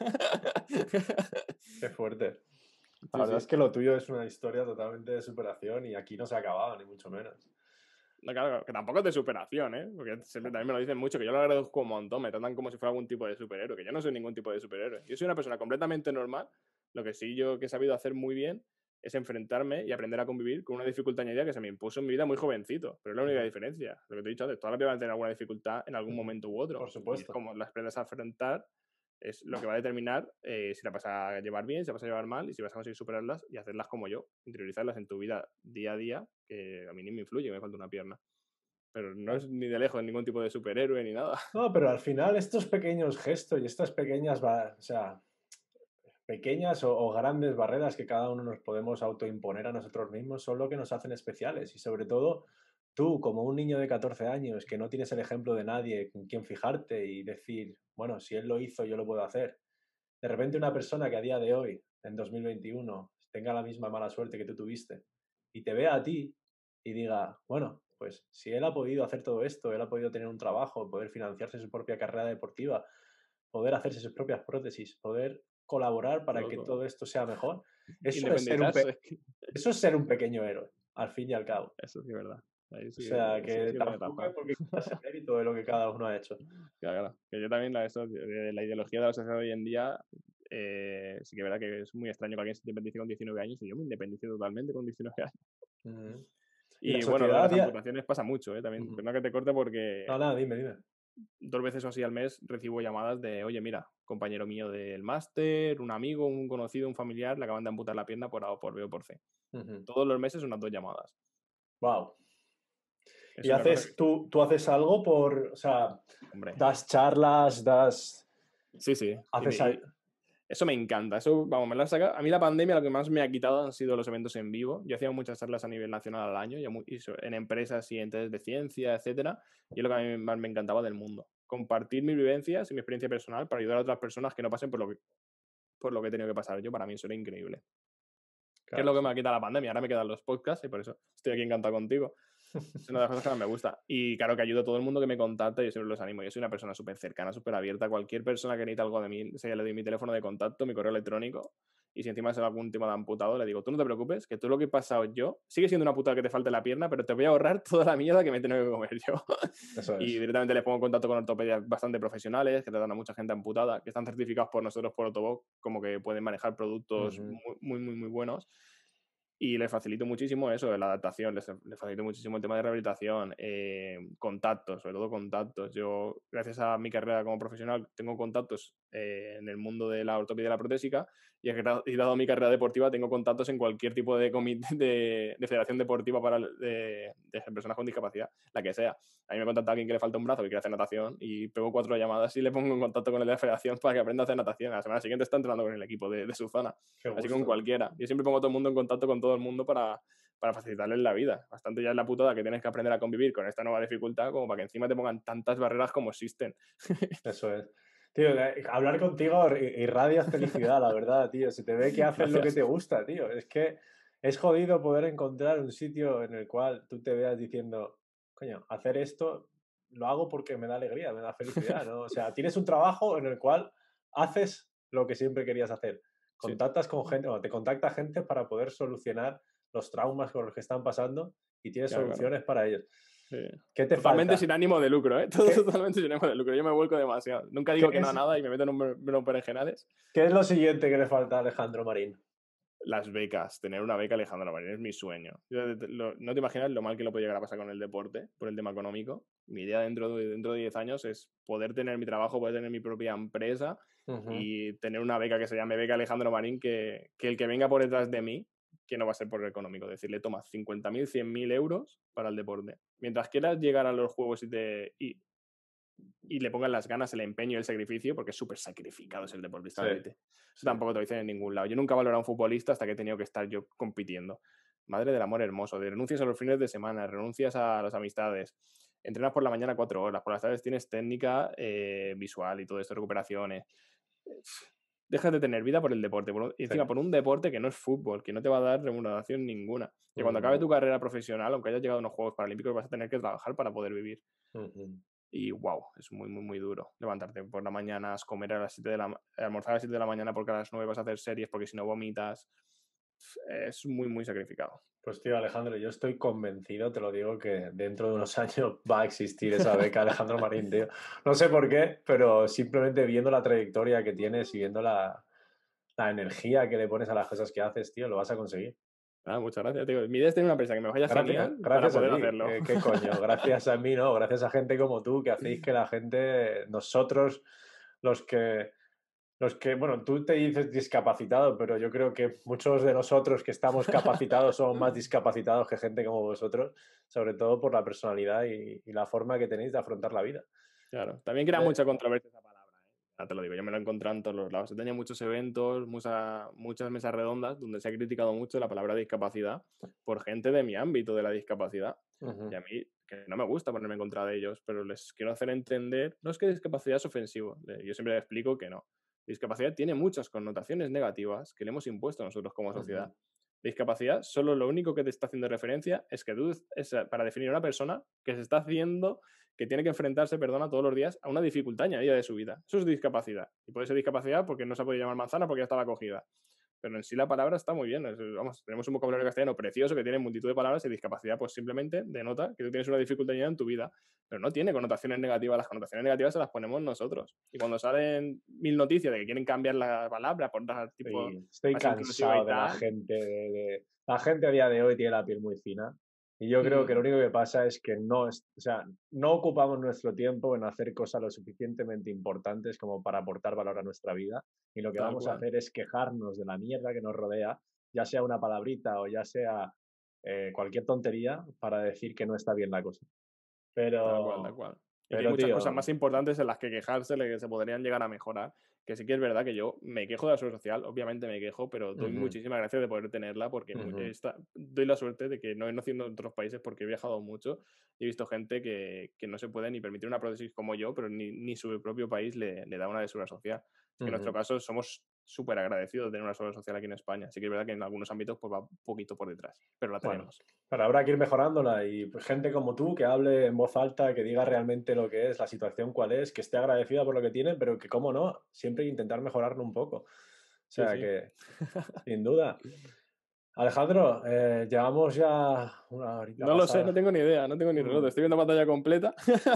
[SPEAKER 2] qué fuerte. La
[SPEAKER 3] Sí,
[SPEAKER 2] verdad
[SPEAKER 3] sí.
[SPEAKER 2] es que lo tuyo es una historia totalmente de superación y aquí no se ha acabado, ni mucho menos.
[SPEAKER 3] No, claro, que tampoco es de superación, ¿eh? Porque siempre también me lo dicen mucho, que yo lo agradezco un montón, me tratan como si fuera algún tipo de superhéroe, que yo no soy ningún tipo de superhéroe. Yo soy una persona completamente normal. Lo que sí yo que he sabido hacer muy bien es enfrentarme y aprender a convivir con una dificultad añadida que se me impuso en mi vida muy jovencito. Pero es la única diferencia. Lo que te he dicho antes, toda la vida van a tener alguna dificultad en algún momento u otro.
[SPEAKER 2] Por
[SPEAKER 3] Y es
[SPEAKER 2] supuesto.
[SPEAKER 3] como las aprendes a afrontar, es lo que va a determinar si la vas a llevar bien, si la vas a llevar mal y si vas a conseguir superarlas y hacerlas como yo, interiorizarlas en tu vida día a día, que a mí ni me influye, que me falta una pierna. Pero no es ni de lejos ningún tipo de superhéroe ni nada.
[SPEAKER 2] No, pero al final estos pequeños gestos y estas pequeñas, o sea, pequeñas o grandes barreras que cada uno nos podemos autoimponer a nosotros mismos son lo que nos hacen especiales y sobre todo tú, como un niño de 14 años, que no tienes el ejemplo de nadie en quien fijarte y decir, bueno, si él lo hizo, yo lo puedo hacer. De repente una persona que a día de hoy, en 2021, tenga la misma mala suerte que tú tuviste y te vea a ti y diga, bueno, pues si él ha podido hacer todo esto, él ha podido tener un trabajo, poder financiarse su propia carrera deportiva, poder hacerse sus propias prótesis, poder colaborar para que
[SPEAKER 3] Loco.
[SPEAKER 2] todo esto sea mejor, eso es
[SPEAKER 3] Independizarse.
[SPEAKER 2] eso es ser un pequeño héroe, al fin y al cabo.
[SPEAKER 3] Eso sí es verdad. Ahí
[SPEAKER 2] O sea,
[SPEAKER 3] sí
[SPEAKER 2] que
[SPEAKER 3] que tiene
[SPEAKER 2] tampoco hay
[SPEAKER 3] razón.
[SPEAKER 2] por qué quitarse mérito de lo que cada uno ha hecho.
[SPEAKER 3] Claro, claro. Que yo también, eso, de la ideología de la sociedad de hoy en día, sí que es verdad que es muy extraño que alguien se independice con 19 años y yo me independicé totalmente con 19 años.
[SPEAKER 2] Ujú. Y la
[SPEAKER 3] Y bueno, lo de
[SPEAKER 2] sociedad a
[SPEAKER 3] las
[SPEAKER 2] día...
[SPEAKER 3] amputaciones pasa mucho, también.
[SPEAKER 2] Ujú.
[SPEAKER 3] Perdona que te corte porque
[SPEAKER 2] No, nada, dime, dime.
[SPEAKER 3] 2 veces o así al mes recibo llamadas de, oye, mira, compañero mío del máster, un amigo, un conocido, un familiar, le acaban de amputar la pierna por A o por B o por C. Todos los meses unas 2 llamadas.
[SPEAKER 2] Wow.
[SPEAKER 3] Es
[SPEAKER 2] ¿Y
[SPEAKER 3] una cosa,
[SPEAKER 2] tú haces algo por, o sea,
[SPEAKER 3] hombre,
[SPEAKER 2] das charlas,
[SPEAKER 3] sí, sí.
[SPEAKER 2] haces, al-
[SPEAKER 3] Eso me encanta. Eso, vamos, me lo ha sacado. A mí la pandemia lo que más me ha quitado han sido los eventos en vivo. Yo hacía muchas charlas a nivel nacional al año, en empresas y entes de ciencia, etcétera. Y es lo que a mí más me encantaba del mundo. Compartir mis vivencias y mi experiencia personal para ayudar a otras personas que no pasen por lo que he tenido que pasar yo. Para mí eso era increíble. ¿Qué es lo
[SPEAKER 2] claro,
[SPEAKER 3] que
[SPEAKER 2] sí.
[SPEAKER 3] me ha quitado la pandemia? Ahora me quedan los podcasts y por eso estoy aquí encantado contigo. Es una de las cosas que más me gusta. Y claro que ayudo a todo el mundo que me contacta, yo siempre los animo. Yo soy una persona súper cercana, súper abierta. Cualquier persona que necesite algo de mí, ya le doy mi teléfono de contacto, mi correo electrónico. Y si encima es algún tema de amputado, le digo, tú no te preocupes, que todo lo que he pasado yo sigue siendo una putada que te falte la pierna, pero te voy a ahorrar toda la mierda que me he tenido que comer yo.
[SPEAKER 2] Eso
[SPEAKER 3] Y
[SPEAKER 2] es.
[SPEAKER 3] directamente les pongo en contacto con ortopedias bastante profesionales, que tratan a mucha gente amputada, que están certificados por nosotros, por Autoboc, como que pueden manejar productos
[SPEAKER 2] Ujú.
[SPEAKER 3] muy buenos. Y les facilito muchísimo eso, la adaptación, les facilito muchísimo el tema de rehabilitación, contactos, sobre todo contactos. Yo, gracias a mi carrera como profesional, tengo contactos en el mundo de la ortopedia y la protésica y dado mi carrera deportiva, tengo contactos en cualquier tipo de comité de federación deportiva de personas con discapacidad, la que sea. A mí me contacta alguien que le falta un brazo y quiere hacer natación y pego 4 llamadas y le pongo en contacto con el de la federación para que aprenda a hacer natación. A la semana siguiente está entrenando con el equipo de su zona.
[SPEAKER 2] Qué
[SPEAKER 3] Así con
[SPEAKER 2] gusto.
[SPEAKER 3] cualquiera. Yo siempre pongo a todo el mundo en contacto con todo el mundo para facilitarles la vida. Bastante ya es la putada que tienes que aprender a convivir con esta nueva dificultad como para que encima te pongan tantas barreras como existen.
[SPEAKER 2] Eso es. Tío, hablar contigo irradia felicidad, la verdad, tío. Se te ve que haces lo que
[SPEAKER 3] Gracias.
[SPEAKER 2] te gusta, tío. Es que es jodido poder encontrar un sitio en el cual tú te veas diciendo, coño, hacer esto lo hago porque me da alegría, me da felicidad, ¿no? O sea, tienes un trabajo en el cual haces lo que siempre querías hacer.
[SPEAKER 3] Sí,
[SPEAKER 2] Contactas con gente, o te contacta gente para poder solucionar los traumas con los que están pasando y tienes
[SPEAKER 3] claro, claro.
[SPEAKER 2] soluciones para ellos.
[SPEAKER 3] Sí.
[SPEAKER 2] ¿Qué te
[SPEAKER 3] Totalmente
[SPEAKER 2] falta?
[SPEAKER 3] sin ánimo de lucro, ¿eh? Todo
[SPEAKER 2] ¿Qué,
[SPEAKER 3] totalmente sin ánimo de lucro. Yo me vuelco demasiado. Nunca
[SPEAKER 2] qué
[SPEAKER 3] digo que no a
[SPEAKER 2] es,
[SPEAKER 3] nada y me meto en unos berenjenales.
[SPEAKER 2] ¿Qué es lo siguiente que le falta a Alejandro Marín?
[SPEAKER 3] Las becas, tener una beca Alejandro Marín es mi sueño. No te imaginas lo mal que lo puede llegar a pasar con el deporte por el tema económico. Mi idea dentro de 10 años es poder tener mi trabajo, poder tener mi propia empresa
[SPEAKER 2] Ujú.
[SPEAKER 3] y tener una beca que se llame Beca Alejandro Marín, que el que venga por detrás de mí, que no va a ser por el económico, decirle, toma 50.000, 100.000 euros para el deporte. Mientras quieras llegar a los juegos y le pongan las ganas, el empeño y el sacrificio, porque es súper sacrificado ser deportista
[SPEAKER 2] Sí,
[SPEAKER 3] de élite. Eso
[SPEAKER 2] sí.
[SPEAKER 3] tampoco te lo dicen en ningún lado. Yo nunca he valorado a un futbolista hasta que he tenido que estar yo compitiendo. Madre del amor hermoso, de renuncias a los fines de semana, renuncias a las amistades, entrenas por la mañana 4 horas, por las tardes tienes técnica visual y todo esto, recuperaciones. Dejas de tener vida por el deporte, y
[SPEAKER 2] Sí.
[SPEAKER 3] encima por un deporte que no es fútbol, que no te va a dar remuneración ninguna. Que cuando acabe
[SPEAKER 2] Ujú,
[SPEAKER 3] tu carrera profesional, aunque hayas llegado a unos Juegos Paralímpicos, vas a tener que trabajar para poder vivir.
[SPEAKER 2] ujú.
[SPEAKER 3] Y wow, es muy duro. Levantarte por la mañana, comer a las 7 de almorzar a las 7 de la mañana porque a las 9 vas a hacer series porque si no vomitas. Es muy sacrificado.
[SPEAKER 2] Pues tío, Alejandro, yo estoy convencido, te lo digo, que dentro de unos años va a existir esa beca Alejandro Marín, tío. No sé por qué, pero simplemente viendo la trayectoria que tienes y viendo la energía que le pones a las cosas que haces, tío, lo vas a conseguir.
[SPEAKER 3] Ah, muchas gracias. Tío. Mi idea es tener una empresa que me vaya
[SPEAKER 2] Gracias,
[SPEAKER 3] genial para
[SPEAKER 2] gracias a
[SPEAKER 3] poder
[SPEAKER 2] ti.
[SPEAKER 3] hacerlo.
[SPEAKER 2] ¿Qué coño? Gracias a mí, ¿no? Gracias a gente como tú que hacéis que la gente, nosotros, los que bueno, tú te dices discapacitado, pero yo creo que muchos de nosotros que estamos capacitados somos más discapacitados que gente como vosotros, sobre todo por la personalidad y la forma que tenéis de afrontar la vida.
[SPEAKER 3] Claro. También crea
[SPEAKER 2] Eh,
[SPEAKER 3] mucha controversia esa palabra. Ya te lo digo, yo me lo he encontrado en todos los lados. He tenido muchos eventos, muchas mesas redondas donde se ha criticado mucho la palabra discapacidad por gente de mi ámbito de la discapacidad. Y a mí, que no me gusta ponerme en contra de ellos, pero les quiero hacer entender, no es que discapacidad es ofensivo, yo siempre les explico que no. Discapacidad tiene muchas connotaciones negativas que le hemos impuesto nosotros como sociedad. Discapacidad, solo lo único que te está haciendo referencia es que tú, es para definir a una persona que se está haciendo, que tiene que enfrentarse, todos los días a una dificultad añadida de su vida. Eso es discapacidad. Y puede ser discapacidad porque no se ha podido llamar manzana porque ya estaba cogida. Pero en sí la palabra está muy bien. Vamos, tenemos un vocabulario castellano precioso que tiene multitud de palabras y discapacidad pues simplemente denota que tú tienes una dificultad en tu vida, pero no tiene connotaciones negativas. Las connotaciones negativas se las ponemos nosotros. Y cuando salen 1000 noticias de que quieren cambiar la palabra por dar tipo...
[SPEAKER 2] Sí, estoy cansado de la gente. La gente a día de hoy tiene la piel muy fina. Y yo creo que lo único que pasa es que no ocupamos nuestro tiempo en hacer cosas lo suficientemente importantes como para aportar valor a nuestra vida. Y lo que vamos a hacer es quejarnos de la mierda que nos rodea, ya sea una palabrita o ya sea cualquier tontería, para decir que no está bien la cosa. Pero...
[SPEAKER 3] Tal cual. Y hay muchas cosas más importantes en las que quejarse, que se podrían llegar a mejorar. Que sí que es verdad que yo me quejo de la seguridad social, obviamente me quejo, pero doy muchísimas gracias de poder tenerla porque doy la suerte de que no he nacido en otros países porque he viajado mucho y he visto gente que no se puede ni permitir una prótesis como yo, pero ni su propio país le da una de seguridad social. Es que en nuestro caso somos súper agradecidos de tener una seguridad social aquí en España. Así que es verdad que en algunos ámbitos pues va un poquito por detrás, pero la tenemos.
[SPEAKER 2] Pero habrá que ir mejorándola y pues, gente como tú que hable en voz alta, que diga realmente lo que es, la situación cual es, que esté agradecida por lo que tiene, pero que, cómo no, siempre intentar mejorarlo un poco. O sea que, sin duda. Alejandro, llevamos ya una horita
[SPEAKER 3] No pasada. Lo sé, no tengo ni idea, no tengo ni reloj. Estoy viendo pantalla completa.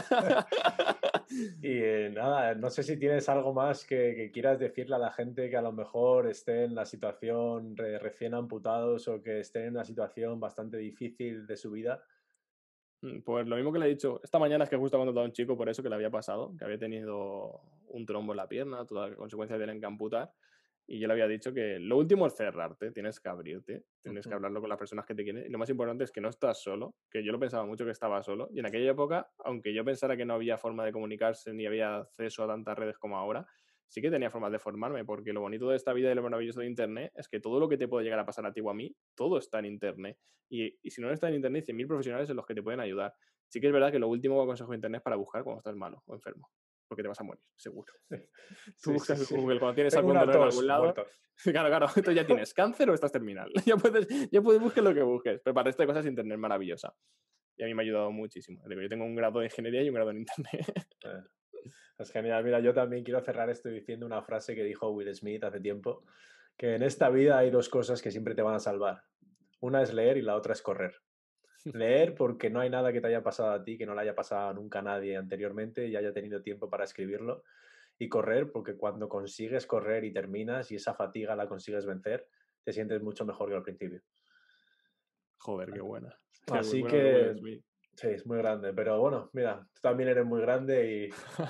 [SPEAKER 2] Y nada, no sé si tienes algo más que quieras decirle a la gente que a lo mejor esté en la situación recién amputados o que esté en una situación bastante difícil de su vida.
[SPEAKER 3] Pues lo mismo que le he dicho esta mañana, es que justo cuando estaba un chico por eso que le había pasado, que había tenido un trombo en la pierna, toda la consecuencia de tener que amputar. Y yo le había dicho que lo último es cerrarte, tienes que abrirte, tienes que hablarlo con las personas que te quieren. Y lo más importante es que no estás solo, que yo lo pensaba mucho que estaba solo. Y en aquella época, aunque yo pensara que no había forma de comunicarse ni había acceso a tantas redes como ahora, sí que tenía formas de formarme, porque lo bonito de esta vida y lo maravilloso de Internet es que todo lo que te puede llegar a pasar a ti o a mí, todo está en Internet. Y si no está en Internet, hay 100.000 profesionales en los que te pueden ayudar. Sí que es verdad que lo último que aconsejo de Internet es para buscar cuando estás malo o enfermo. Porque te vas a morir, seguro. Tú buscas en Google cuando tienes algún dolor en algún lado. Muerto. Claro, esto ya tienes cáncer o estás terminal. Ya puedes buscar lo que busques. Pero para este cosas Internet es maravillosa. Y a mí me ha ayudado muchísimo. Yo tengo un grado de ingeniería y un grado en Internet.
[SPEAKER 2] Es genial. Mira, yo también quiero cerrar esto diciendo una frase que dijo Will Smith hace tiempo, que en esta vida hay dos cosas que siempre te van a salvar. Una es leer y la otra es correr. Leer porque no hay nada que te haya pasado a ti que no le haya pasado nunca a nadie anteriormente y haya tenido tiempo para escribirlo. Y correr porque cuando consigues correr y terminas y esa fatiga la consigues vencer, te sientes mucho mejor que al principio.
[SPEAKER 3] Joder, qué buena.
[SPEAKER 2] Así que sí, es muy grande. Pero bueno, mira, tú también eres muy grande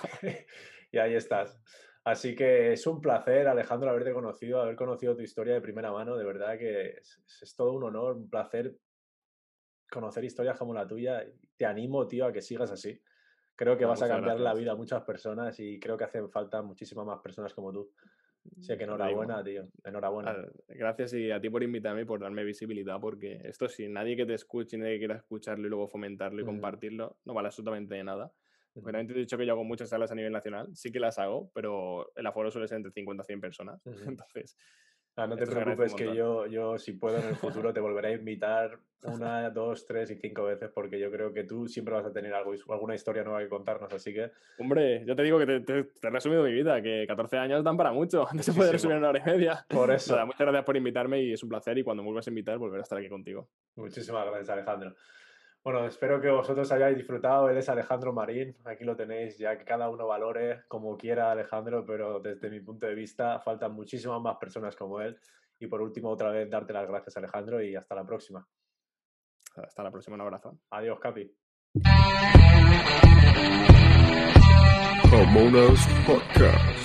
[SPEAKER 2] y ahí estás. Así que es un placer, Alejandro, haber conocido tu historia de primera mano. De verdad que es todo un honor, un placer conocer historias como la tuya. Te animo, tío, a que sigas así. Creo que vas a cambiar la vida a muchas personas y creo que hacen falta muchísimas más personas como tú. Así que enhorabuena, tío. Enhorabuena.
[SPEAKER 3] Gracias y a ti por invitarme y por darme visibilidad, porque esto sin nadie que te escuche, nadie que quiera escucharlo y luego fomentarlo y compartirlo, no vale absolutamente de nada. Obviamente te he dicho que yo hago muchas salas a nivel nacional, sí que las hago, pero el aforo suele ser entre 50 y 100 personas. Entonces...
[SPEAKER 2] no te preocupes que yo si puedo en el futuro te volveré a invitar 1, 2, 3 y 5 veces porque yo creo que tú siempre vas a tener alguna historia nueva que contarnos, así que...
[SPEAKER 3] Hombre, yo te digo que te he resumido mi vida, que 14 años dan para mucho, no se puede resumir en 1 hora y media.
[SPEAKER 2] Por eso.
[SPEAKER 3] Nada, muchas gracias por invitarme y es un placer y cuando me vuelvas a invitar volveré a estar aquí contigo.
[SPEAKER 2] Muchísimas gracias, Alejandro. Bueno, espero que vosotros hayáis disfrutado. Él es Alejandro Marín, aquí lo tenéis, ya que cada uno valore como quiera Alejandro, pero desde mi punto de vista faltan muchísimas más personas como él. Y por último, otra vez, darte las gracias, Alejandro, y hasta la próxima.
[SPEAKER 3] Hasta la próxima, un abrazo.
[SPEAKER 2] Adiós, Capi.
[SPEAKER 1] Carmona's Podcast.